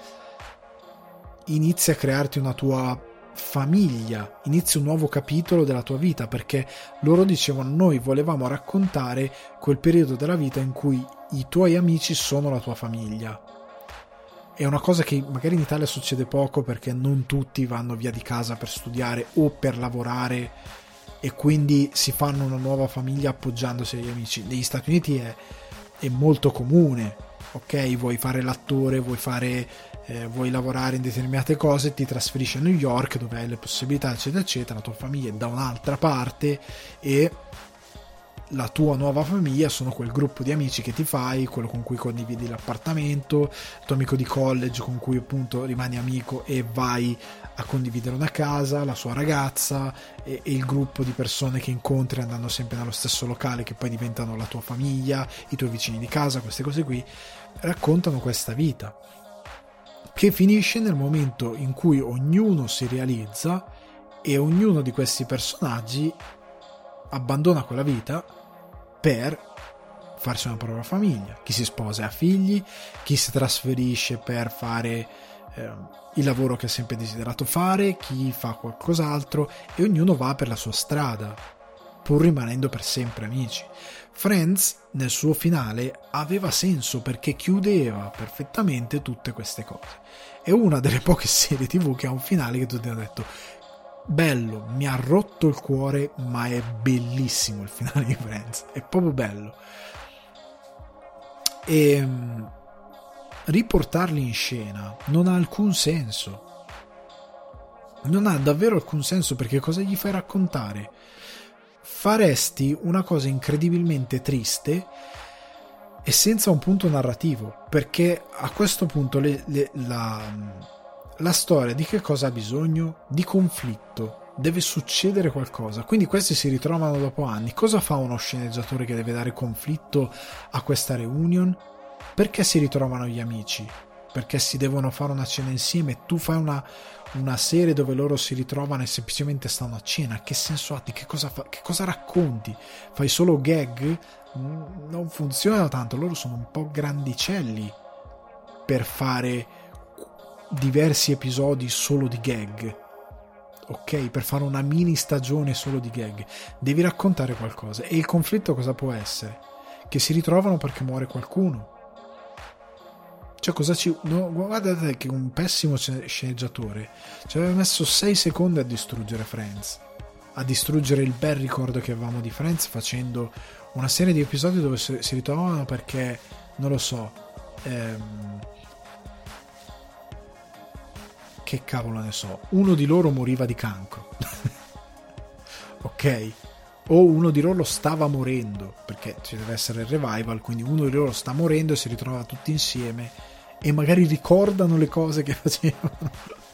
inizi a crearti una tua famiglia, inizi un nuovo capitolo della tua vita, perché loro dicevano: noi volevamo raccontare quel periodo della vita in cui i tuoi amici sono la tua famiglia. È una cosa che magari in Italia succede poco, perché non tutti vanno via di casa per studiare o per lavorare e quindi si fanno una nuova famiglia appoggiandosi agli amici. Negli Stati Uniti è, è molto comune, ok? Vuoi fare l'attore, vuoi fare eh, vuoi lavorare in determinate cose, ti trasferisci a New York dove hai le possibilità eccetera eccetera, la tua famiglia è da un'altra parte e la tua nuova famiglia sono quel gruppo di amici che ti fai, quello con cui condividi l'appartamento, il tuo amico di college con cui appunto rimani amico e vai a condividere una casa, la sua ragazza e, e il gruppo di persone che incontri andando sempre nello stesso locale, che poi diventano la tua famiglia, i tuoi vicini di casa. Queste cose qui raccontano questa vita che finisce nel momento in cui ognuno si realizza e ognuno di questi personaggi abbandona quella vita per farsi una propria famiglia. Chi si sposa e ha figli, chi si trasferisce per fare eh, il lavoro che ha sempre desiderato fare, chi fa qualcos'altro, e ognuno va per la sua strada, pur rimanendo per sempre amici. Friends nel suo finale aveva senso perché chiudeva perfettamente tutte queste cose. È una delle poche serie tv che ha un finale che tutti hanno detto: bello, mi ha rotto il cuore, ma è bellissimo il finale di Friends, è proprio bello. E riportarli in scena non ha alcun senso, non ha davvero alcun senso, perché cosa gli fai raccontare? Faresti una cosa incredibilmente triste e senza un punto narrativo, perché a questo punto le, le, la La storia di che cosa ha bisogno? Di conflitto, deve succedere qualcosa. Quindi questi si ritrovano dopo anni. Cosa fa uno sceneggiatore che deve dare conflitto a questa reunion? Perché si ritrovano gli amici? Perché si devono fare una cena insieme. Tu fai una, una serie dove loro si ritrovano e semplicemente stanno a cena. Che senso ha? Di che cosa fa? Che cosa racconti? Fai solo gag? Non funziona tanto. Loro sono un po' grandicelli per fare diversi episodi solo di gag, ok? Per fare una mini stagione solo di gag devi raccontare qualcosa. E il conflitto cosa può essere? Che si ritrovano perché muore qualcuno, Cioè, cosa ci... No, guardate che un pessimo sceneggiatore ci aveva messo sei secondi a distruggere Friends, a distruggere il bel ricordo che avevamo di Friends, facendo una serie di episodi dove si ritrovavano perché, non lo so, ehm, che cavolo ne so, uno di loro moriva di cancro. Ok? O uno di loro stava morendo, perché ci deve essere il revival, quindi uno di loro sta morendo e si ritrova tutti insieme e magari ricordano le cose che facevano.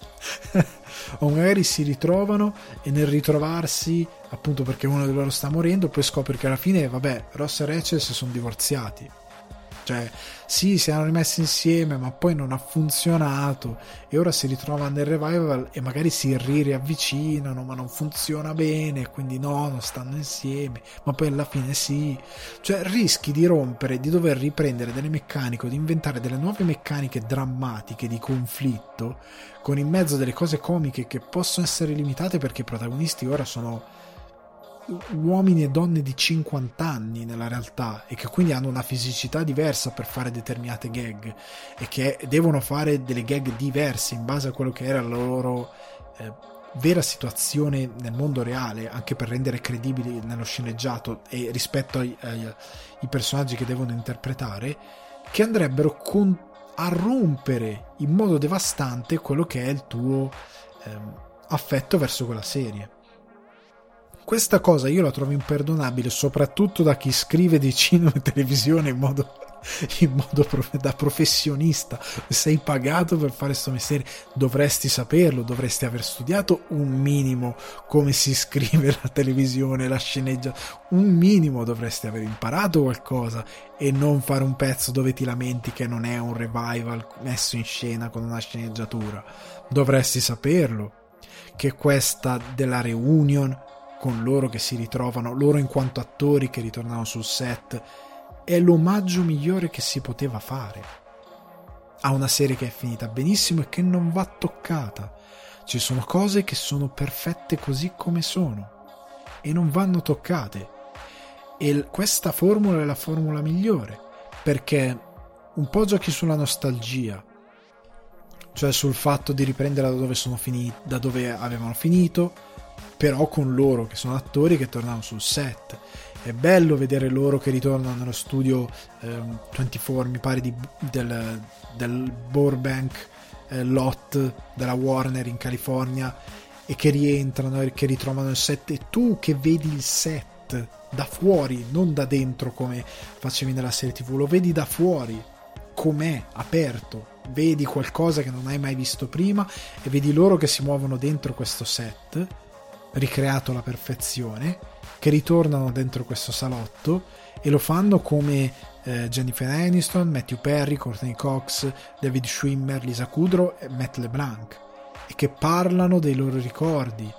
O magari si ritrovano e nel ritrovarsi, appunto perché uno di loro sta morendo, poi scopri che alla fine, vabbè, Ross e Rachel si sono divorziati. Cioè, sì, si erano rimessi insieme, ma poi non ha funzionato e ora si ritrovano nel revival e magari si riavvicinano, ma non funziona bene, quindi no, non stanno insieme, ma poi alla fine sì. Cioè, rischi di rompere, di dover riprendere delle meccaniche, di inventare delle nuove meccaniche drammatiche di conflitto, con in mezzo delle cose comiche che possono essere limitate perché i protagonisti ora sono uomini e donne di cinquanta anni nella realtà e che quindi hanno una fisicità diversa per fare determinate gag e che devono fare delle gag diverse in base a quello che era la loro eh, vera situazione nel mondo reale, anche per rendere credibili nello sceneggiato e rispetto ai, ai, ai personaggi che devono interpretare, che andrebbero con, a rompere in modo devastante quello che è il tuo ehm, affetto verso quella serie. Questa cosa io la trovo imperdonabile, soprattutto da chi scrive di cinema e televisione in modo, in modo da professionista. Sei pagato per fare questo mestiere, dovresti saperlo, dovresti aver studiato un minimo come si scrive la televisione, la sceneggia, un minimo dovresti aver imparato qualcosa e non fare un pezzo dove ti lamenti che non è un revival messo in scena con una sceneggiatura. Dovresti saperlo che questa della reunion con loro che si ritrovano, loro in quanto attori che ritornano sul set, è l'omaggio migliore che si poteva fare a una serie che è finita benissimo e che non va toccata. Ci sono cose che sono perfette così come sono e non vanno toccate, e questa formula è la formula migliore, perché un po' giochi sulla nostalgia, cioè sul fatto di riprendere da dove sono finiti, da dove avevano finito, però con loro che sono attori che tornano sul set. È bello vedere loro che ritornano nello studio ehm, ventiquattro, mi pare di, del, del Burbank eh, lot della Warner in California, e che rientrano e che ritrovano il set, e tu che vedi il set da fuori, non da dentro come facevi nella serie tv, lo vedi da fuori com'è, aperto, vedi qualcosa che non hai mai visto prima e vedi loro che si muovono dentro questo set ricreato alla perfezione, che ritornano dentro questo salotto e lo fanno come eh, Jennifer Aniston, Matthew Perry, Courtney Cox, David Schwimmer, Lisa Kudrow e Matt LeBlanc, e che parlano dei loro ricordi,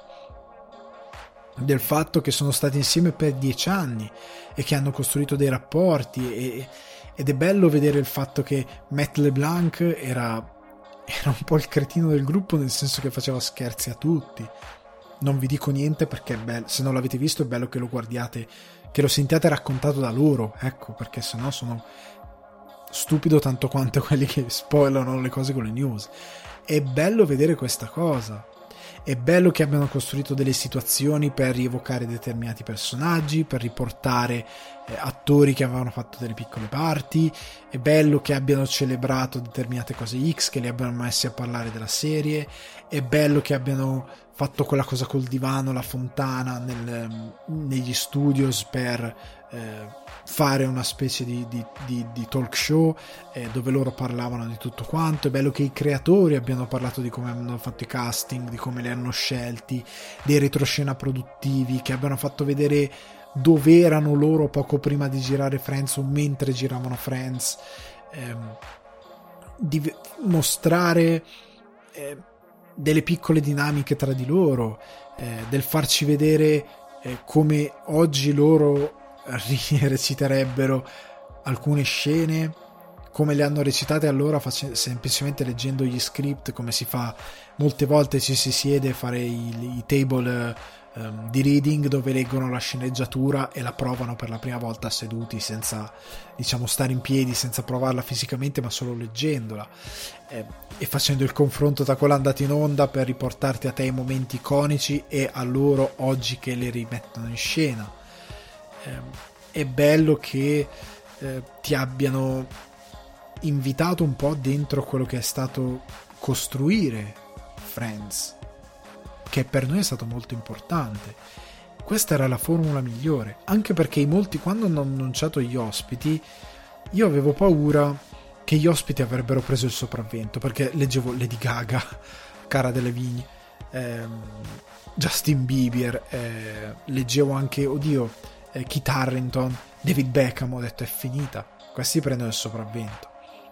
del fatto che sono stati insieme per dieci anni e che hanno costruito dei rapporti, e, ed è bello vedere il fatto che Matt LeBlanc era, era un po' il cretino del gruppo, nel senso che faceva scherzi a tutti. Non vi dico niente perché è bello, se non l'avete visto è bello che lo guardiate, che lo sentiate raccontato da loro, ecco, perché sennò sono stupido tanto quanto quelli che spoilano le cose con le news. È bello vedere questa cosa, è bello che abbiano costruito delle situazioni per rievocare determinati personaggi, per riportare eh, attori che avevano fatto delle piccole parti, è bello che abbiano celebrato determinate cose X, che li abbiano messi a parlare della serie, è bello che abbiano fatto quella cosa col divano, la fontana nel, negli studios per eh, fare una specie di, di, di, di talk show eh, dove loro parlavano di tutto quanto. È bello che i creatori abbiano parlato di come hanno fatto i casting, di come li hanno scelti, dei retroscena produttivi, che abbiano fatto vedere dove erano loro poco prima di girare Friends o mentre giravano Friends, ehm, di mostrare eh, delle piccole dinamiche tra di loro, eh, del farci vedere eh, come oggi loro reciterebbero alcune scene, come le hanno recitate allora face- semplicemente leggendo gli script, come si fa molte volte, ci si siede a fare i, i table um, di reading dove leggono la sceneggiatura e la provano per la prima volta seduti, senza, diciamo, stare in piedi, senza provarla fisicamente, ma solo leggendola, eh, e facendo il confronto tra quella andata in onda per riportarti a te i momenti iconici e a loro oggi che le rimettono in scena. Eh, è bello che eh, ti abbiano invitato un po' dentro quello che è stato costruire Friends, che per noi è stato molto importante. Questa era la formula migliore, anche perché i molti, quando hanno annunciato gli ospiti, io avevo paura che gli ospiti avrebbero preso il sopravvento, perché leggevo Lady Gaga, Cara Delevingne, ehm, Justin Bieber, eh, leggevo anche, oddio, eh, Kit Harington, David Beckham. Ho detto è finita, questi prendono il sopravvento.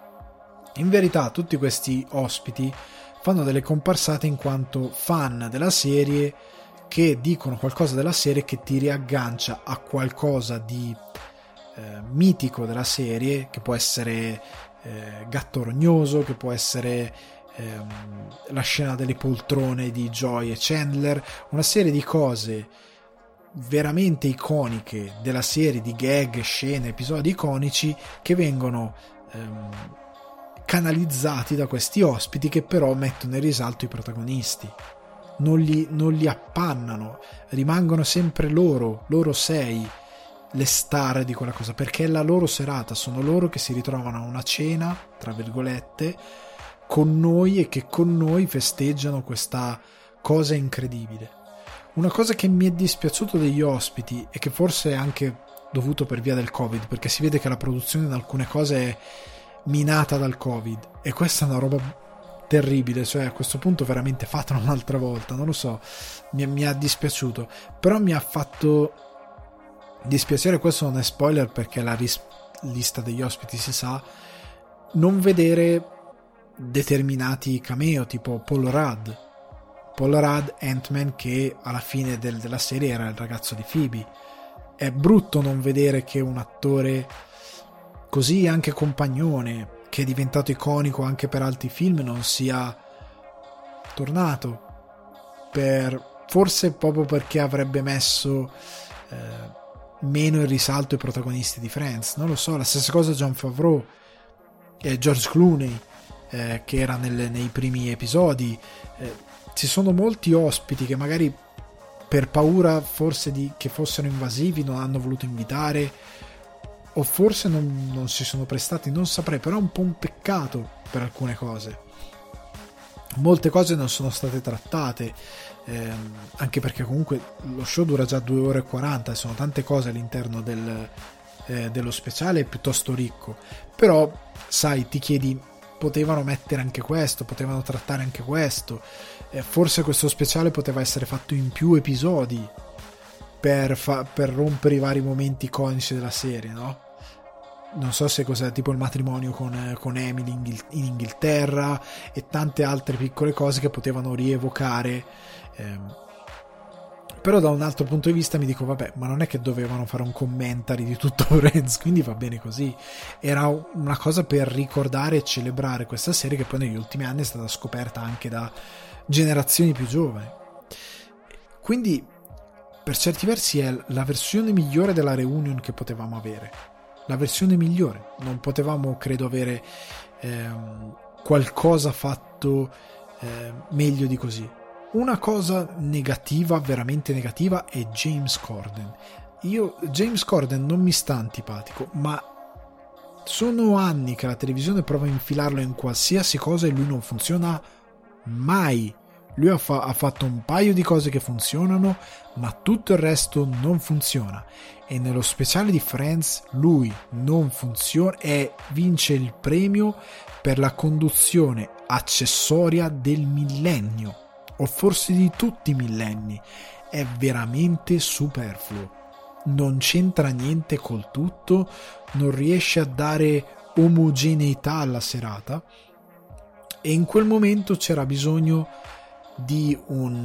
In verità tutti questi ospiti fanno delle comparsate in quanto fan della serie, che dicono qualcosa della serie che ti riaggancia a qualcosa di eh, mitico della serie, che può essere eh, Gatto Rognoso, che può essere ehm, la scena delle poltrone di Joy e Chandler, una serie di cose veramente iconiche della serie, di gag, scene, episodi iconici che vengono ehm, canalizzati da questi ospiti, che però mettono in risalto i protagonisti, non li, non li appannano, rimangono sempre loro, loro sei le star di quella cosa, perché è la loro serata, sono loro che si ritrovano a una cena, tra virgolette, con noi e che con noi festeggiano questa cosa incredibile. Una cosa che mi è dispiaciuto degli ospiti, e che forse è anche dovuto per via del Covid, perché si vede che la produzione in alcune cose è minata dal Covid, e questa è una roba terribile, cioè a questo punto veramente fatela un'altra volta, non lo so, mi, mi ha dispiaciuto, però mi ha fatto dispiacere, questo non è spoiler perché la ris- lista degli ospiti si sa, non vedere determinati cameo tipo Paul Rudd Paul Rudd, Ant-Man, che alla fine del, della serie era il ragazzo di Phoebe. È brutto non vedere che un attore così anche compagnone, che è diventato iconico anche per altri film, non sia tornato, per forse proprio perché avrebbe messo eh, meno in risalto i protagonisti di Friends, non lo so. La stessa cosa Jon Favreau e George Clooney, eh, che era nel, nei primi episodi. eh, ci sono molti ospiti che magari per paura forse di che fossero invasivi non hanno voluto invitare, o forse non, non si sono prestati, non saprei, però è un po' un peccato per alcune cose. Molte cose non sono state trattate, ehm, anche perché comunque lo show dura già due ore e quaranta, e sono tante cose all'interno del, eh, dello speciale, è piuttosto ricco, però sai, ti chiedi, potevano mettere anche questo, potevano trattare anche questo, eh, forse questo speciale poteva essere fatto in più episodi per, fa- per rompere i vari momenti iconici della serie, no? Non so se cos'è, tipo il matrimonio con, con Emily in, Inghil- in Inghilterra e tante altre piccole cose che potevano rievocare, ehm. Però da un altro punto di vista mi dico vabbè, ma non è che dovevano fare un commentary di tutto Friends, quindi va bene così, era una cosa per ricordare e celebrare questa serie che poi negli ultimi anni è stata scoperta anche da generazioni più giovani, quindi per certi versi è la versione migliore della reunion che potevamo avere, la versione migliore. Non potevamo, credo, avere ehm, qualcosa fatto eh, meglio di così. Una cosa negativa, veramente negativa, è James Corden. Io James Corden non mi sta antipatico, ma sono anni che la televisione prova a infilarlo in qualsiasi cosa e lui non funziona mai. Lui ha, fa- ha fatto un paio di cose che funzionano, ma tutto il resto non funziona, e nello speciale di Friends lui non funziona e vince il premio per la conduzione accessoria del millennio, o forse di tutti i millenni. È veramente superfluo, non c'entra niente col tutto, non riesce a dare omogeneità alla serata, e in quel momento c'era bisogno di un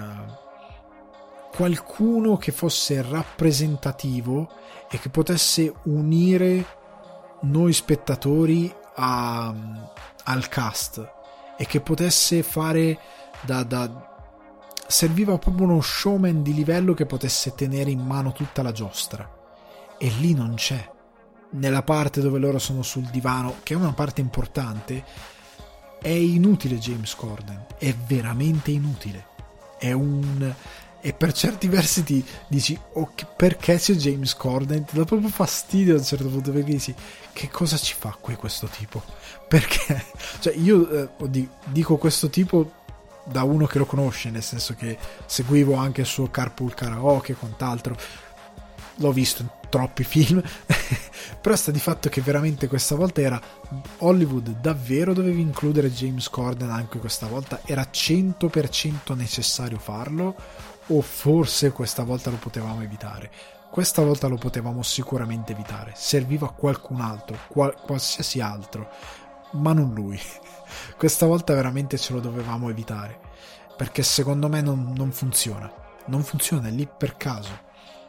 uh, qualcuno che fosse rappresentativo e che potesse unire noi spettatori a, al cast, e che potesse fare da, da serviva proprio uno showman di livello che potesse tenere in mano tutta la giostra, e lì non c'è. Nella parte dove loro sono sul divano, che è una parte importante, è inutile James Corden, è veramente inutile, è un... e per certi versi ti dici oh, perché c'è James Corden, ti dà proprio fastidio a un certo punto, perché dici che cosa ci fa qui questo tipo, perché cioè io eh, dico questo tipo da uno che lo conosce, nel senso che seguivo anche il suo Carpool Karaoke e quant'altro, l'ho visto in troppi film però sta di fatto che veramente questa volta era Hollywood, davvero dovevi includere James Corden anche questa volta, era cento per cento necessario farlo, o forse questa volta lo potevamo evitare? Questa volta lo potevamo sicuramente evitare, serviva qualcun altro, qual- qualsiasi altro, ma non lui. Questa volta veramente ce lo dovevamo evitare, perché secondo me non, non funziona, non funziona, è lì per caso,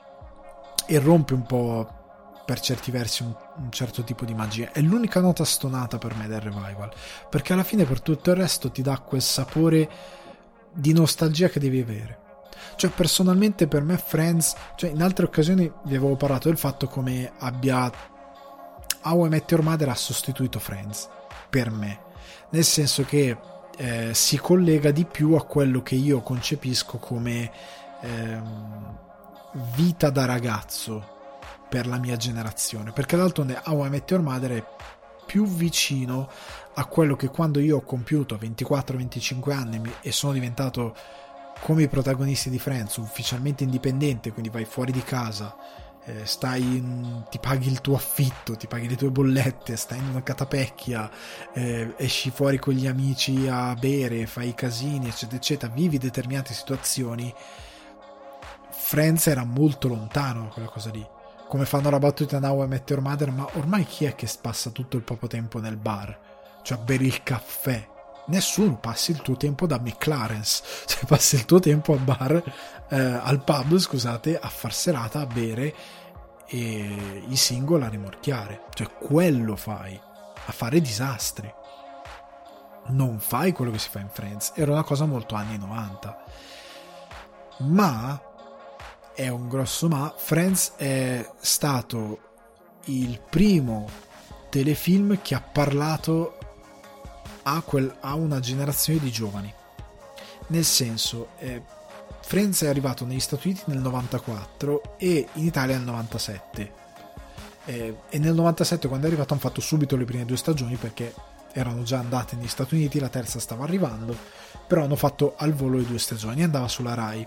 e rompe un po' per certi versi un, un certo tipo di magia. È l'unica nota stonata per me del revival, perché alla fine per tutto il resto ti dà quel sapore di nostalgia che devi avere. Cioè personalmente per me Friends, cioè in altre occasioni vi avevo parlato del fatto come abbia How I Met Your Mother ha sostituito Friends per me, nel senso che eh, si collega di più a quello che io concepisco come ehm, vita da ragazzo per la mia generazione, perché d'altronde How I Met Your Mother è più vicino a quello che quando io ho compiuto ventiquattro venticinque anni e sono diventato come i protagonisti di Friends ufficialmente indipendente, quindi vai fuori di casa, eh, stai in, ti paghi il tuo affitto, ti paghi le tue bollette, stai in una catapecchia, eh, esci fuori con gli amici a bere, fai i casini eccetera eccetera, vivi determinate situazioni. Friends era molto lontano da quella cosa lì, come fanno la battuta in How I Met Your Mother, ma ormai chi è che passa tutto il proprio tempo nel bar, cioè a bere il caffè? Nessuno. Passi il tuo tempo da McLaren's, cioè passi il tuo tempo al bar, eh, al pub scusate, a far serata, a bere e i single a rimorchiare, cioè quello fai, a fare disastri, non fai quello che si fa in Friends. Era una cosa molto anni novanta, ma è un grosso ma, Friends è stato il primo telefilm che ha parlato a, quel, a una generazione di giovani, nel senso eh, Friends è arrivato negli Stati Uniti nel novantaquattro e in Italia nel novantasette, eh, e nel novantasette quando è arrivato hanno fatto subito le prime due stagioni perché erano già andate negli Stati Uniti, la terza stava arrivando, però hanno fatto al volo le due stagioni, andava sulla Rai.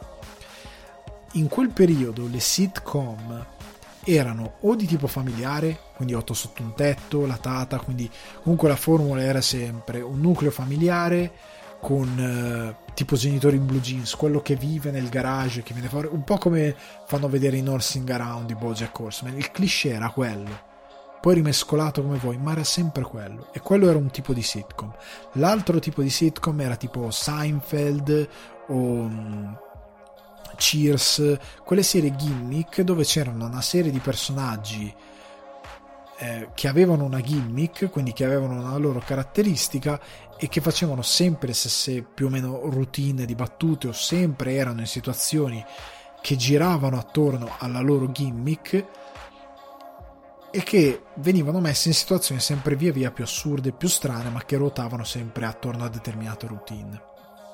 In quel periodo le sitcom erano o di tipo familiare, quindi Otto sotto un tetto, La Tata, quindi comunque la formula era sempre un nucleo familiare con eh, tipo Genitori in Blue Jeans, quello che vive nel garage, che viene fuori, un po' come fanno vedere in Horsing Around di BoJack Horseman. Il cliché era quello, poi rimescolato come vuoi, ma era sempre quello, e quello era un tipo di sitcom. L'altro tipo di sitcom era tipo Seinfeld o um, Cheers, quelle serie gimmick dove c'erano una serie di personaggi eh, che avevano una gimmick, quindi che avevano una loro caratteristica e che facevano sempre le stesse più o meno routine di battute, o sempre erano in situazioni che giravano attorno alla loro gimmick e che venivano messe in situazioni sempre via via più assurde, più strane, ma che ruotavano sempre attorno a determinate routine.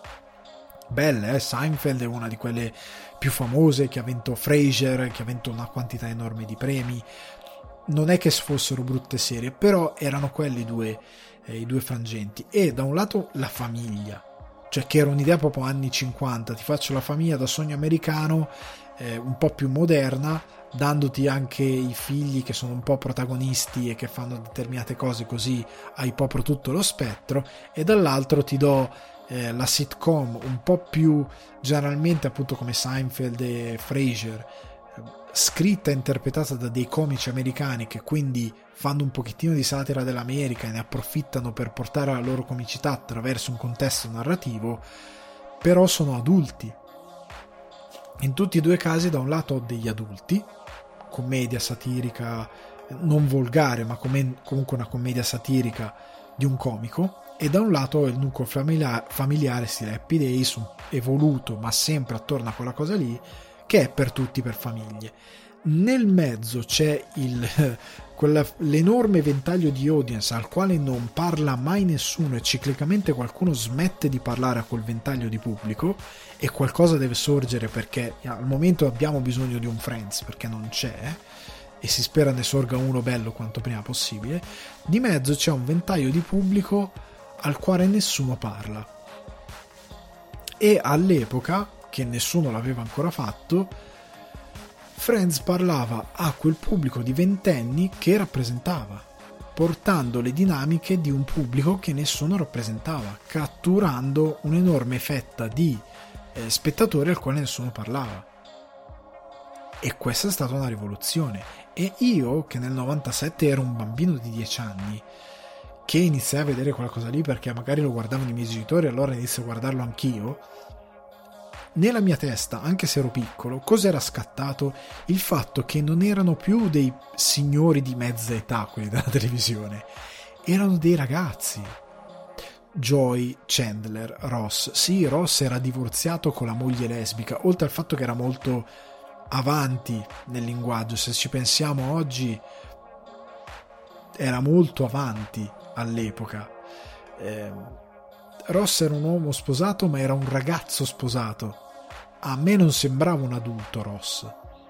Belle, eh? Seinfeld è una di quelle più famose, che ha vinto Frasier, che ha vinto una quantità enorme di premi. Non è che fossero brutte serie, però erano quelli due, eh, i due frangenti. E da un lato la famiglia, cioè che era un'idea proprio anni cinquanta, ti faccio la famiglia da sogno americano, eh, un po' più moderna, dandoti anche i figli che sono un po' protagonisti e che fanno determinate cose, così hai proprio tutto lo spettro. E dall'altro ti do Eh, la sitcom un po' più generalmente appunto come Seinfeld e Frasier, eh, scritta e interpretata da dei comici americani che quindi fanno un pochettino di satira dell'America e ne approfittano per portare la loro comicità attraverso un contesto narrativo, però sono adulti. In tutti e due i casi da un lato ho degli adulti, commedia satirica non volgare ma com- comunque una commedia satirica di un comico, e da un lato il nucleo familiare, familiare stile Happy Days, evoluto ma sempre attorno a quella cosa lì, che è per tutti, per famiglie. Nel mezzo c'è il, quella, l'enorme ventaglio di audience al quale non parla mai nessuno e ciclicamente qualcuno smette di parlare a quel ventaglio di pubblico, e qualcosa deve sorgere, perché al momento abbiamo bisogno di un Friends, perché non c'è, e si spera ne sorga uno bello quanto prima possibile. Di mezzo c'è un ventaglio di pubblico al quale nessuno parla, e all'epoca, che nessuno l'aveva ancora fatto, Friends parlava a quel pubblico di ventenni che rappresentava, portando le dinamiche di un pubblico che nessuno rappresentava, catturando un'enorme fetta di eh, spettatori al quale nessuno parlava. E questa è stata una rivoluzione. E io, che nel novantasette ero un bambino di dieci anni, che iniziai a vedere quella cosa lì perché magari lo guardavano i miei genitori, allora iniziai a guardarlo anch'io, nella mia testa, anche se ero piccolo, cos'era scattato? Il fatto che non erano più dei signori di mezza età quelli della televisione, erano dei ragazzi. Joey, Chandler, Ross. Sì, Ross era divorziato con la moglie lesbica, oltre al fatto che era molto avanti nel linguaggio. Se ci pensiamo oggi, era molto avanti all'epoca. Eh, Ross era un uomo sposato, ma era un ragazzo sposato. A me non sembrava un adulto Ross.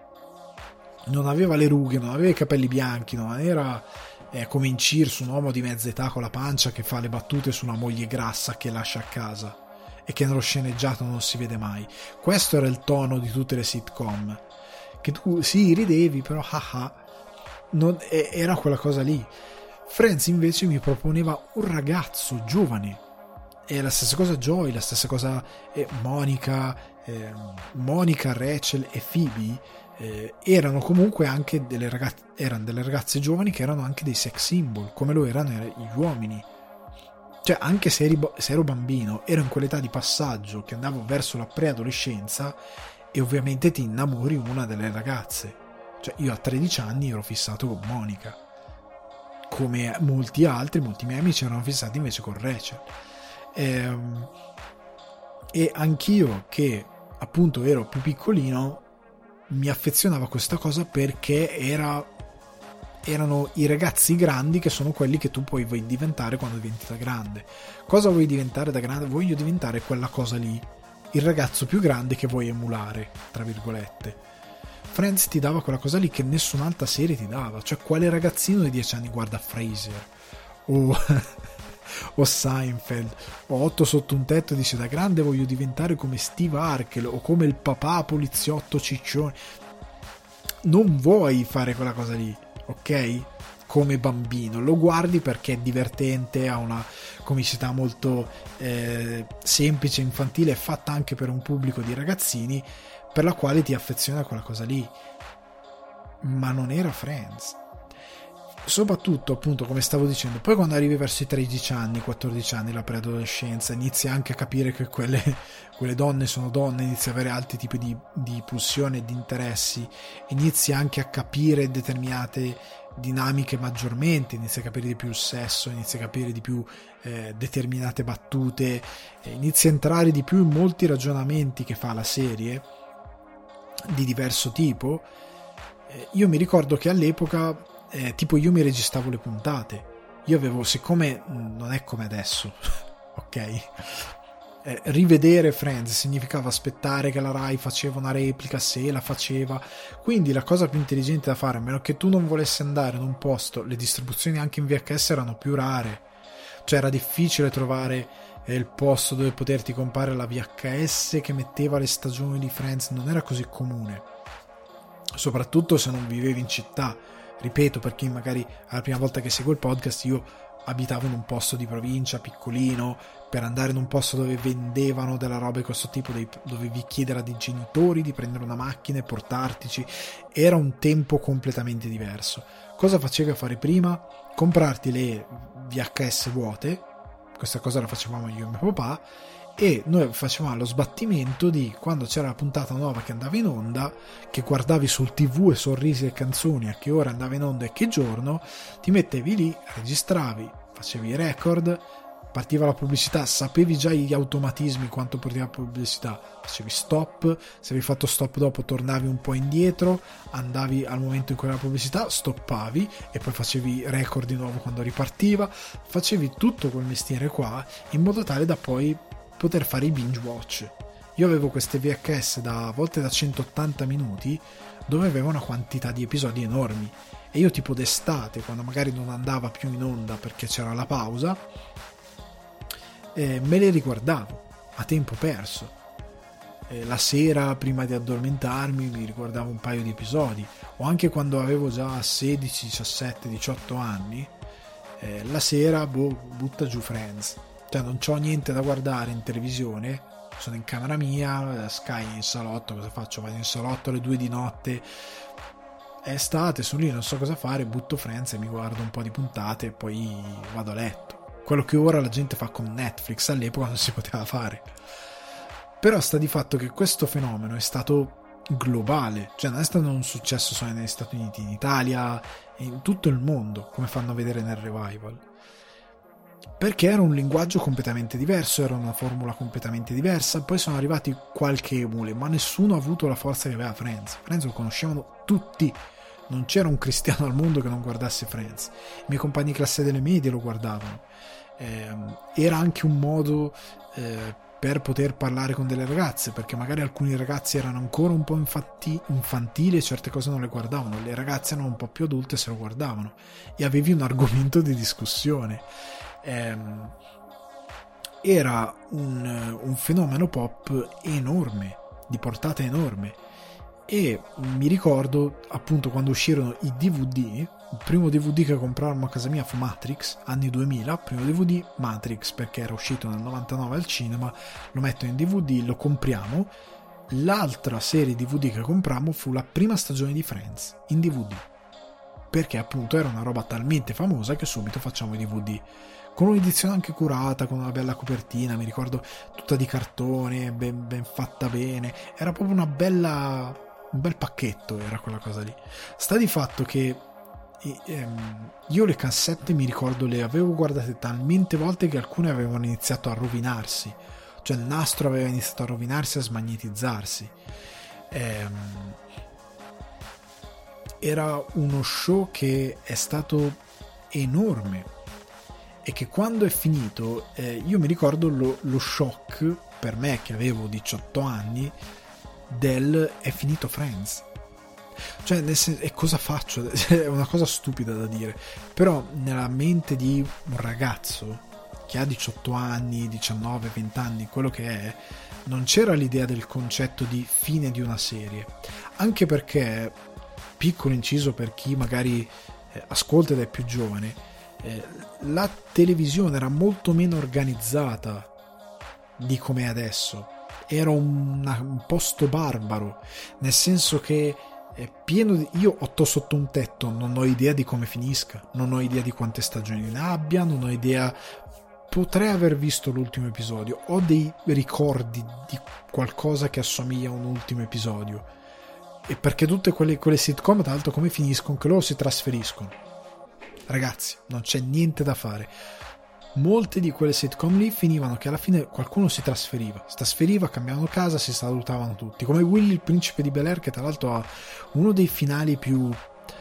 Non aveva le rughe, non aveva i capelli bianchi, non era eh, come in Cheers, un uomo di mezza età con la pancia che fa le battute su una moglie grassa che lascia a casa e che nello sceneggiato non si vede mai. Questo era il tono di tutte le sitcom, che tu sì ridevi, però haha, non, era quella cosa lì. Friends invece mi proponeva un ragazzo giovane. E la stessa cosa Joey, la stessa cosa eh, Monica, eh, Monica, Rachel e Phoebe eh, erano comunque anche delle ragazze, erano delle ragazze giovani che erano anche dei sex symbol, come lo erano gli uomini. Cioè, anche se, eri, se ero bambino, ero in quell'età di passaggio che andavo verso la preadolescenza, e ovviamente ti innamori una delle ragazze. Cioè, io a tredici anni ero fissato con Monica, come molti altri, molti miei amici erano fissati invece con Rachel. E, e anch'io, che appunto ero più piccolino, mi affezionavo a questa cosa perché era, erano i ragazzi grandi che sono quelli che tu poi vuoi diventare quando diventi da grande. Cosa vuoi diventare da grande? Voglio diventare quella cosa lì, il ragazzo più grande che vuoi emulare, tra virgolette. Friends ti dava quella cosa lì che nessun'altra serie ti dava. Cioè, quale ragazzino di dieci anni guarda Frasier o o Seinfeld o Otto sotto un tetto e dice da grande voglio diventare come Steve Urkel o come il papà poliziotto ciccione? Non vuoi fare quella cosa lì, ok? Come bambino lo guardi perché è divertente, ha una comicità molto eh, semplice, infantile, è fatta anche per un pubblico di ragazzini, per la quale ti affeziona a quella cosa lì. Ma non era Friends. Soprattutto, appunto, come stavo dicendo, poi quando arrivi verso i tredici anni, quattordici anni, la preadolescenza, inizi anche a capire che quelle, quelle donne sono donne, inizi a avere altri tipi di, di pulsione e di interessi, inizi anche a capire determinate dinamiche maggiormente, inizi a capire di più il sesso, inizi a capire di più eh, determinate battute, eh, inizi a entrare di più in molti ragionamenti che fa la serie di diverso tipo. Eh, io mi ricordo che all'epoca Eh, tipo io mi registravo le puntate, io avevo, siccome non è come adesso ok, eh, rivedere Friends significava aspettare che la Rai faceva una replica, se la faceva, quindi la cosa più intelligente da fare, a meno che tu non volessi andare in un posto, le distribuzioni anche in V H S erano più rare, cioè era difficile trovare eh, il posto dove poterti comprare la V H S che metteva le stagioni di Friends, non era così comune, soprattutto se non vivevi in città. Ripeto, per chi magari è la prima volta che segue il podcast, io abitavo in un posto di provincia piccolino, per andare in un posto dove vendevano della roba di questo tipo dei, dovevi chiedere a dei genitori di prendere una macchina e portartici, era un tempo completamente diverso. Cosa facevi a fare prima? Comprarti le V H S vuote, questa cosa la facevamo io e mio papà, e noi facevamo lo sbattimento di quando c'era la puntata nuova che andava in onda, che guardavi sul tivù e sorrisi e canzoni a che ora andava in onda e che giorno, ti mettevi lì, registravi, facevi i record, partiva la pubblicità, sapevi già gli automatismi quanto partiva la pubblicità, facevi stop, se avevi fatto stop dopo tornavi un po' indietro, andavi al momento in cui era la pubblicità, stoppavi e poi facevi record di nuovo quando ripartiva, facevi tutto quel mestiere qua in modo tale da poi poter fare i binge watch. Io avevo queste V H S da a volte da centottanta minuti dove aveva una quantità di episodi enormi e io tipo d'estate, quando magari non andava più in onda perché c'era la pausa, eh, me le riguardavo a tempo perso. Eh, la sera prima di addormentarmi mi riguardavo un paio di episodi, o anche quando avevo già sedici, diciassette, diciotto anni, eh, la sera boh, butta giù Friends, cioè non c'ho niente da guardare in televisione, sono in camera mia, Sky in salotto, cosa faccio? Vado in salotto alle due di notte, è estate, sono lì, non so cosa fare, butto Friends e mi guardo un po' di puntate e poi vado a letto. Quello che ora la gente fa con Netflix, all'epoca non si poteva fare. Però sta di fatto che questo fenomeno è stato globale, cioè non è stato un successo solo negli Stati Uniti, in Italia, in tutto il mondo, come fanno vedere nel revival, perché era un linguaggio completamente diverso, era una formula completamente diversa. Poi sono arrivati qualche emule, ma nessuno ha avuto la forza che aveva Friends. Friends lo conoscevano tutti, non c'era un cristiano al mondo che non guardasse Friends. I miei compagni di classe delle medie lo guardavano. Eh, era anche un modo eh, per poter parlare con delle ragazze, perché magari alcuni ragazzi erano ancora un po' infatti, infantili e certe cose non le guardavano, le ragazze erano un po' più adulte e se lo guardavano e avevi un argomento di discussione. Eh, era un, un fenomeno pop enorme, di portata enorme, e mi ricordo appunto quando uscirono i D V D. Il primo D V D che comprarono a casa mia fu Matrix, anni duemila, primo D V D Matrix, perché era uscito nel novantanove al cinema, lo metto in D V D, lo compriamo. L'altra serie D V D che comprammo fu la prima stagione di Friends in D V D, perché appunto era una roba talmente famosa che subito facciamo i D V D con un'edizione anche curata, con una bella copertina, mi ricordo tutta di cartone, ben, ben fatta bene, era proprio una bella, un bel pacchetto era quella cosa lì. Sta di fatto che io le cassette mi ricordo le avevo guardate talmente volte che alcune avevano iniziato a rovinarsi, cioè il nastro aveva iniziato a rovinarsi, a smagnetizzarsi. Ehm, era uno show che è stato enorme e che quando è finito eh, io mi ricordo lo, lo shock per me che avevo diciotto anni del è finito Friends. Cioè, nel senso, e cosa faccio? È una cosa stupida da dire, però nella mente di un ragazzo che ha diciotto anni, diciannove, venti anni, quello che è, non c'era l'idea del concetto di fine di una serie, anche perché, piccolo inciso per chi magari eh, ascolta ed è più giovane, eh, la televisione era molto meno organizzata di come è adesso, era un, un posto barbaro, nel senso che è pieno di... io otto sotto un tetto non ho idea di come finisca, non ho idea di quante stagioni ne abbia, non ho idea, potrei aver visto l'ultimo episodio, ho dei ricordi di qualcosa che assomiglia a un ultimo episodio, e perché tutte quelle, quelle sitcom tra l'altro come finiscono? Che loro si trasferiscono, ragazzi, non c'è niente da fare. Molte di quelle sitcom lì finivano che alla fine qualcuno si trasferiva, si trasferiva, cambiavano casa, si salutavano tutti, come Willy il principe di Bel-Air, che tra l'altro ha uno dei finali più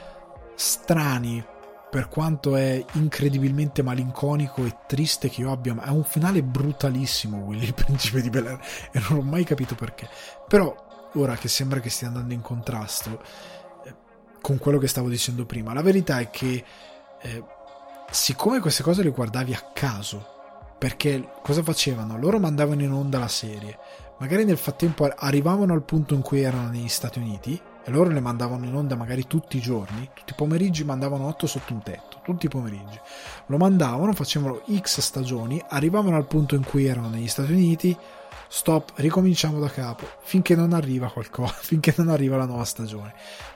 strani, per quanto è incredibilmente malinconico e triste che io abbia, è un finale brutalissimo Willy il principe di Bel-Air, e non ho mai capito perché. Però ora che sembra che stia andando in contrasto eh, con quello che stavo dicendo prima, la verità è che eh, siccome queste cose le guardavi a caso, perché cosa facevano? Loro mandavano in onda la serie, magari nel frattempo arrivavano al punto in cui erano negli Stati Uniti e loro le mandavano in onda magari tutti i giorni, tutti i pomeriggi mandavano otto sotto un tetto, tutti i pomeriggi lo mandavano, facevano X stagioni, arrivavano al punto in cui erano negli Stati Uniti, stop, ricominciamo da capo finché non arriva qualcosa, finché non arriva la nuova stagione.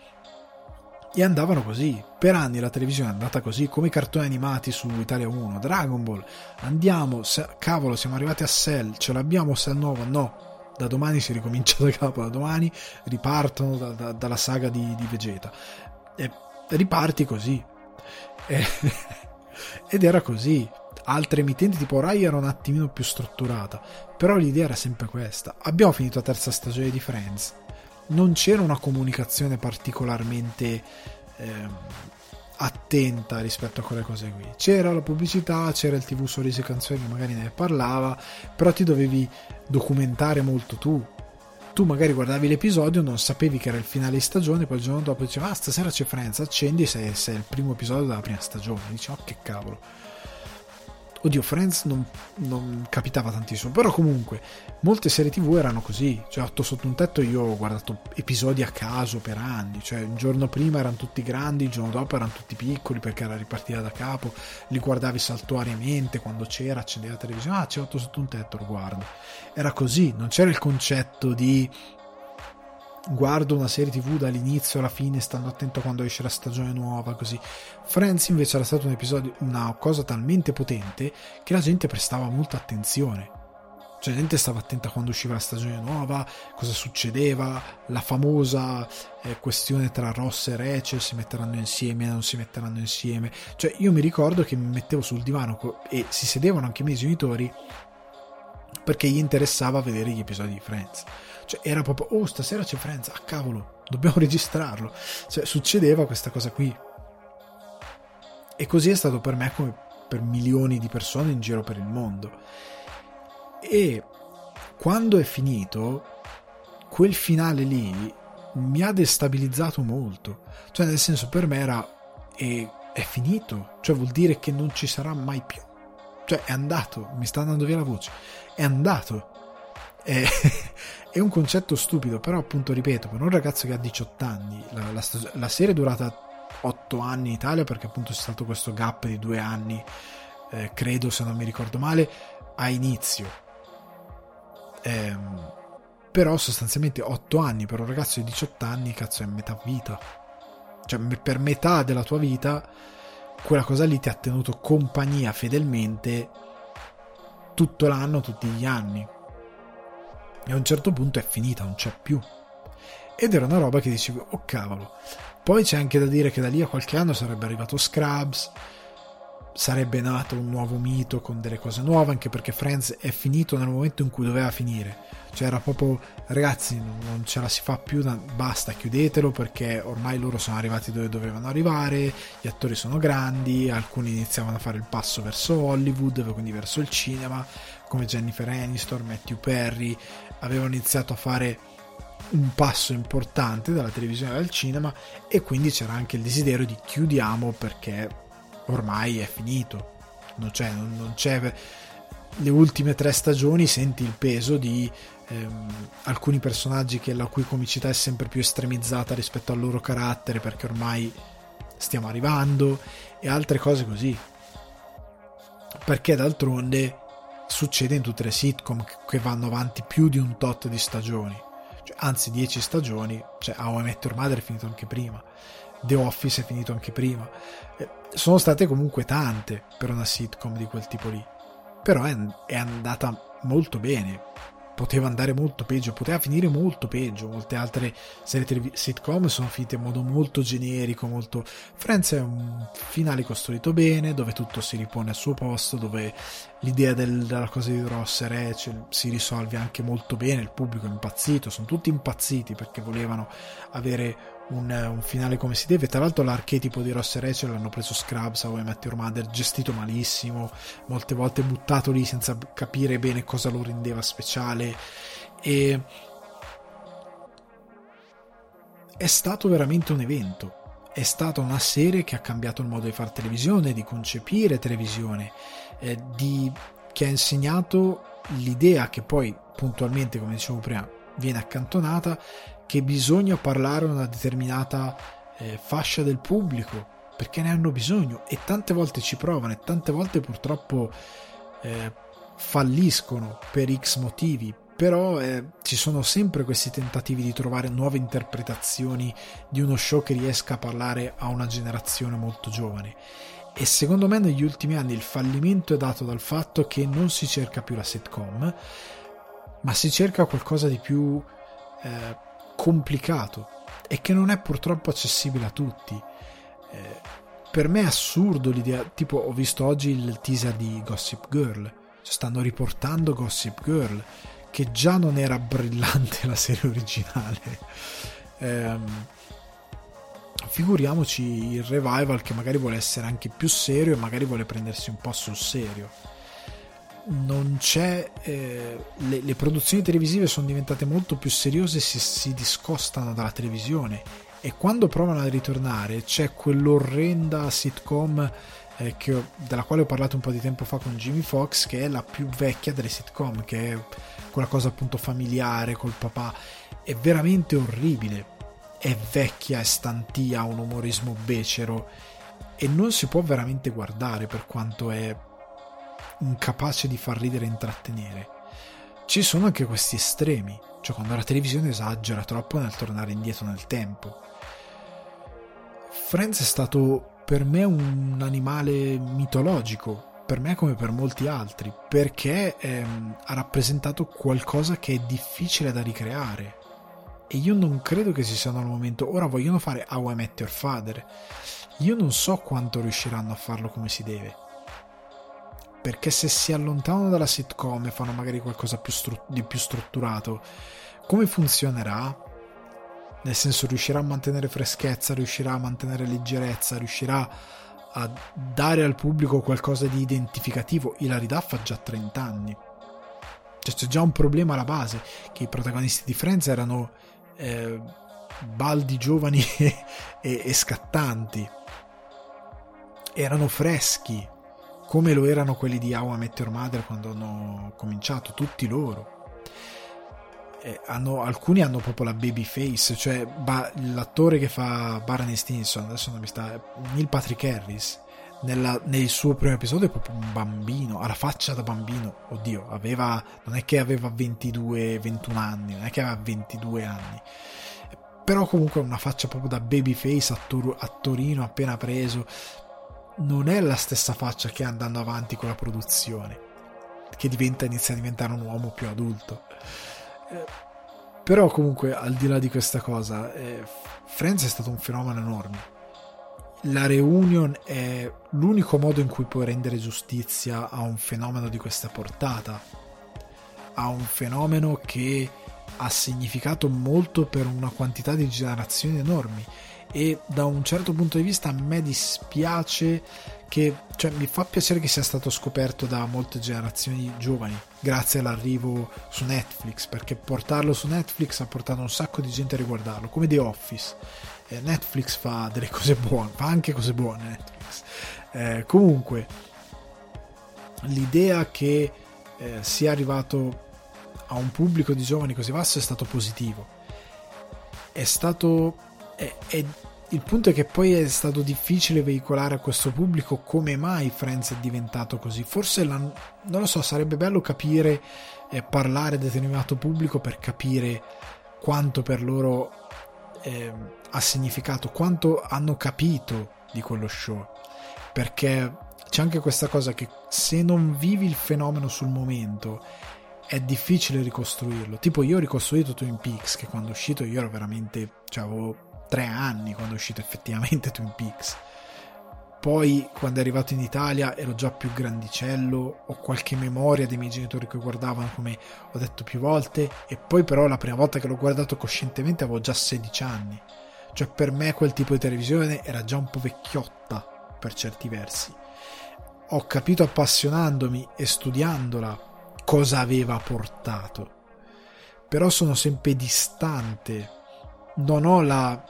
E andavano così, per anni la televisione è andata così, come i cartoni animati su Italia uno, Dragon Ball, andiamo, se, cavolo siamo arrivati a Cell, ce l'abbiamo Cell nuovo, no, da domani si ricomincia da capo, da domani ripartono da, da, dalla saga di, di Vegeta, e riparti così, e, ed era così, altre emittenti tipo Rai era un attimino più strutturata, però l'idea era sempre questa. Abbiamo finito la terza stagione di Friends, non c'era una comunicazione particolarmente eh, attenta rispetto a quelle cose qui. C'era la pubblicità, c'era il tv sorrisi e canzoni che magari ne parlava, però ti dovevi documentare molto tu. Tu magari guardavi l'episodio, non sapevi che era il finale di stagione, poi il giorno dopo dicevi ah stasera c'è Friends, accendi se, se è il primo episodio della prima stagione, dici oh che cavolo. Oddio, Friends non, non capitava tantissimo, però comunque molte serie tv erano così, cioè Otto sotto un tetto io ho guardato episodi a caso per anni, cioè il giorno prima erano tutti grandi, il giorno dopo erano tutti piccoli perché era ripartita da capo, li guardavi saltuariamente quando c'era, accendevi la televisione, ah c'è Otto sotto un tetto, lo guardo. Era così, non c'era il concetto di guardo una serie tv dall'inizio alla fine stando attento quando esce la stagione nuova, così. Friends invece era stato un episodio, una cosa talmente potente che la gente prestava molta attenzione, cioè la gente stava attenta quando usciva la stagione nuova, cosa succedeva, la famosa eh, questione tra Ross e Rachel, si metteranno insieme, non si metteranno insieme, cioè io mi ricordo che mi mettevo sul divano e si sedevano anche i miei genitori perché gli interessava vedere gli episodi di Friends. Cioè era proprio oh stasera c'è Friends, ah cavolo dobbiamo registrarlo, cioè succedeva questa cosa qui. E così è stato per me come per milioni di persone in giro per il mondo. E quando è finito quel finale lì mi ha destabilizzato molto, cioè nel senso per me era e è finito, cioè vuol dire che non ci sarà mai più, cioè è andato, mi sta andando via la voce, è andato. È, è un concetto stupido, però appunto ripeto, per un ragazzo che ha diciotto anni la, la, la serie è durata otto anni in Italia perché appunto c'è stato questo gap di due anni eh, credo se non mi ricordo male a inizio, eh, però sostanzialmente otto anni per un ragazzo di diciotto anni cazzo è metà vita, cioè per metà della tua vita quella cosa lì ti ha tenuto compagnia fedelmente tutto l'anno, tutti gli anni, e a un certo punto è finita, non c'è più, ed era una roba che dicevo oh cavolo. Poi c'è anche da dire che da lì a qualche anno sarebbe arrivato Scrubs, sarebbe nato un nuovo mito con delle cose nuove, anche perché Friends è finito nel momento in cui doveva finire, cioè era proprio ragazzi non ce la si fa più, basta, chiudetelo perché ormai loro sono arrivati dove dovevano arrivare, gli attori sono grandi, alcuni iniziavano a fare il passo verso Hollywood, quindi verso il cinema, come Jennifer Aniston, Matthew Perry, avevano iniziato a fare un passo importante dalla televisione al cinema, e quindi c'era anche il desiderio di chiudiamo perché ormai è finito, non c'è, non, non c'è le ultime tre stagioni senti il peso di ehm, alcuni personaggi che la cui comicità è sempre più estremizzata rispetto al loro carattere perché ormai stiamo arrivando, e altre cose così, perché d'altronde succede in tutte le sitcom che vanno avanti più di un tot di stagioni, cioè, anzi dieci stagioni, cioè How I Met Your Mother è finito anche prima, The Office è finito anche prima, eh, sono state comunque tante per una sitcom di quel tipo lì, però è, è andata molto bene, poteva andare molto peggio, poteva finire molto peggio, molte altre serie telev- sitcom sono finite in modo molto generico, molto. Friends è un finale costruito bene, dove tutto si ripone al suo posto, dove l'idea del, della cosa di Ross e Rachel si risolve anche molto bene, il pubblico è impazzito, sono tutti impazziti perché volevano avere un, un finale come si deve. Tra l'altro l'archetipo di Ross e Rachel l'hanno preso Scrubs, How I Met Your Mother, gestito malissimo, molte volte buttato lì senza capire bene cosa lo rendeva speciale, e è stato veramente un evento, è stata una serie che ha cambiato il modo di fare televisione, di concepire televisione, eh, di, che ha insegnato l'idea che poi puntualmente, come dicevo prima, viene accantonata, che bisogna parlare a una determinata eh, fascia del pubblico perché ne hanno bisogno, e tante volte ci provano e tante volte purtroppo eh, falliscono per X motivi, però eh, ci sono sempre questi tentativi di trovare nuove interpretazioni di uno show che riesca a parlare a una generazione molto giovane, e secondo me negli ultimi anni il fallimento è dato dal fatto che non si cerca più la sitcom, ma si cerca qualcosa di più eh, complicato e che non è purtroppo accessibile a tutti. Eh, per me è assurdo l'idea, tipo ho visto oggi il teaser di Gossip Girl, stanno riportando Gossip Girl, che già non era brillante la serie originale, ehm, figuriamoci il revival, che magari vuole essere anche più serio e magari vuole prendersi un po' sul serio. Non c'è eh, le, le produzioni televisive sono diventate molto più seriose, si, si discostano dalla televisione, e quando provano a ritornare c'è quell'orrenda sitcom eh, che, della quale ho parlato un po' di tempo fa con Jimmy Fox, che è la più vecchia delle sitcom, che è quella cosa appunto familiare col papà. È veramente orribile, è vecchia, è stantia, ha un umorismo becero e non si può veramente guardare, per quanto è incapace di far ridere e intrattenere. Ci sono anche questi estremi, cioè quando la televisione esagera troppo nel tornare indietro nel tempo. Friends è stato per me un animale mitologico, per me come per molti altri, perché ehm, ha rappresentato qualcosa che è difficile da ricreare, e io non credo che si sia al momento. Ora vogliono fare How I Met Your Father, io non so quanto riusciranno a farlo come si deve, perché se si allontanano dalla sitcom e fanno magari qualcosa più stru- di più strutturato, come funzionerà? Nel senso, riuscirà a mantenere freschezza, riuscirà a mantenere leggerezza, riuscirà a dare al pubblico qualcosa di identificativo? Hilary Duff ha già trenta anni, cioè c'è già un problema alla base, che i protagonisti di Friends erano eh, baldi giovani e, e, e scattanti, erano freschi come lo erano quelli di How I Met Your Mother quando hanno cominciato, tutti loro. Eh, hanno, alcuni hanno proprio la baby face, cioè ba, l'attore che fa Barney Stinson, adesso non mi sta, Neil Patrick Harris, nella, nel suo primo episodio è proprio un bambino, ha la faccia da bambino, oddio, aveva, non è che aveva ventidue ventuno anni, non è che aveva ventidue anni, però comunque una faccia proprio da baby face, attor, attorino appena preso. Non è la stessa faccia che andando avanti con la produzione, che diventa, inizia a diventare un uomo più adulto. Eh, però comunque, al di là di questa cosa, eh, Friends è stato un fenomeno enorme. La reunion è l'unico modo in cui puoi rendere giustizia a un fenomeno di questa portata, a un fenomeno che ha significato molto per una quantità di generazioni enormi. E da un certo punto di vista a me dispiace che, cioè mi fa piacere che sia stato scoperto da molte generazioni giovani grazie all'arrivo su Netflix, perché portarlo su Netflix ha portato un sacco di gente a riguardarlo, come The Office. eh, Netflix fa delle cose buone, fa anche cose buone Netflix. Eh, comunque l'idea che eh, sia arrivato a un pubblico di giovani così vasto è stato positivo. È stato E, e il punto è che poi è stato difficile veicolare a questo pubblico come mai Friends è diventato così. Forse la, non lo so, sarebbe bello capire e eh, parlare a determinato pubblico per capire quanto per loro eh, ha significato, quanto hanno capito di quello show, perché c'è anche questa cosa che se non vivi il fenomeno sul momento è difficile ricostruirlo. Tipo, io ho ricostruito Twin Peaks, che quando è uscito io ero veramente, cioè avevo tre anni quando è uscito effettivamente Twin Peaks. Poi quando è arrivato in Italia ero già più grandicello, ho qualche memoria dei miei genitori che guardavano, come ho detto più volte, e poi però la prima volta che l'ho guardato coscientemente avevo già sedici anni. Cioè per me quel tipo di televisione era già un po' vecchiotta per certi versi. Ho capito appassionandomi e studiandola cosa aveva portato, però sono sempre distante, non ho la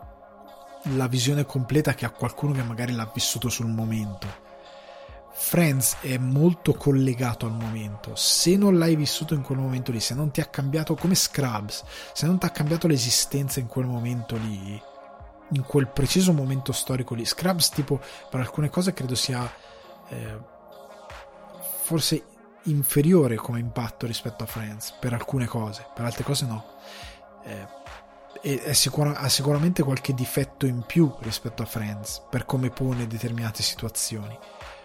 la visione completa che ha qualcuno che magari l'ha vissuto sul momento. Friends è molto collegato al momento. Se non l'hai vissuto in quel momento lì, se non ti ha cambiato, come Scrubs, se non ti ha cambiato l'esistenza in quel momento lì, in quel preciso momento storico lì, Scrubs tipo per alcune cose credo sia eh, forse inferiore come impatto rispetto a Friends, per alcune cose, per altre cose no. eh, È sicura, ha sicuramente qualche difetto in più rispetto a Friends per come pone determinate situazioni.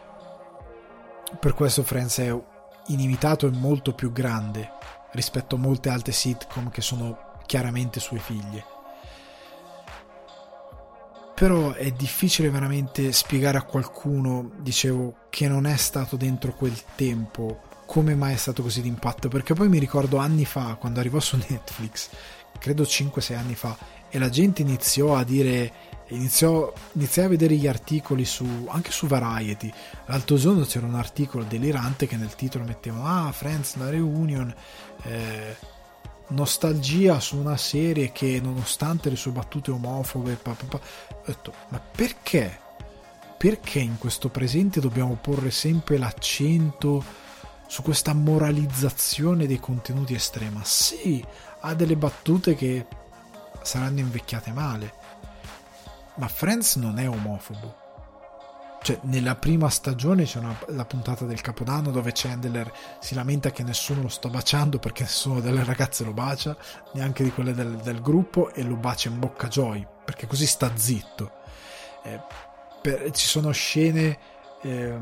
Per questo Friends è inimitato e molto più grande rispetto a molte altre sitcom che sono chiaramente sue figlie. però è difficile veramente spiegare a qualcuno, dicevo, che non è stato dentro quel tempo, come mai è stato così d'impatto, perché poi mi ricordo anni fa, quando arrivò su Netflix, credo cinque sei anni fa, e la gente iniziò a dire, iniziò, iniziò a vedere gli articoli su, anche su Variety. L'altro giorno c'era un articolo delirante che nel titolo mettevano ah, Friends, la reunion, eh, nostalgia su una serie che nonostante le sue battute omofobe, pa, pa, pa. Ho detto, ma perché? Perché in questo presente dobbiamo porre sempre l'accento su questa moralizzazione dei contenuti estrema? Sì, ha delle battute che saranno invecchiate male, ma Friends non è omofobo. Cioè, nella prima stagione c'è una, la puntata del Capodanno dove Chandler si lamenta che nessuno lo sta baciando perché nessuno delle ragazze lo bacia, neanche di quelle del, del gruppo, e lo bacia in bocca Joy perché così sta zitto. Eh, per, ci sono scene eh,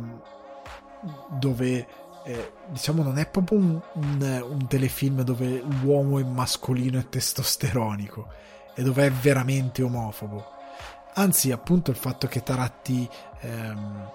dove eh, diciamo non è proprio un, un, un telefilm dove l'uomo è mascolino e testosteronico e dove è veramente omofobo. Anzi, appunto, il fatto che taratti ehm,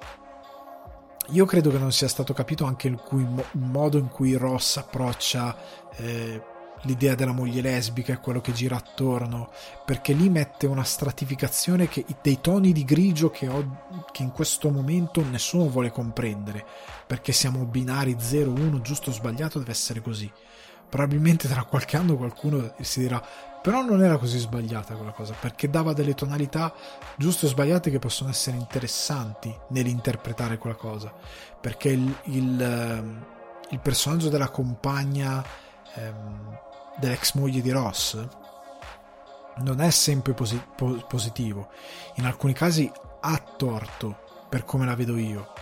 io credo che non sia stato capito anche il, cui, il modo in cui Ross approccia eh, l'idea della moglie lesbica e quello che gira attorno, perché lì mette una stratificazione che, dei toni di grigio che, ho, che in questo momento nessuno vuole comprendere, perché siamo binari zero uno, giusto o sbagliato, deve essere così. Probabilmente tra qualche anno qualcuno si dirà però non era così sbagliata quella cosa, perché dava delle tonalità giuste o sbagliate che possono essere interessanti nell'interpretare quella cosa, perché il, il, il personaggio della compagna ehm, dell'ex moglie di Ross non è sempre posi- po- positivo, in alcuni casi ha torto per come la vedo io,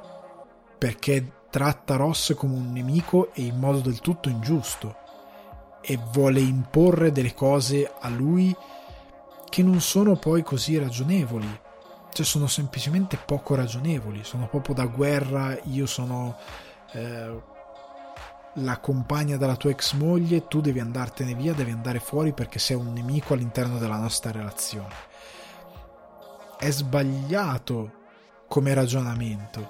perché tratta Ross come un nemico e in modo del tutto ingiusto, e vuole imporre delle cose a lui che non sono poi così ragionevoli, cioè sono semplicemente poco ragionevoli, sono proprio da guerra, io sono eh, la compagna della tua ex moglie, tu devi andartene via, devi andare fuori perché sei un nemico all'interno della nostra relazione. È sbagliato come ragionamento,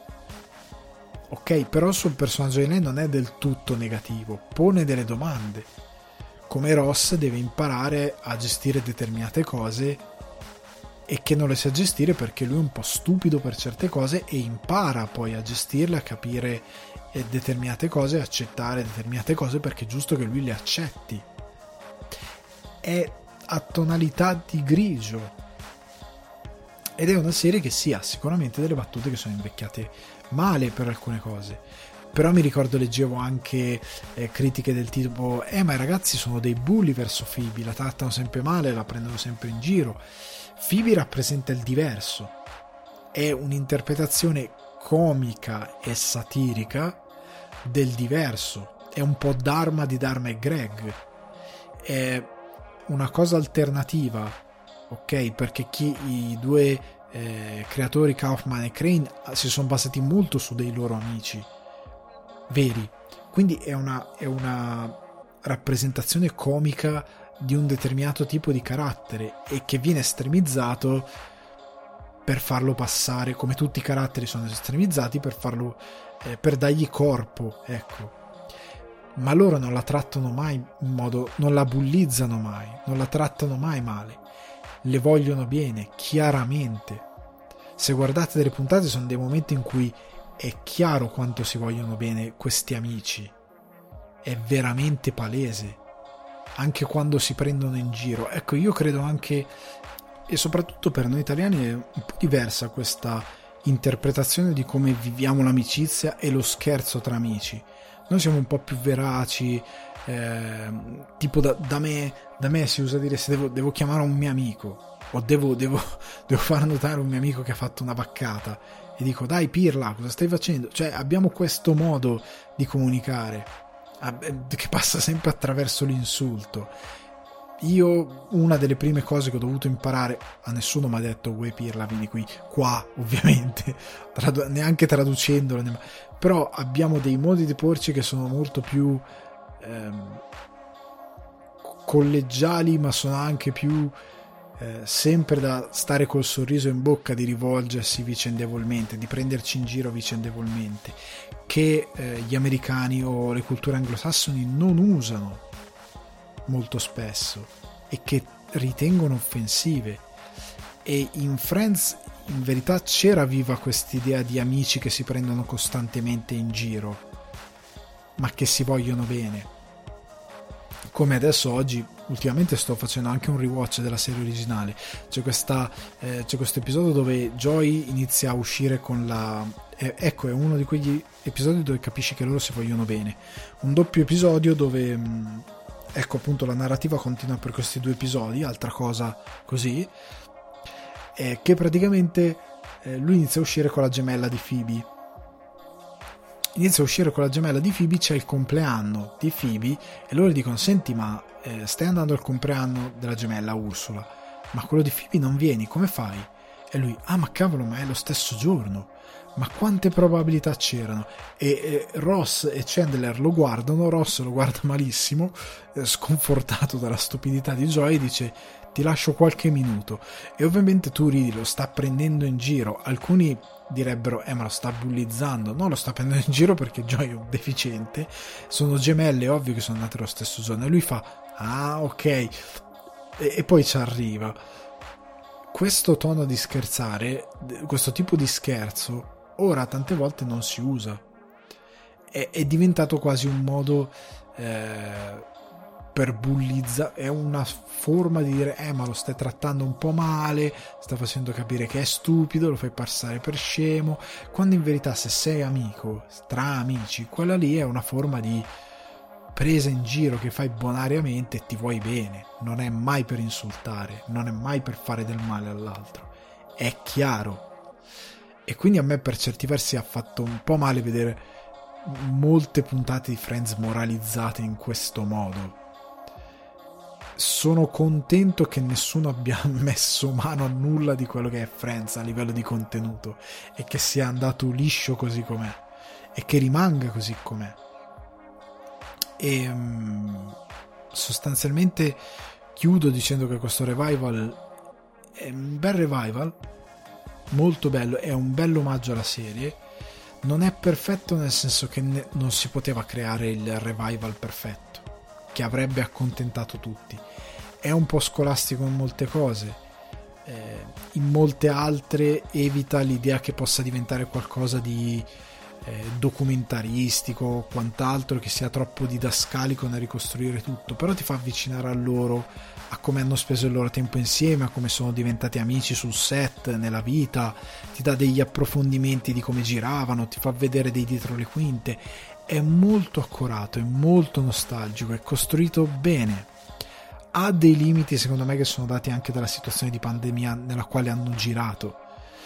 ok, però sul personaggio di lei non è del tutto negativo, pone delle domande. Come Ross deve imparare a gestire determinate cose e che non le sa gestire perché lui è un po' stupido per certe cose e impara poi a gestirle, a capire determinate cose, accettare determinate cose perché è giusto che lui le accetti. È a tonalità di grigio ed è una serie che sì, ha sicuramente delle battute che sono invecchiate male per alcune cose. Però mi ricordo leggevo anche eh, critiche del tipo eh ma i ragazzi sono dei bulli verso Phoebe, la trattano sempre male, la prendono sempre in giro. Phoebe rappresenta il diverso, è un'interpretazione comica e satirica del diverso, è un po' Dharma di Dharma e Greg, è una cosa alternativa, ok, perché chi, i due eh, creatori Kaufman e Crane si sono basati molto su dei loro amici veri, quindi è una, è una rappresentazione comica di un determinato tipo di carattere e che viene estremizzato per farlo passare, come tutti i caratteri sono estremizzati per farlo eh, per dargli corpo, ecco. Ma loro non la trattano mai in modo, non la bullizzano mai, non la trattano mai male, le vogliono bene, chiaramente. Se guardate delle puntate sono dei momenti in cui è chiaro quanto si vogliono bene questi amici, è veramente palese, anche quando si prendono in giro. Ecco, io credo anche, e soprattutto per noi italiani, è un po' diversa questa interpretazione di come viviamo l'amicizia e lo scherzo tra amici. Noi siamo un po' più veraci, eh, tipo da, da me da me si usa dire se devo, devo chiamare un mio amico o devo, devo, devo far notare un mio amico che ha fatto una vaccata e dico dai Pirla, cosa stai facendo? Cioè abbiamo questo modo di comunicare che passa sempre attraverso l'insulto. Io una delle prime cose che ho dovuto imparare, a nessuno mi ha detto uè Pirla vieni qui, qua ovviamente tradu- neanche traducendolo, però abbiamo dei modi di porci che sono molto più ehm, collegiali, ma sono anche più eh, sempre da stare col sorriso in bocca, di rivolgersi vicendevolmente, di prenderci in giro vicendevolmente, che eh, gli americani o le culture anglosassoni non usano molto spesso e che ritengono offensive. E in Friends in verità c'era viva quest'idea di amici che si prendono costantemente in giro ma che si vogliono bene, come adesso oggi ultimamente sto facendo anche un rewatch della serie originale. C'è questa eh, c'è questo episodio dove Joey inizia a uscire con la eh, ecco, è uno di quegli episodi dove capisci che loro si vogliono bene, un doppio episodio dove mh, ecco appunto la narrativa continua per questi due episodi, altra cosa così, eh, che praticamente eh, lui inizia a uscire con la gemella di Phoebe inizia a uscire con la gemella di Phoebe, c'è il compleanno di Phoebe e loro gli dicono: senti, ma eh, stai andando al compleanno della gemella Ursula, ma quello di Phoebe non vieni, come fai? E lui: ah, ma cavolo, ma è lo stesso giorno, ma quante probabilità c'erano? E eh, Ross e Chandler lo guardano, Ross lo guarda malissimo, eh, sconfortato dalla stupidità di Joey, e dice: ti lascio qualche minuto. E ovviamente tu ridi, lo sta prendendo in giro. Alcuni direbbero: eh, ma lo sta bullizzando. No, lo sta prendendo in giro perché Joey è un deficiente, sono gemelle, è ovvio che sono nate lo stesso giorno. E lui fa: ah, ok, e, e poi ci arriva. Questo tono di scherzare, questo tipo di scherzo, ora tante volte non si usa, è, è diventato quasi un modo eh, per bullizzare, è una forma di dire: eh, ma lo stai trattando un po' male, sta facendo capire che è stupido, lo fai passare per scemo, quando in verità, se sei amico, tra amici, quella lì è una forma di presa in giro che fai bonariamente e ti vuoi bene, non è mai per insultare, non è mai per fare del male all'altro, è chiaro. E quindi a me per certi versi ha fatto un po' male vedere molte puntate di Friends moralizzate in questo modo. Sono contento che nessuno abbia messo mano a nulla di quello che è Friends a livello di contenuto e che sia andato liscio così com'è e che rimanga così com'è. E um, sostanzialmente chiudo dicendo che questo revival è un bel revival, molto bello, è un bel omaggio alla serie. Non è perfetto nel senso che ne- non si poteva creare il revival perfetto che avrebbe accontentato tutti, è un po' scolastico in molte cose, eh, in molte altre evita l'idea che possa diventare qualcosa di eh, documentaristico o quant'altro, che sia troppo didascalico nel ricostruire tutto, però ti fa avvicinare a loro, a come hanno speso il loro tempo insieme, a come sono diventati amici sul set, nella vita, ti dà degli approfondimenti di come giravano, ti fa vedere dei dietro le quinte. È molto accurato, è molto nostalgico, è costruito bene. Ha dei limiti secondo me che sono dati anche dalla situazione di pandemia nella quale hanno girato,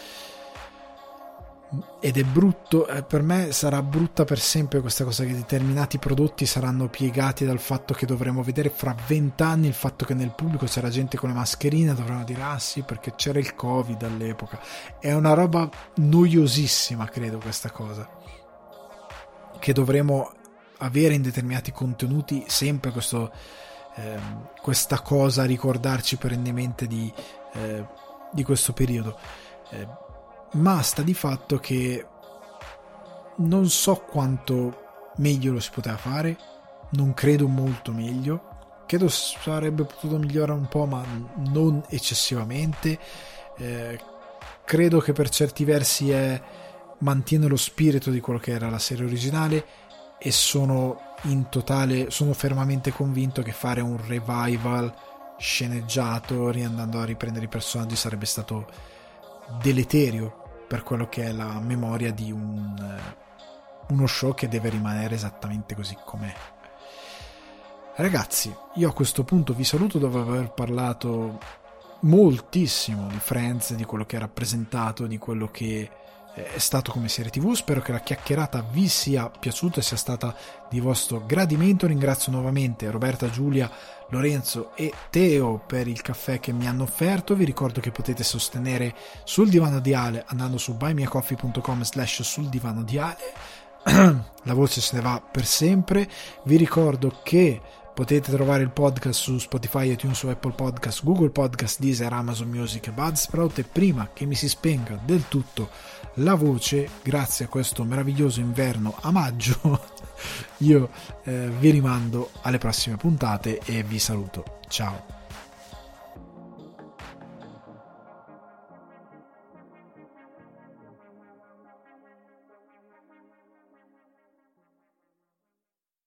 ed è brutto, eh, per me sarà brutta per sempre questa cosa, che determinati prodotti saranno piegati dal fatto che dovremo vedere fra vent'anni il fatto che nel pubblico c'era gente con le mascherine, dovremo dire: ah sì, perché c'era il Covid all'epoca. È una roba noiosissima, credo, questa cosa, che dovremo avere in determinati contenuti sempre questo, ehm, questa cosa, ricordarci perennemente di, eh, di questo periodo. Eh, ma sta di fatto che non so quanto meglio lo si poteva fare, non credo molto meglio, credo sarebbe potuto migliorare un po' ma non eccessivamente. Eh, credo che per certi versi è mantiene lo spirito di quello che era la serie originale, e sono in totale sono fermamente convinto che fare un revival sceneggiato riandando a riprendere i personaggi sarebbe stato deleterio per quello che è la memoria di un uno show che deve rimanere esattamente così com'è. Ragazzi, io a questo punto vi saluto dopo aver parlato moltissimo di Friends, di quello che ha rappresentato, di quello che è stato come serie tv. Spero che la chiacchierata vi sia piaciuta e sia stata di vostro gradimento. Ringrazio nuovamente Roberta, Giulia, Lorenzo e Teo per il caffè che mi hanno offerto. Vi ricordo che potete sostenere Sul Divano di Ale andando su buymeacoffee punto com slash sul divano di Ale. La voce se ne va per sempre. Vi ricordo che Potete trovare il podcast su Spotify, iTunes, su Apple Podcast, Google Podcast, Deezer, Amazon Music e Buzzsprout. E prima che mi si spenga del tutto la voce, grazie a questo meraviglioso inverno a maggio, io eh, vi rimando alle prossime puntate e vi saluto. Ciao.